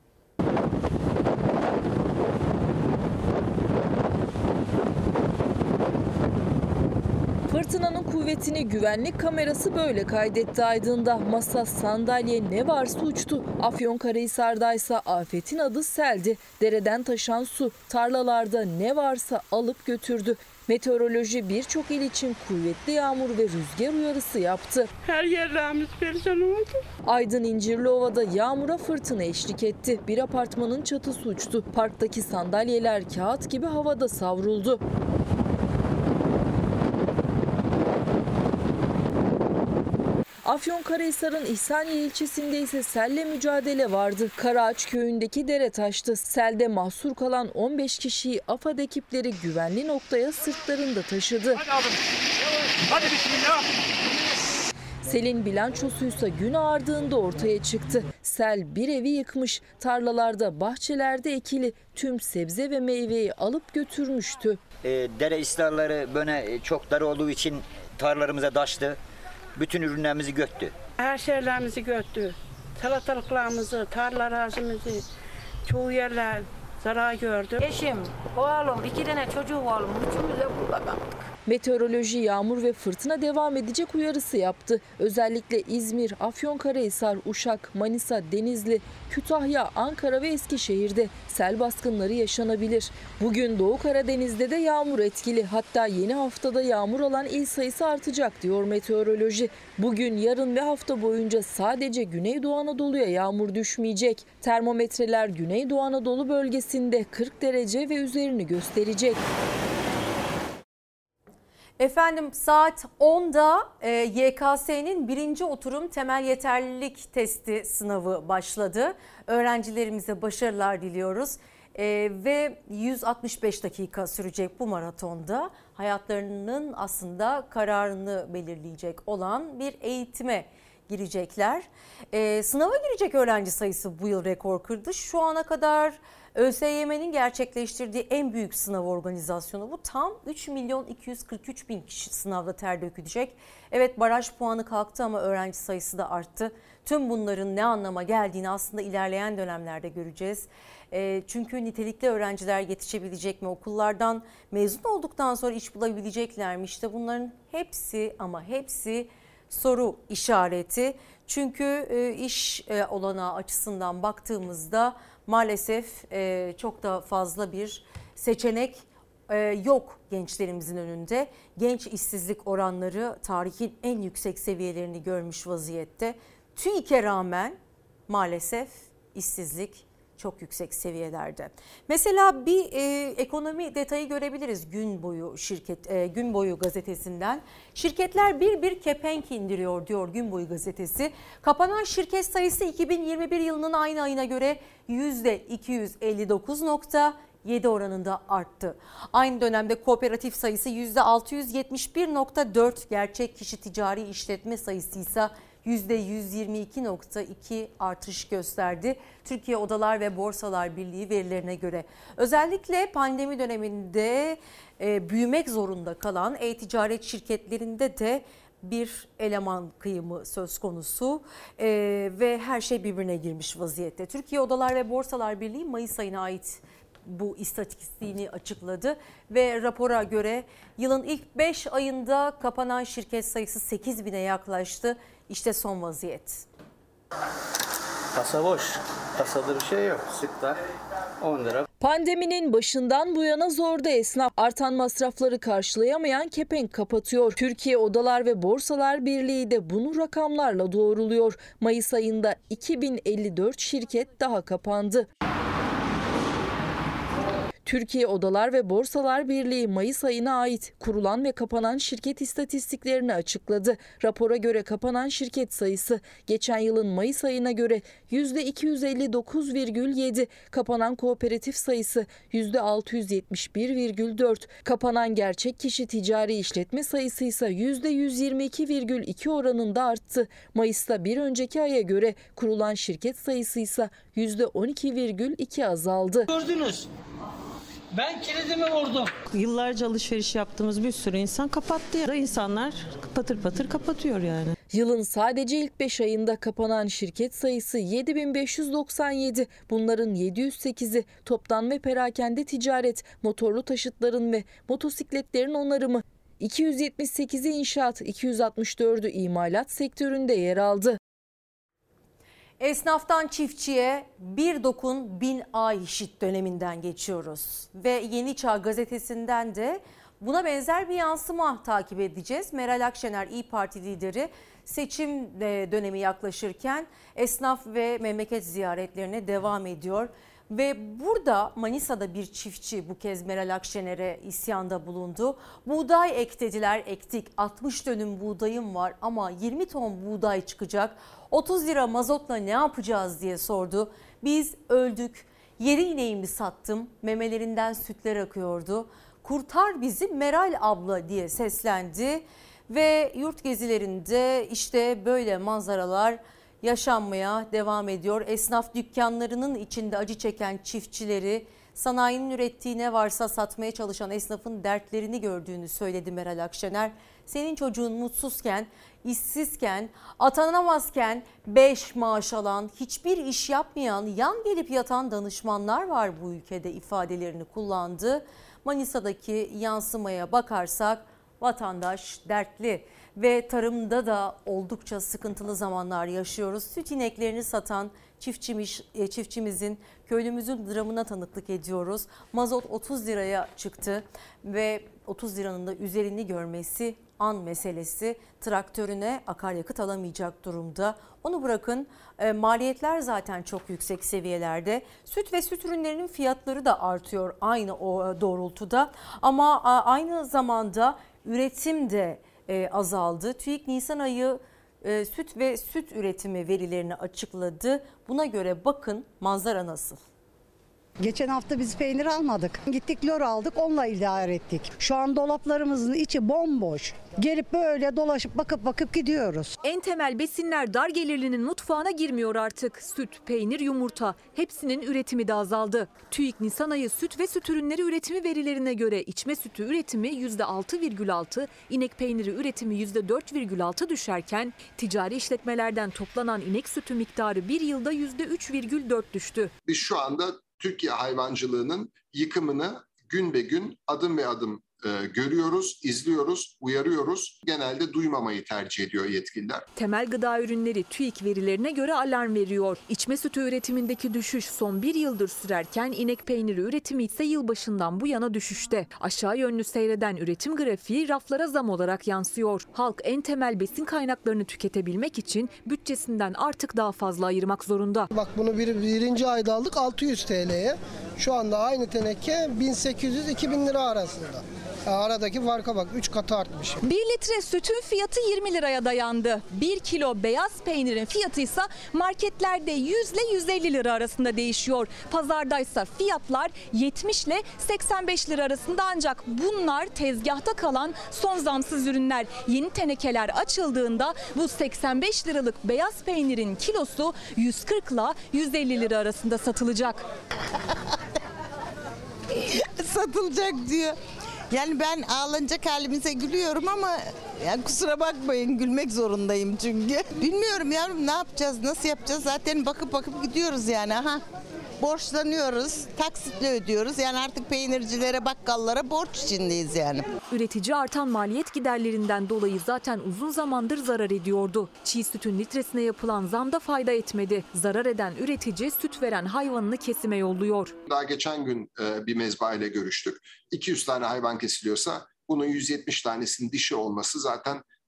Fırtınanın kuvvetini güvenlik kamerası böyle kaydetti Aydın'da. Masa, sandalye ne varsa uçtu. Afyonkarahisar'daysa afetin adı seldi. Dereden taşan su tarlalarda ne varsa alıp götürdü. Meteoroloji birçok il için kuvvetli yağmur ve rüzgar uyarısı yaptı.
Her yerlerimiz perişan oldu.
Aydın İncirliova'da yağmura fırtına eşlik etti. Bir apartmanın çatısı uçtu. Parktaki sandalyeler kağıt gibi havada savruldu. Afyonkarahisar'ın İhsaniye ilçesinde ise selle mücadele vardı. Karaağaç köyündeki dere taştı. Selde mahsur kalan on beş kişiyi AFAD ekipleri güvenli noktaya sırtlarında taşıdı.
Hadi abi. Hadi bismillah.
Selin bilançosuysa gün ağardığında ortaya çıktı. Sel bir evi yıkmış, tarlalarda, bahçelerde ekili tüm sebze ve meyveyi alıp götürmüştü.
E, dere ıslarları böyle çok dar olduğu için tarlalarımıza taştı. Bütün ürünlerimizi göttü.
Her şeylerimizi göttü. Salatalıklarımızı, tarla arazimizi, çoğu yerler zarar gördü.
Eşim, oğlum, iki tane çocuğu oğlum, üçümüz de burada kaldık.
Meteoroloji yağmur ve fırtına devam edecek uyarısı yaptı. Özellikle İzmir, Afyonkarahisar, Uşak, Manisa, Denizli, Kütahya, Ankara ve Eskişehir'de sel baskınları yaşanabilir. Bugün Doğu Karadeniz'de de yağmur etkili. Hatta yeni haftada yağmur alan il sayısı artacak diyor meteoroloji. Bugün, yarın ve hafta boyunca sadece Güneydoğu Anadolu'ya yağmur düşmeyecek. Termometreler Güneydoğu Anadolu bölgesinde kırk derece ve üzerini gösterecek.
Efendim saat onda e, Y K S'nin birinci oturum temel yeterlilik testi sınavı başladı. Öğrencilerimize başarılar diliyoruz. E, ve yüz altmış beş dakika sürecek bu maratonda hayatlarının aslında kararını belirleyecek olan bir eğitime girecekler. E, sınava girecek öğrenci sayısı bu yıl rekor kırdı. Şu ana kadar ÖSYM'nin gerçekleştirdiği en büyük sınav organizasyonu bu. Tam üç milyon iki yüz kırk üç bin kişi sınavda ter dökülecek. Evet, baraj puanı kalktı ama öğrenci sayısı da arttı. Tüm bunların ne anlama geldiğini aslında ilerleyen dönemlerde göreceğiz. E, çünkü nitelikli öğrenciler yetişebilecek mi? Okullardan mezun olduktan sonra iş bulabilecekler mi? İşte bunların hepsi ama hepsi soru işareti. Çünkü e, iş e, olanağı açısından baktığımızda maalesef e, çok da fazla bir seçenek e, yok gençlerimizin önünde. Genç işsizlik oranları tarihin en yüksek seviyelerini görmüş vaziyette. TÜİK'e rağmen maalesef işsizlik çok yüksek seviyelerde. Mesela bir e, ekonomi detayı görebiliriz gün boyu şirket e, gün boyu gazetesinden. Şirketler bir bir kepenk indiriyor diyor Gün Boyu gazetesi. Kapanan şirket sayısı iki bin yirmi bir yılının aynı ayına göre yüzde iki yüz elli dokuz nokta yedi oranında arttı. Aynı dönemde kooperatif sayısı yüzde altı yüz yetmiş bir nokta dört, gerçek kişi ticari işletme sayısı ise yüzde yüz yirmi iki nokta iki artış gösterdi. Türkiye Odalar ve Borsalar Birliği verilerine göre. Özellikle pandemi döneminde e, büyümek zorunda kalan e-ticaret şirketlerinde de bir eleman kıyımı söz konusu e, ve her şey birbirine girmiş vaziyette. Türkiye Odalar ve Borsalar Birliği Mayıs ayına ait bu istatistiğini açıkladı ve rapora göre yılın ilk beş ayında kapanan şirket sayısı sekiz bine yaklaştı. İşte son vaziyet.
Kasa boş. Kasada bir şey yok. Sütler on lira.
Pandeminin başından bu yana zorda esnaf. Artan masrafları karşılayamayan kepenk kapatıyor. Türkiye Odalar ve Borsalar Birliği de bunu rakamlarla doğruluyor. Mayıs ayında iki bin elli dört şirket daha kapandı. Türkiye Odalar ve Borsalar Birliği Mayıs ayına ait kurulan ve kapanan şirket istatistiklerini açıkladı. Rapora göre kapanan şirket sayısı geçen yılın Mayıs ayına göre yüzde iki yüz elli dokuz virgül yedi, kapanan kooperatif sayısı yüzde altı yüz yetmiş bir virgül dört, kapanan gerçek kişi ticari işletme sayısı ise yüzde yüz yirmi iki virgül iki oranında arttı. Mayıs'ta bir önceki aya göre kurulan şirket sayısı ise yüzde on iki virgül iki azaldı.
Gördünüz. Ben kilidimi vurdum.
Yıllarca alışveriş yaptığımız bir sürü insan kapattı ya da insanlar patır patır kapatıyor yani.
Yılın sadece ilk beş ayında kapanan şirket sayısı yedi bin beş yüz doksan yedi. Bunların yedi yüz sekizi toptan ve perakende ticaret, motorlu taşıtların ve motosikletlerin onarımı. iki yüz yetmiş sekizi inşaat, iki yüz altmış dördü imalat sektöründe yer aldı.
Esnaftan çiftçiye bir dokun bin ay işit döneminden geçiyoruz. Ve Yeni Çağ gazetesinden de buna benzer bir yansıma takip edeceğiz. Meral Akşener İYİ Parti lideri seçim dönemi yaklaşırken esnaf ve memleket ziyaretlerine devam ediyor. Ve burada Manisa'da bir çiftçi bu kez Meral Akşener'e isyanda bulundu. Buğday ek dediler, ektik. altmış dönüm buğdayım var ama yirmi ton buğday çıkacak. otuz lira mazotla ne yapacağız diye sordu. Biz öldük. Yeri ineğimi sattım. Memelerinden sütler akıyordu. Kurtar bizi Meral abla diye seslendi. Ve yurt gezilerinde işte böyle manzaralar yaşanmaya devam ediyor. Esnaf dükkanlarının içinde acı çeken çiftçileri, sanayinin ürettiği ne varsa satmaya çalışan esnafın dertlerini gördüğünü söyledi Meral Akşener. Senin çocuğun mutsuzken, işsizken, atanamazken beş maaş alan, hiçbir iş yapmayan, yan gelip yatan danışmanlar var bu ülkede ifadelerini kullandı. Manisa'daki yansımaya bakarsak vatandaş dertli. Ve tarımda da oldukça sıkıntılı zamanlar yaşıyoruz. Süt ineklerini satan çiftçimiz, çiftçimizin, köylümüzün dramına tanıklık ediyoruz. Mazot otuz liraya çıktı ve otuz liranın da üzerini görmesi an meselesi. Traktörüne akaryakıt alamayacak durumda. Onu bırakın, e, maliyetler zaten çok yüksek seviyelerde. Süt ve süt ürünlerinin fiyatları da artıyor aynı o doğrultuda. Ama a, aynı zamanda üretim de E, azaldı. TÜİK Nisan ayı e, süt ve süt üretimi verilerini açıkladı. Buna göre bakın manzara nasıl?
Geçen hafta biz peynir almadık. Gittik lor aldık, onunla idare ettik. Şu an dolaplarımızın içi bomboş. Gelip böyle dolaşıp bakıp bakıp gidiyoruz.
En temel besinler dar gelirlinin mutfağına girmiyor artık. Süt, peynir, yumurta hepsinin üretimi de azaldı. TÜİK Nisan ayı süt ve süt ürünleri üretimi verilerine göre içme sütü üretimi yüzde altı virgül altı, inek peyniri üretimi yüzde dört virgül altı düşerken ticari işletmelerden toplanan inek sütü miktarı bir yılda yüzde üç virgül dört düştü.
Biz şu anda Türkiye hayvancılığının yıkımını gün be gün adım be adım e, görüyoruz, izliyoruz, uyarıyoruz. Genelde duymamayı tercih ediyor yetkililer.
Temel gıda ürünleri TÜİK verilerine göre alarm veriyor. İçme sütü üretimindeki düşüş son bir yıldır sürerken inek peyniri üretimi ise yılbaşından bu yana düşüşte. Aşağı yönlü seyreden üretim grafiği raflara zam olarak yansıyor. Halk en temel besin kaynaklarını tüketebilmek için bütçesinden artık daha fazla ayırmak zorunda.
Bak bunu bir, birinci ayda aldık altı yüz T L'ye. Şu anda aynı teneke bin sekiz yüz iki bin lira arasında. Aradaki farka bak, üç katı artmış.
bir litre sütün fiyatı yirmi liraya dayandı. bir kilo beyaz peynirin fiyatı ise marketlerde yüz ile yüz elli lira arasında değişiyor. Pazardaysa fiyatlar yetmiş ile seksen beş lira arasında, ancak bunlar tezgahta kalan son zamsız ürünler. Yeni tenekeler açıldığında bu seksen beş liralık beyaz peynirin kilosu yüz kırk ile yüz elli lira arasında satılacak.
Satılacak diyor. Yani ben ağlanacak halimize gülüyorum ama yani kusura bakmayın, gülmek zorundayım çünkü. Bilmiyorum yavrum, ne yapacağız, nasıl yapacağız, zaten bakıp bakıp gidiyoruz yani. Aha. Borçlanıyoruz, taksitle ödüyoruz. Yani artık peynircilere, bakkallara borç içindeyiz yani.
Üretici artan maliyet giderlerinden dolayı zaten uzun zamandır zarar ediyordu. Çiğ sütün litresine yapılan zam da fayda etmedi. Zarar eden üretici süt veren hayvanını kesime yolluyor.
Daha geçen gün bir mezba ile görüştük. iki yüz tane hayvan kesiliyorsa bunun yüz yetmiş tanesinin dişi olması zaten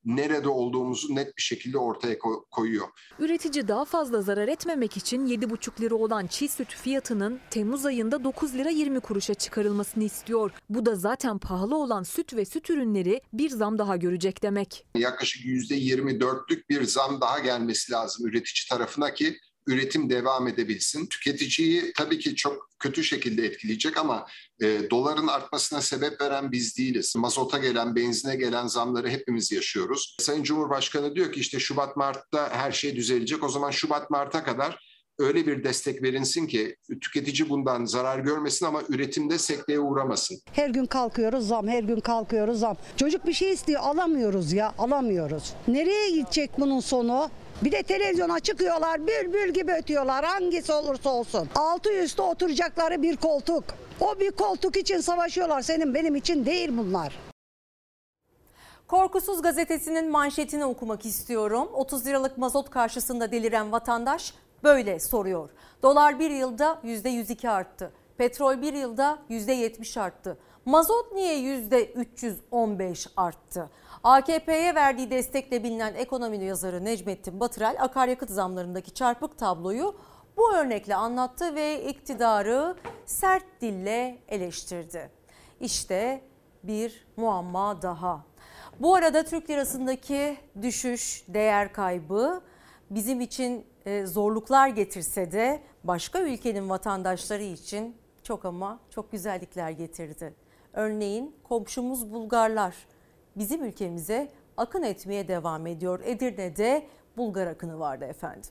nerede olduğumuzu net bir şekilde ortaya koyuyor.
Üretici daha fazla zarar etmemek için yedi buçuk lira olan çiğ süt fiyatının Temmuz ayında dokuz lira yirmi kuruşa çıkarılmasını istiyor. Bu da zaten pahalı olan süt ve süt ürünleri bir zam daha görecek demek.
Yaklaşık yüzde yirmi dörtlük bir zam daha gelmesi lazım üretici tarafına ki üretim devam edebilsin. Tüketiciyi tabii ki çok kötü şekilde etkileyecek ama e, doların artmasına sebep veren biz değiliz. Mazota gelen, benzine gelen zamları hepimiz yaşıyoruz. Sayın Cumhurbaşkanı diyor ki işte Şubat-Mart'ta her şey düzelecek. O zaman Şubat-Mart'a kadar öyle bir destek verilsin ki tüketici bundan zarar görmesin ama üretimde sekteye uğramasın.
Her gün kalkıyoruz zam, her gün kalkıyoruz zam. Çocuk bir şey istiyor, alamıyoruz ya, alamıyoruz. Nereye gidecek bunun sonu? Bir de televizyona çıkıyorlar, bülbül gibi ötüyorlar hangisi olursa olsun. Altı üstü oturacakları bir koltuk. O bir koltuk için savaşıyorlar, senin benim için değil bunlar.
Korkusuz gazetesinin manşetini okumak istiyorum. otuz liralık mazot karşısında deliren vatandaş böyle soruyor. Dolar bir yılda yüzde yüz iki arttı. Petrol bir yılda yüzde yetmiş arttı. Mazot niye yüzde üç yüz on beş arttı? A K P'ye verdiği destekle bilinen ekonomi yazarı Necmettin Batırel akaryakıt zamlarındaki çarpık tabloyu bu örnekle anlattı ve iktidarı sert dille eleştirdi. İşte bir muamma daha. Bu arada Türk lirasındaki düşüş, değer kaybı bizim için zorluklar getirse de başka ülkenin vatandaşları için çok ama çok güzellikler getirdi. Örneğin komşumuz Bulgarlar bizim ülkemize akın etmeye devam ediyor. Edirne'de Bulgar akını vardı efendim.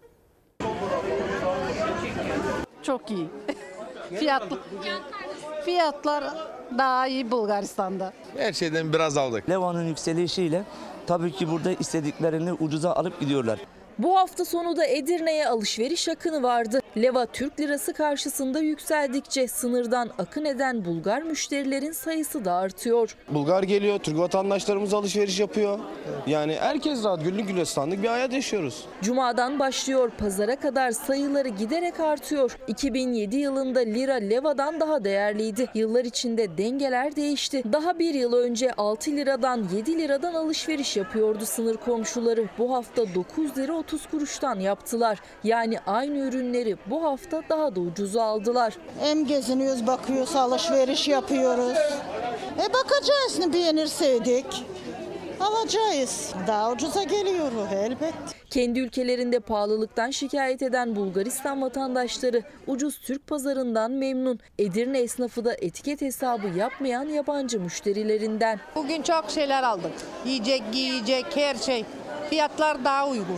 Çok iyi. Fiyatlı, fiyatlar daha iyi Bulgaristan'da.
Her şeyden biraz aldık.
Leva'nın yükselişiyle tabii ki burada istediklerini ucuza alıp gidiyorlar.
Bu hafta sonu da Edirne'ye alışveriş akını vardı. Leva Türk lirası karşısında yükseldikçe sınırdan akın eden Bulgar müşterilerin sayısı da artıyor.
Bulgar geliyor, Türk vatandaşlarımız alışveriş yapıyor. Yani herkes rahat, güllük gülistanlık bir hayat yaşıyoruz.
Cuma'dan başlıyor, pazara kadar sayıları giderek artıyor. iki bin yedi yılında lira Leva'dan daha değerliydi. Yıllar içinde dengeler değişti. Daha bir yıl önce altı liradan yedi liradan alışveriş yapıyordu sınır komşuları. Bu hafta dokuz lira otuz kuruştan yaptılar. Yani aynı ürünleri bu hafta daha da ucuza aldılar.
Hem geziniyoruz, bakıyoruz, alışveriş yapıyoruz. E bakacağız, beğenirseydik alacağız. Daha ucuza geliyor elbet.
Kendi ülkelerinde pahalılıktan şikayet eden Bulgaristan vatandaşları ucuz Türk pazarından memnun. Edirne esnafı da etiket hesabı yapmayan yabancı müşterilerinden.
Bugün çok şeyler aldık. Yiyecek, giyecek, her şey. Fiyatlar daha uygun.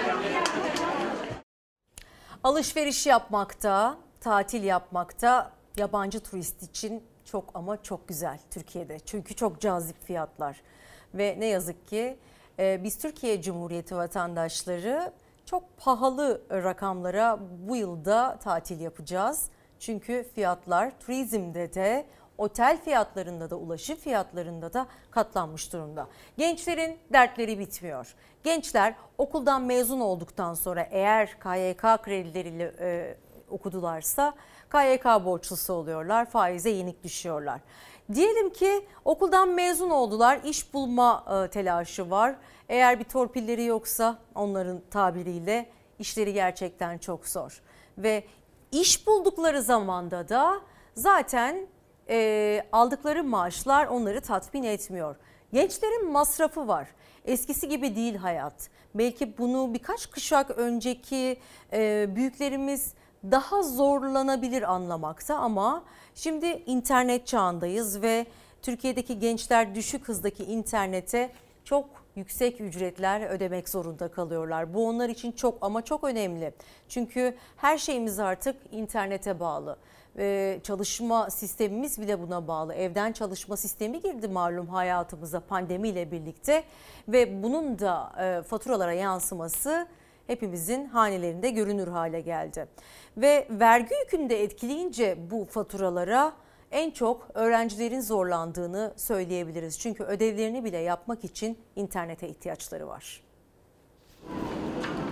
Alışveriş yapmakta, tatil yapmakta yabancı turist için çok ama çok güzel Türkiye'de. Çünkü çok cazip fiyatlar. Ve ne yazık ki biz Türkiye Cumhuriyeti vatandaşları çok pahalı rakamlara bu yılda tatil yapacağız. Çünkü fiyatlar turizmde de, otel fiyatlarında da, ulaşım fiyatlarında da katlanmış durumda. Gençlerin dertleri bitmiyor. Gençler okuldan mezun olduktan sonra eğer K Y K kredileriyle e, okudularsa K Y K borçlusu oluyorlar, faize yenik düşüyorlar. Diyelim ki okuldan mezun oldular, iş bulma e, telaşı var. Eğer bir torpilleri yoksa onların tabiriyle işleri gerçekten çok zor. Ve iş buldukları zamanda da zaten e, aldıkları maaşlar onları tatmin etmiyor. Gençlerin masrafı var. Eskisi gibi değil hayat. Belki bunu birkaç kuşak önceki e, büyüklerimiz daha zorlanabilir anlamakta ama şimdi internet çağındayız ve Türkiye'deki gençler düşük hızdaki internete çok yüksek ücretler ödemek zorunda kalıyorlar. Bu onlar için çok ama çok önemli. Çünkü her şeyimiz artık internete bağlı. Ee, çalışma sistemimiz bile buna bağlı. Evden çalışma sistemi girdi malum hayatımıza pandemiyle birlikte ve bunun da e, faturalara yansıması hepimizin hanelerinde görünür hale geldi. Ve vergi yükünü de etkileyince bu faturalara en çok öğrencilerin zorlandığını söyleyebiliriz. Çünkü ödevlerini bile yapmak için internete ihtiyaçları var.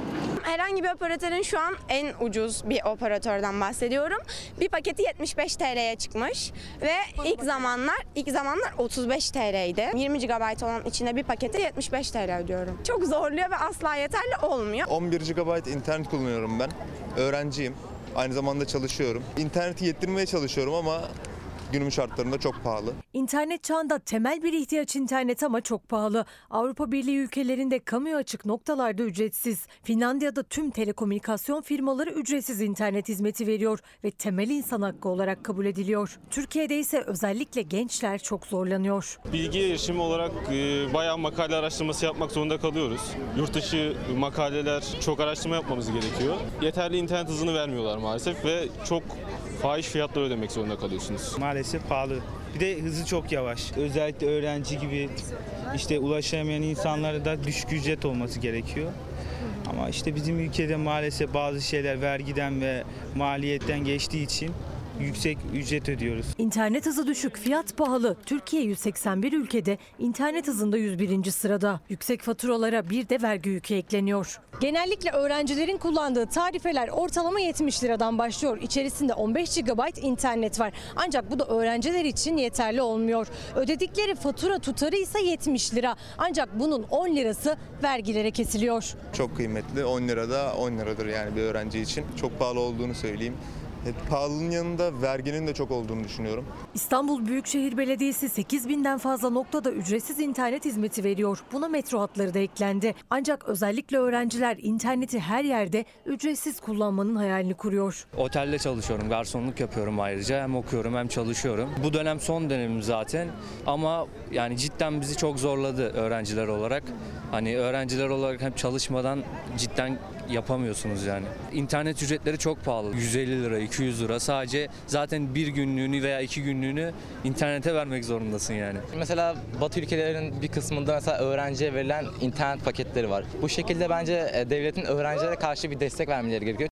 herhangi bir operatörün şu an en ucuz bir operatörden bahsediyorum. Bir paketi yetmiş beş T L'ye çıkmış ve ilk zamanlar ilk zamanlar otuz beş T L'ydi. yirmi gigabayt olan içinde bir pakete yetmiş beş T L ödüyorum. Çok zorluyor ve asla yeterli olmuyor.
on bir gigabayt internet kullanıyorum ben. Öğrenciyim. Aynı zamanda çalışıyorum. İnterneti yettirmeye çalışıyorum ama günümüz şartlarında çok pahalı.
İnternet çağında temel bir ihtiyaç internet ama çok pahalı. Avrupa Birliği ülkelerinde kamuya açık noktalarda ücretsiz. Finlandiya'da tüm telekomünikasyon firmaları ücretsiz internet hizmeti veriyor ve temel insan hakkı olarak kabul ediliyor. Türkiye'de ise özellikle gençler çok zorlanıyor.
Bilgi erişimi olarak e, bayağı makale araştırması yapmak zorunda kalıyoruz. Yurt dışı makaleler, çok araştırma yapmamız gerekiyor. Yeterli internet hızını vermiyorlar maalesef ve çok fahiş fiyatlar ödemek zorunda kalıyorsunuz.
Maalesef pahalı. Bir de hızı çok yavaş. Özellikle öğrenci gibi işte ulaşamayan insanlara da düşük ücret olması gerekiyor. Ama işte bizim ülkede maalesef bazı şeyler vergiden ve maliyetten geçtiği için yüksek ücret ödüyoruz.
İnternet hızı düşük, fiyat pahalı. Türkiye yüz seksen bir ülkede internet hızında yüz birinci sırada. Yüksek faturalara bir de vergi yükü ekleniyor. Genellikle öğrencilerin kullandığı tarifeler ortalama yetmiş liradan başlıyor. İçerisinde on beş gigabayt internet var. Ancak bu da öğrenciler için yeterli olmuyor. Ödedikleri fatura tutarı ise yetmiş lira. Ancak bunun on lirası vergilere kesiliyor.
Çok kıymetli. on lirada on liradır yani bir öğrenci için. Çok pahalı olduğunu söyleyeyim. Pahalılığın yanında verginin de çok olduğunu düşünüyorum.
İstanbul Büyükşehir Belediyesi sekiz binden fazla noktada ücretsiz internet hizmeti veriyor. Buna metro hatları da eklendi. Ancak özellikle öğrenciler interneti her yerde ücretsiz kullanmanın hayalini kuruyor.
Otelde çalışıyorum, garsonluk yapıyorum ayrıca. Hem okuyorum hem çalışıyorum. Bu dönem son dönemim zaten ama yani cidden bizi çok zorladı öğrenciler olarak. Hani öğrenciler olarak hem çalışmadan cidden yapamıyorsunuz yani. İnternet ücretleri çok pahalı. yüz elli lira, iki yüz lira sadece zaten bir günlüğünü veya iki günlüğünü internete vermek zorundasın yani.
Mesela Batı ülkelerinin bir kısmında mesela öğrenciye verilen internet paketleri var. Bu şekilde bence devletin öğrencilere karşı bir destek vermeleri gerekiyor.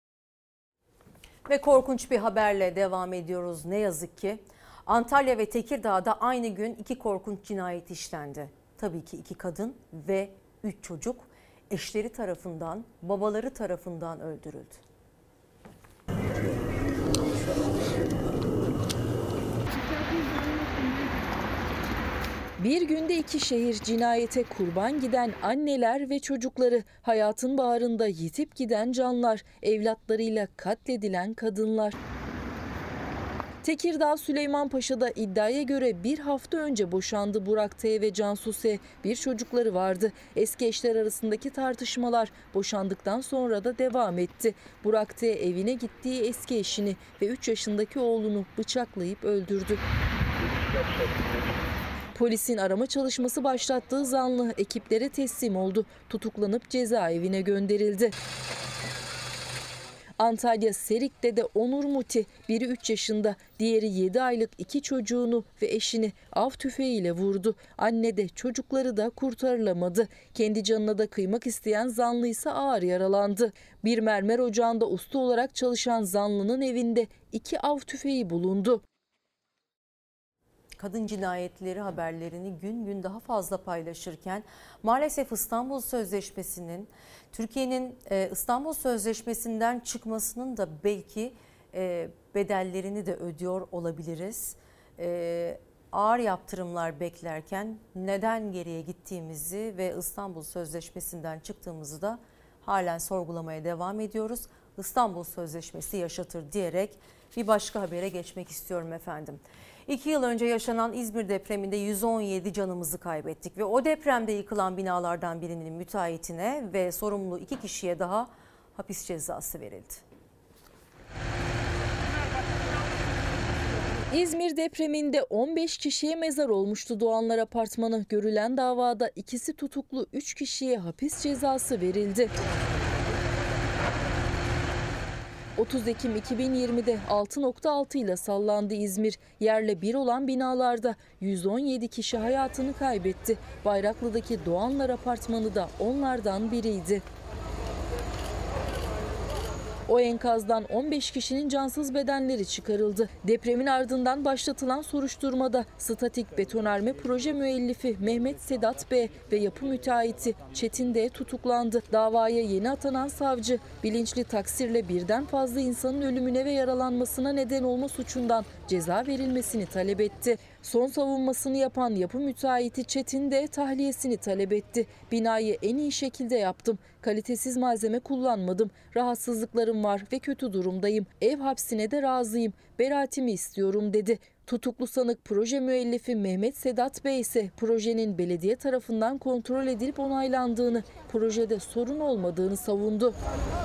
Ve korkunç bir haberle devam ediyoruz ne yazık ki. Antalya ve Tekirdağ'da aynı gün iki korkunç cinayet işlendi. Tabii ki iki kadın ve üç çocuk eşleri tarafından, babaları tarafından öldürüldü.
Bir günde iki şehir cinayete kurban giden anneler ve çocukları, hayatın baharında yitip giden canlar, evlatlarıyla katledilen kadınlar. Tekirdağ Süleymanpaşa'da iddiaya göre bir hafta önce boşandı Burak T ve Cansu S. Bir çocukları vardı. Eski eşler arasındaki tartışmalar boşandıktan sonra da devam etti. Burak T evine gittiği eski eşini ve üç yaşındaki oğlunu bıçaklayıp öldürdü. Polisin arama çalışması başlattığı zanlı ekiplere teslim oldu. Tutuklanıp cezaevine gönderildi. Antalya Serik'te de Onur Muti, biri üç yaşında, diğeri yedi aylık iki çocuğunu ve eşini av tüfeğiyle vurdu. Anne de çocukları da kurtarılamadı. Kendi canına da kıymak isteyen zanlı ise ağır yaralandı. Bir mermer ocağında usta olarak çalışan zanlının evinde iki av tüfeği bulundu.
Kadın cinayetleri haberlerini gün gün daha fazla paylaşırken maalesef İstanbul Sözleşmesi'nin, Türkiye'nin İstanbul Sözleşmesi'nden çıkmasının da belki bedellerini de ödüyor olabiliriz. Ağır yaptırımlar beklerken neden geriye gittiğimizi ve İstanbul Sözleşmesi'nden çıktığımızı da halen sorgulamaya devam ediyoruz. İstanbul Sözleşmesi yaşatır diyerek bir başka habere geçmek istiyorum efendim. İki yıl önce yaşanan İzmir depreminde yüz on yedi canımızı kaybettik ve o depremde yıkılan binalardan birinin müteahhitine ve sorumlu iki kişiye daha hapis cezası verildi.
İzmir depreminde on beş kişiye mezar olmuştu Doğanlar Apartmanı. Görülen davada ikisi tutuklu, üç kişiye hapis cezası verildi. otuz Ekim iki bin yirmide altı nokta altı ile sallandı İzmir. Yerle bir olan binalarda yüz on yedi kişi hayatını kaybetti. Bayraklı'daki Doğanlar Apartmanı da onlardan biriydi. O enkazdan on beş kişinin cansız bedenleri çıkarıldı. Depremin ardından başlatılan soruşturmada statik betonarme proje müellifi Mehmet Sedat B ve yapı müteahhiti Çetin D tutuklandı. Davaya yeni atanan savcı bilinçli taksirle birden fazla insanın ölümüne ve yaralanmasına neden olma suçundan ceza verilmesini talep etti. Son savunmasını yapan yapı müteahhiti Çetin de tahliyesini talep etti. Binayı en iyi şekilde yaptım. Kalitesiz malzeme kullanmadım. Rahatsızlıklarım var ve kötü durumdayım. Ev hapsine de razıyım. Beraatimi istiyorum dedi. Tutuklu sanık proje müellifi Mehmet Sedat Bey ise projenin belediye tarafından kontrol edilip onaylandığını, projede sorun olmadığını savundu.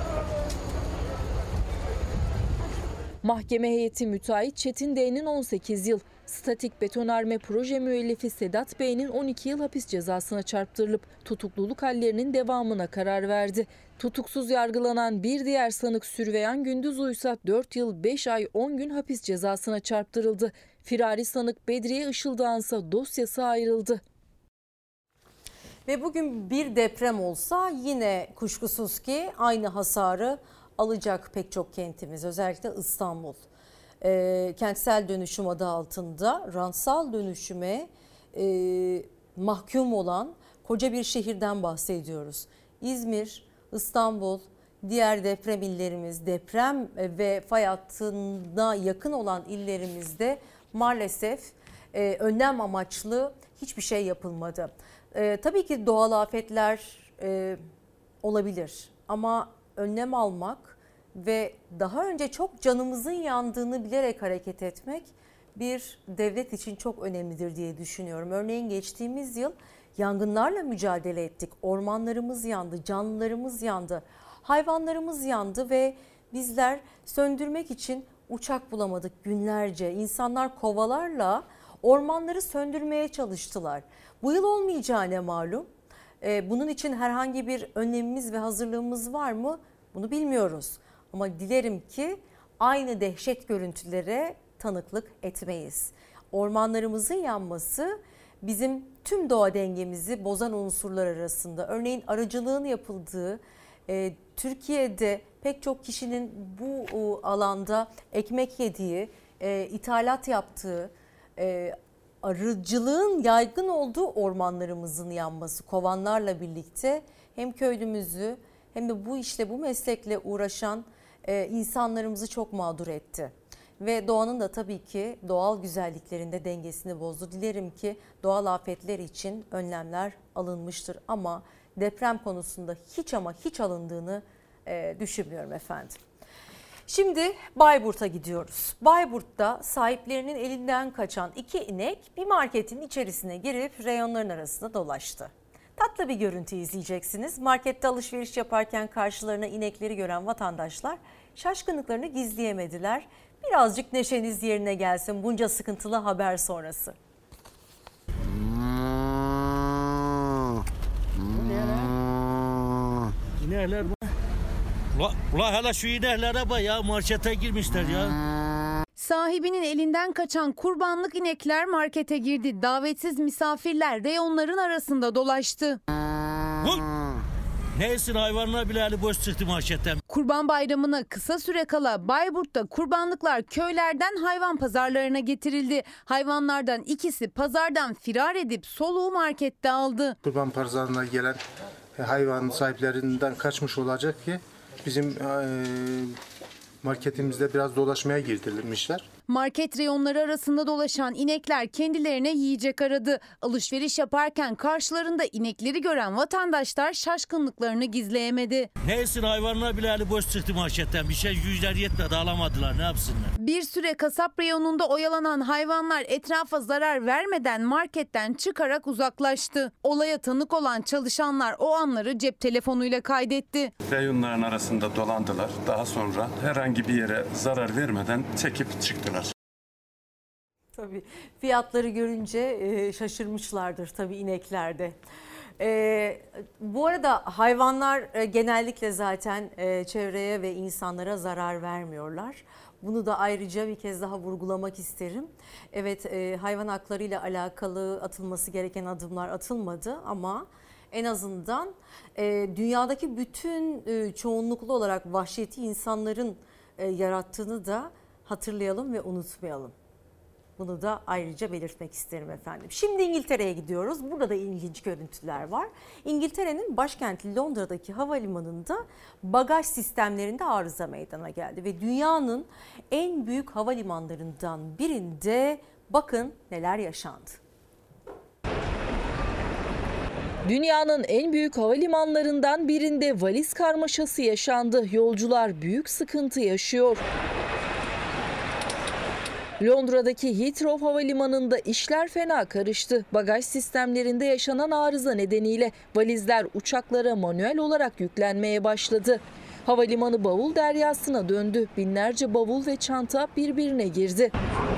Mahkeme heyeti müteahhit Çetin D'nin on sekiz yıl, statik betonarme proje müellifi Sedat Bey'in on iki yıl hapis cezasına çarptırılıp tutukluluk hallerinin devamına karar verdi. Tutuksuz yargılanan bir diğer sanık Sürveyan Gündüz Uysa dört yıl beş ay on gün hapis cezasına çarptırıldı. Firari sanık Bedriye Işıldağ'ınsa dosyası ayrıldı.
Ve bugün bir deprem olsa yine kuşkusuz ki aynı hasarı alacak pek çok kentimiz, özellikle İstanbul. E, kentsel dönüşüm adı altında rantsal dönüşüme e, mahkum olan koca bir şehirden bahsediyoruz. İzmir, İstanbul, diğer deprem illerimiz, deprem ve fay hattına yakın olan illerimizde maalesef e, önlem amaçlı hiçbir şey yapılmadı. E, tabii ki doğal afetler e, olabilir ama önlem almak ve daha önce çok canımızın yandığını bilerek hareket etmek bir devlet için çok önemlidir diye düşünüyorum. Örneğin geçtiğimiz yıl yangınlarla mücadele ettik. Ormanlarımız yandı, canlılarımız yandı, hayvanlarımız yandı ve bizler söndürmek için uçak bulamadık günlerce. İnsanlar kovalarla ormanları söndürmeye çalıştılar. Bu yıl olmayacağı ne malum? Bunun için herhangi bir önlemimiz ve hazırlığımız var mı? Bunu bilmiyoruz. Ama dilerim ki aynı dehşet görüntülere tanıklık etmeyiz. Ormanlarımızın yanması bizim tüm doğa dengemizi bozan unsurlar arasında. Örneğin arıcılığın yapıldığı, e, Türkiye'de pek çok kişinin bu o, alanda ekmek yediği, e, ithalat yaptığı, e, arıcılığın yaygın olduğu ormanlarımızın yanması kovanlarla birlikte hem köylümüzü hem de bu işle, bu meslekle uğraşan e, insanlarımızı çok mağdur etti. Ve doğanın da tabii ki doğal güzelliklerinde dengesini bozdu. Dilerim ki doğal afetler için önlemler alınmıştır ama deprem konusunda hiç ama hiç alındığını e, düşünmüyorum efendim. Şimdi Bayburt'a gidiyoruz. Bayburt'ta sahiplerinin elinden kaçan iki inek bir marketin içerisine girip reyonların arasında dolaştı. Tatlı bir görüntü izleyeceksiniz. Markette alışveriş yaparken karşılarına inekleri gören vatandaşlar şaşkınlıklarını gizleyemediler. Birazcık neşeniz yerine gelsin bunca sıkıntılı haber sonrası.
İnekler bu. Ula, ula hele şu ineklere bak ya, markete girmişler ya.
Sahibinin elinden kaçan kurbanlık inekler markete girdi. Davetsiz misafirler reyonların arasında dolaştı.
Vay! Neysin, hayvanlar bile eli boş çıktı marketten.
Kurban Bayramı'na kısa süre kala Bayburt'ta kurbanlıklar köylerden hayvan pazarlarına getirildi. Hayvanlardan ikisi pazardan firar edip soluğu markette aldı.
Kurban pazarına gelen hayvan sahiplerinden kaçmış olacak ki bizim marketimizde biraz dolaşmaya girdirilmişler.
Market reyonları arasında dolaşan inekler kendilerine yiyecek aradı. Alışveriş yaparken karşılarında inekleri gören vatandaşlar şaşkınlıklarını gizleyemedi.
Neysin, hayvanlar bile eli boş çıktı marketten. Bir şey güçler yetmedi, alamadılar, ne yapsınlar.
Bir süre kasap reyonunda oyalanan hayvanlar etrafa zarar vermeden marketten çıkarak uzaklaştı. Olaya tanık olan çalışanlar o anları cep telefonuyla kaydetti.
Reyonların arasında dolandılar. Daha sonra herhangi bir yere zarar vermeden çekip çıktılar.
Tabii fiyatları görünce şaşırmışlardır tabii ineklerde. Ee, bu arada hayvanlar genellikle zaten çevreye ve insanlara zarar vermiyorlar. Bunu da ayrıca bir kez daha vurgulamak isterim. Evet, hayvan hakları ile alakalı atılması gereken adımlar atılmadı ama en azından e, dünyadaki bütün e, çoğunluklu olarak vahşeti insanların e, yarattığını da hatırlayalım ve unutmayalım. Bunu da ayrıca belirtmek isterim efendim. Şimdi İngiltere'ye gidiyoruz. Burada da ilginç görüntüler var. İngiltere'nin başkenti Londra'daki havalimanında bagaj sistemlerinde arıza meydana geldi. Ve dünyanın en büyük havalimanlarından birinde bakın neler yaşandı.
Dünyanın en büyük havalimanlarından birinde valiz karmaşası yaşandı. Yolcular büyük sıkıntı yaşıyor. Londra'daki Heathrow Havalimanı'nda işler fena karıştı. Bagaj sistemlerinde yaşanan arıza nedeniyle valizler uçaklara manuel olarak yüklenmeye başladı. Havalimanı bavul deryasına döndü. Binlerce bavul ve çanta birbirine girdi.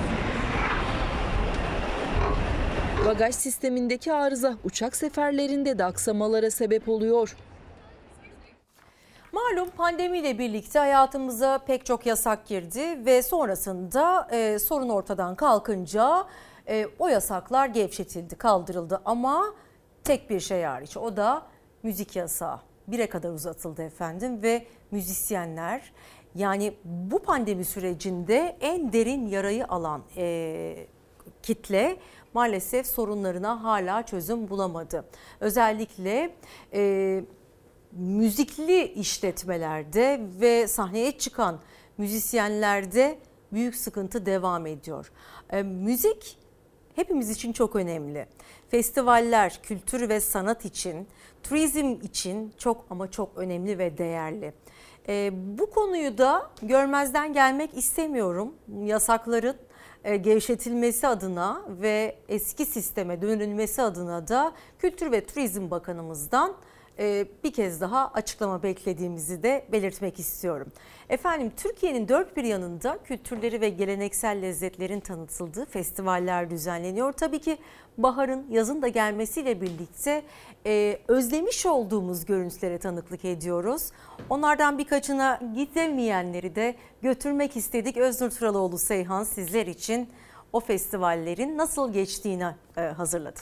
Bagaj sistemindeki arıza uçak seferlerinde de aksamalara sebep oluyor.
Malum pandemiyle birlikte hayatımıza pek çok yasak girdi ve sonrasında e, sorun ortadan kalkınca e, o yasaklar gevşetildi, kaldırıldı ama tek bir şey hariç, o da müzik yasağı. Bire kadar uzatıldı efendim ve müzisyenler, yani bu pandemi sürecinde en derin yarayı alan e, kitle maalesef sorunlarına hala çözüm bulamadı. Özellikle e, müzikli işletmelerde ve sahneye çıkan müzisyenlerde büyük sıkıntı devam ediyor. E, müzik hepimiz için çok önemli. Festivaller, kültür ve sanat için, turizm için çok ama çok önemli ve değerli. E, bu konuyu da görmezden gelmek istemiyorum. Yasakların e, gevşetilmesi adına ve eski sisteme dönülmesi adına da Kültür ve Turizm Bakanımızdan bir kez daha açıklama beklediğimizi de belirtmek istiyorum. Efendim, Türkiye'nin dört bir yanında kültürleri ve geleneksel lezzetlerin tanıtıldığı festivaller düzenleniyor. Tabii ki baharın, yazın da gelmesiyle birlikte e, özlemiş olduğumuz görüntülere tanıklık ediyoruz. Onlardan birkaçına gidemeyenleri de götürmek istedik. Öznur Turaloğlu Seyhan sizler için o festivallerin nasıl geçtiğini e, hazırladı.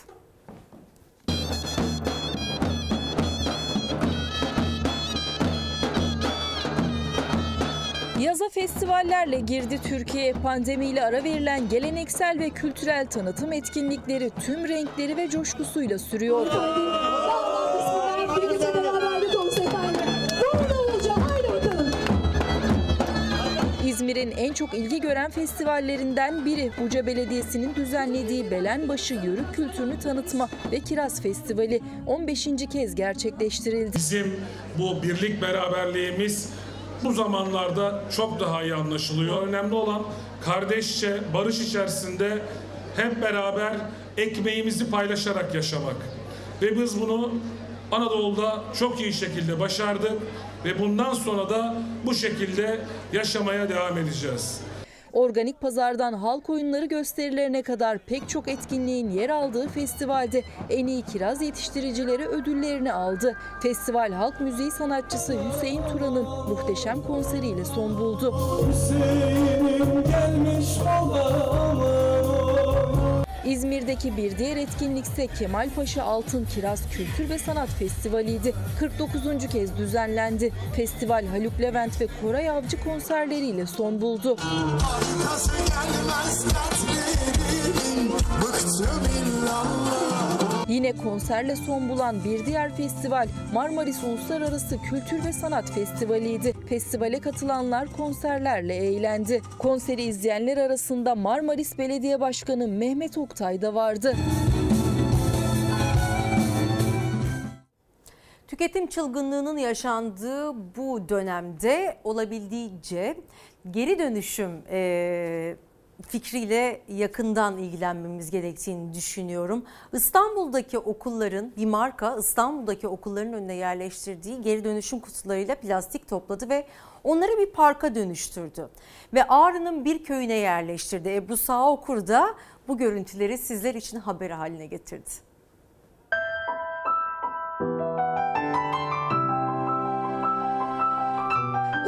Yaza festivallerle girdi Türkiye. Pandemiyle ara verilen geleneksel ve kültürel tanıtım etkinlikleri tüm renkleri ve coşkusuyla sürüyor. İzmir'in en çok ilgi gören festivallerinden biri Buca Belediyesi'nin düzenlediği Belenbaşı Yörük Kültürünü Tanıtma ve Kiraz Festivali on beşinci kez gerçekleştirildi.
Bizim bu birlik beraberliğimiz bu zamanlarda çok daha iyi anlaşılıyor. Önemli olan kardeşçe, barış içerisinde hep beraber ekmeğimizi paylaşarak yaşamak. Ve biz bunu Anadolu'da çok iyi şekilde başardık ve bundan sonra da bu şekilde yaşamaya devam edeceğiz.
Organik pazardan halk oyunları gösterilerine kadar pek çok etkinliğin yer aldığı festivalde en iyi kiraz yetiştiricileri ödüllerini aldı. Festival halk müziği sanatçısı Hüseyin Turan'ın muhteşem konseriyle son buldu. İzmir'deki bir diğer etkinlik ise Kemalpaşa Altın Kiraz Kültür ve Sanat Festivali'ydi. kırk dokuzuncu kez düzenlendi. Festival Haluk Levent ve Koray Avcı konserleriyle son buldu. Yine konserle son bulan bir diğer festival Marmaris Uluslararası Kültür ve Sanat Festivali'ydi. Festivale katılanlar konserlerle eğlendi. Konseri izleyenler arasında Marmaris Belediye Başkanı Mehmet Oktay da vardı.
Tüketim çılgınlığının yaşandığı bu dönemde olabildiğince geri dönüşüm e, fikriyle yakından ilgilenmemiz gerektiğini düşünüyorum. İstanbul'daki okulların, bir marka İstanbul'daki okulların önüne yerleştirdiği geri dönüşüm kutularıyla plastik topladı ve onları bir parka dönüştürdü. Ve Ağrı'nın bir köyüne yerleştirdi. Ebru Sağokur da bu görüntüleri sizler için haber haline getirdi.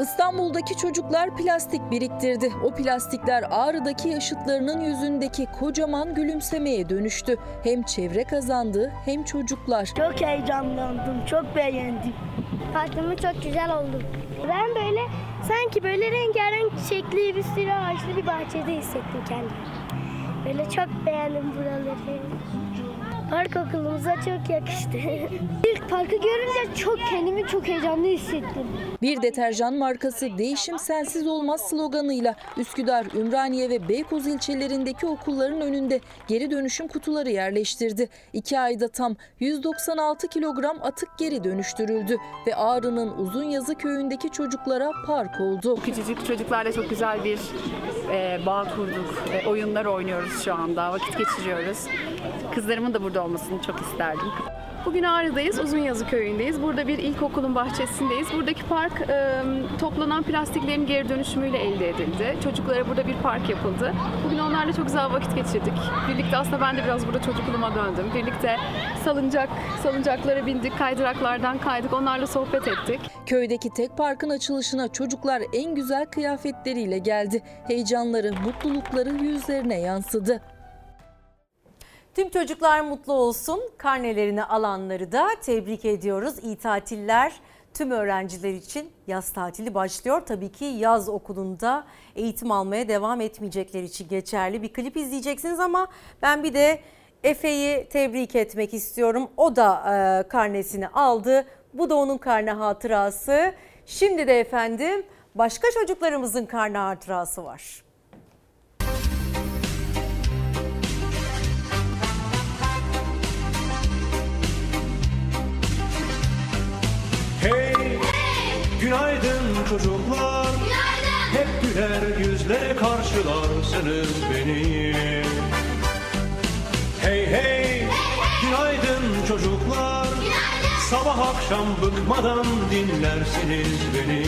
İstanbul'daki çocuklar plastik biriktirdi. O plastikler Ağrı'daki yaşıtlarının yüzündeki kocaman gülümsemeye dönüştü. Hem çevre kazandı hem çocuklar.
Çok heyecanlandım, çok beğendim. Partimiz çok güzel oldu. Ben böyle sanki böyle rengarenk çiçekli bir sürü ağaçlı bir bahçede hissettim kendimi. Böyle çok beğendim buraları. Park okulumuza çok yakıştı. İlk parkı görünce çok kendimi çok heyecanlı hissettim.
Bir deterjan markası "Değişim sensiz olmaz" sloganıyla Üsküdar, Ümraniye ve Beykoz ilçelerindeki okulların önünde geri dönüşüm kutuları yerleştirdi. İki ayda tam yüz doksan altı kilogram atık geri dönüştürüldü ve Ağrı'nın Uzunyazı köyündeki çocuklara park oldu.
Küçücük çocuklarla çok güzel bir e, bağ kurduk. E, oyunlar oynuyoruz şu anda, vakit geçiriyoruz. Kızlarımın da burada olmasını çok isterdim. Bugün Ağrı'dayız, Uzunyazı köyündeyiz. Burada bir ilkokulun bahçesindeyiz. Buradaki park e, toplanan plastiklerin geri dönüşümüyle elde edildi. Çocuklara burada bir park yapıldı. Bugün onlarla çok güzel vakit geçirdik. Birlikte aslında ben de biraz burada çocukluğuma döndüm. Birlikte salıncak, salıncaklara bindik, kaydıraklardan kaydık, onlarla sohbet ettik.
Köydeki tek parkın açılışına çocuklar en güzel kıyafetleriyle geldi. Heyecanları, mutlulukları yüzlerine yansıdı.
Tüm çocuklar mutlu olsun. Karnelerini alanları da tebrik ediyoruz. İyi tatiller tüm öğrenciler için. Yaz tatili başlıyor. Tabii ki yaz okulunda eğitim almaya devam etmeyecekler için geçerli. Bir klip izleyeceksiniz ama ben bir de Efe'yi tebrik etmek istiyorum. O da e, karnesini aldı. Bu da onun karne hatırası. Şimdi de efendim başka çocuklarımızın karne hatırası var.
Hey, günaydın çocuklar. Günaydın. Hep güler yüzle karşılarsınız beni. Hey hey, hey, günaydın çocuklar. Günaydın. Sabah akşam bıkmadan dinlersiniz beni.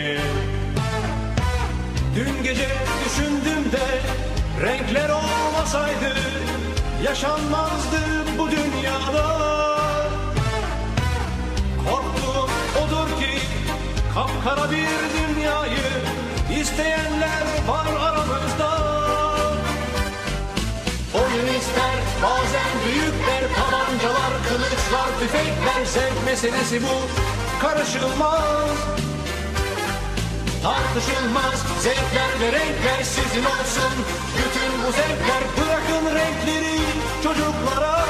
Dün gece düşündüm de renkler olmasaydı yaşanmazdı bu dünyada. Korktuğum odur ki kapkara bir dünyayı isteyenler var aramızda. Oyun ister bazen büyükler, tabancalar, kılıçlar, tüfekler, zevk meselesi bu karışılmaz. Tartışılmaz zevkler ve renkler sizin olsun. Bütün bu zevkler, bırakın renkleri çocuklara.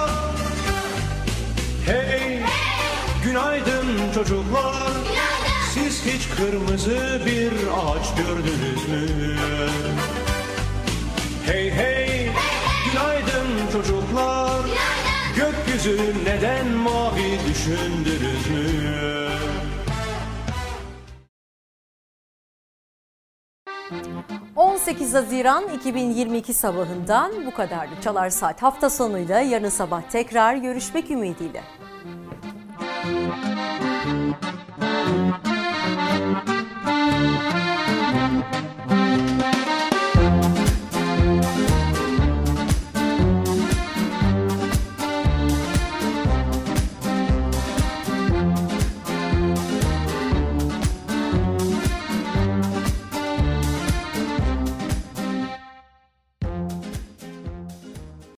Hey, günaydın çocuklar. Günaydın. Siz hiç kırmızı bir ağaç gördünüz mü? Hey hey, hey, hey. Günaydın çocuklar. Günaydın. Gökyüzü neden mavi düşündünüz mü?
on sekiz Haziran iki bin yirmi iki sabahından bu kadardı. Çalar Saat hafta sonuyla yarın sabah tekrar görüşmek ümidiyle. Thank you.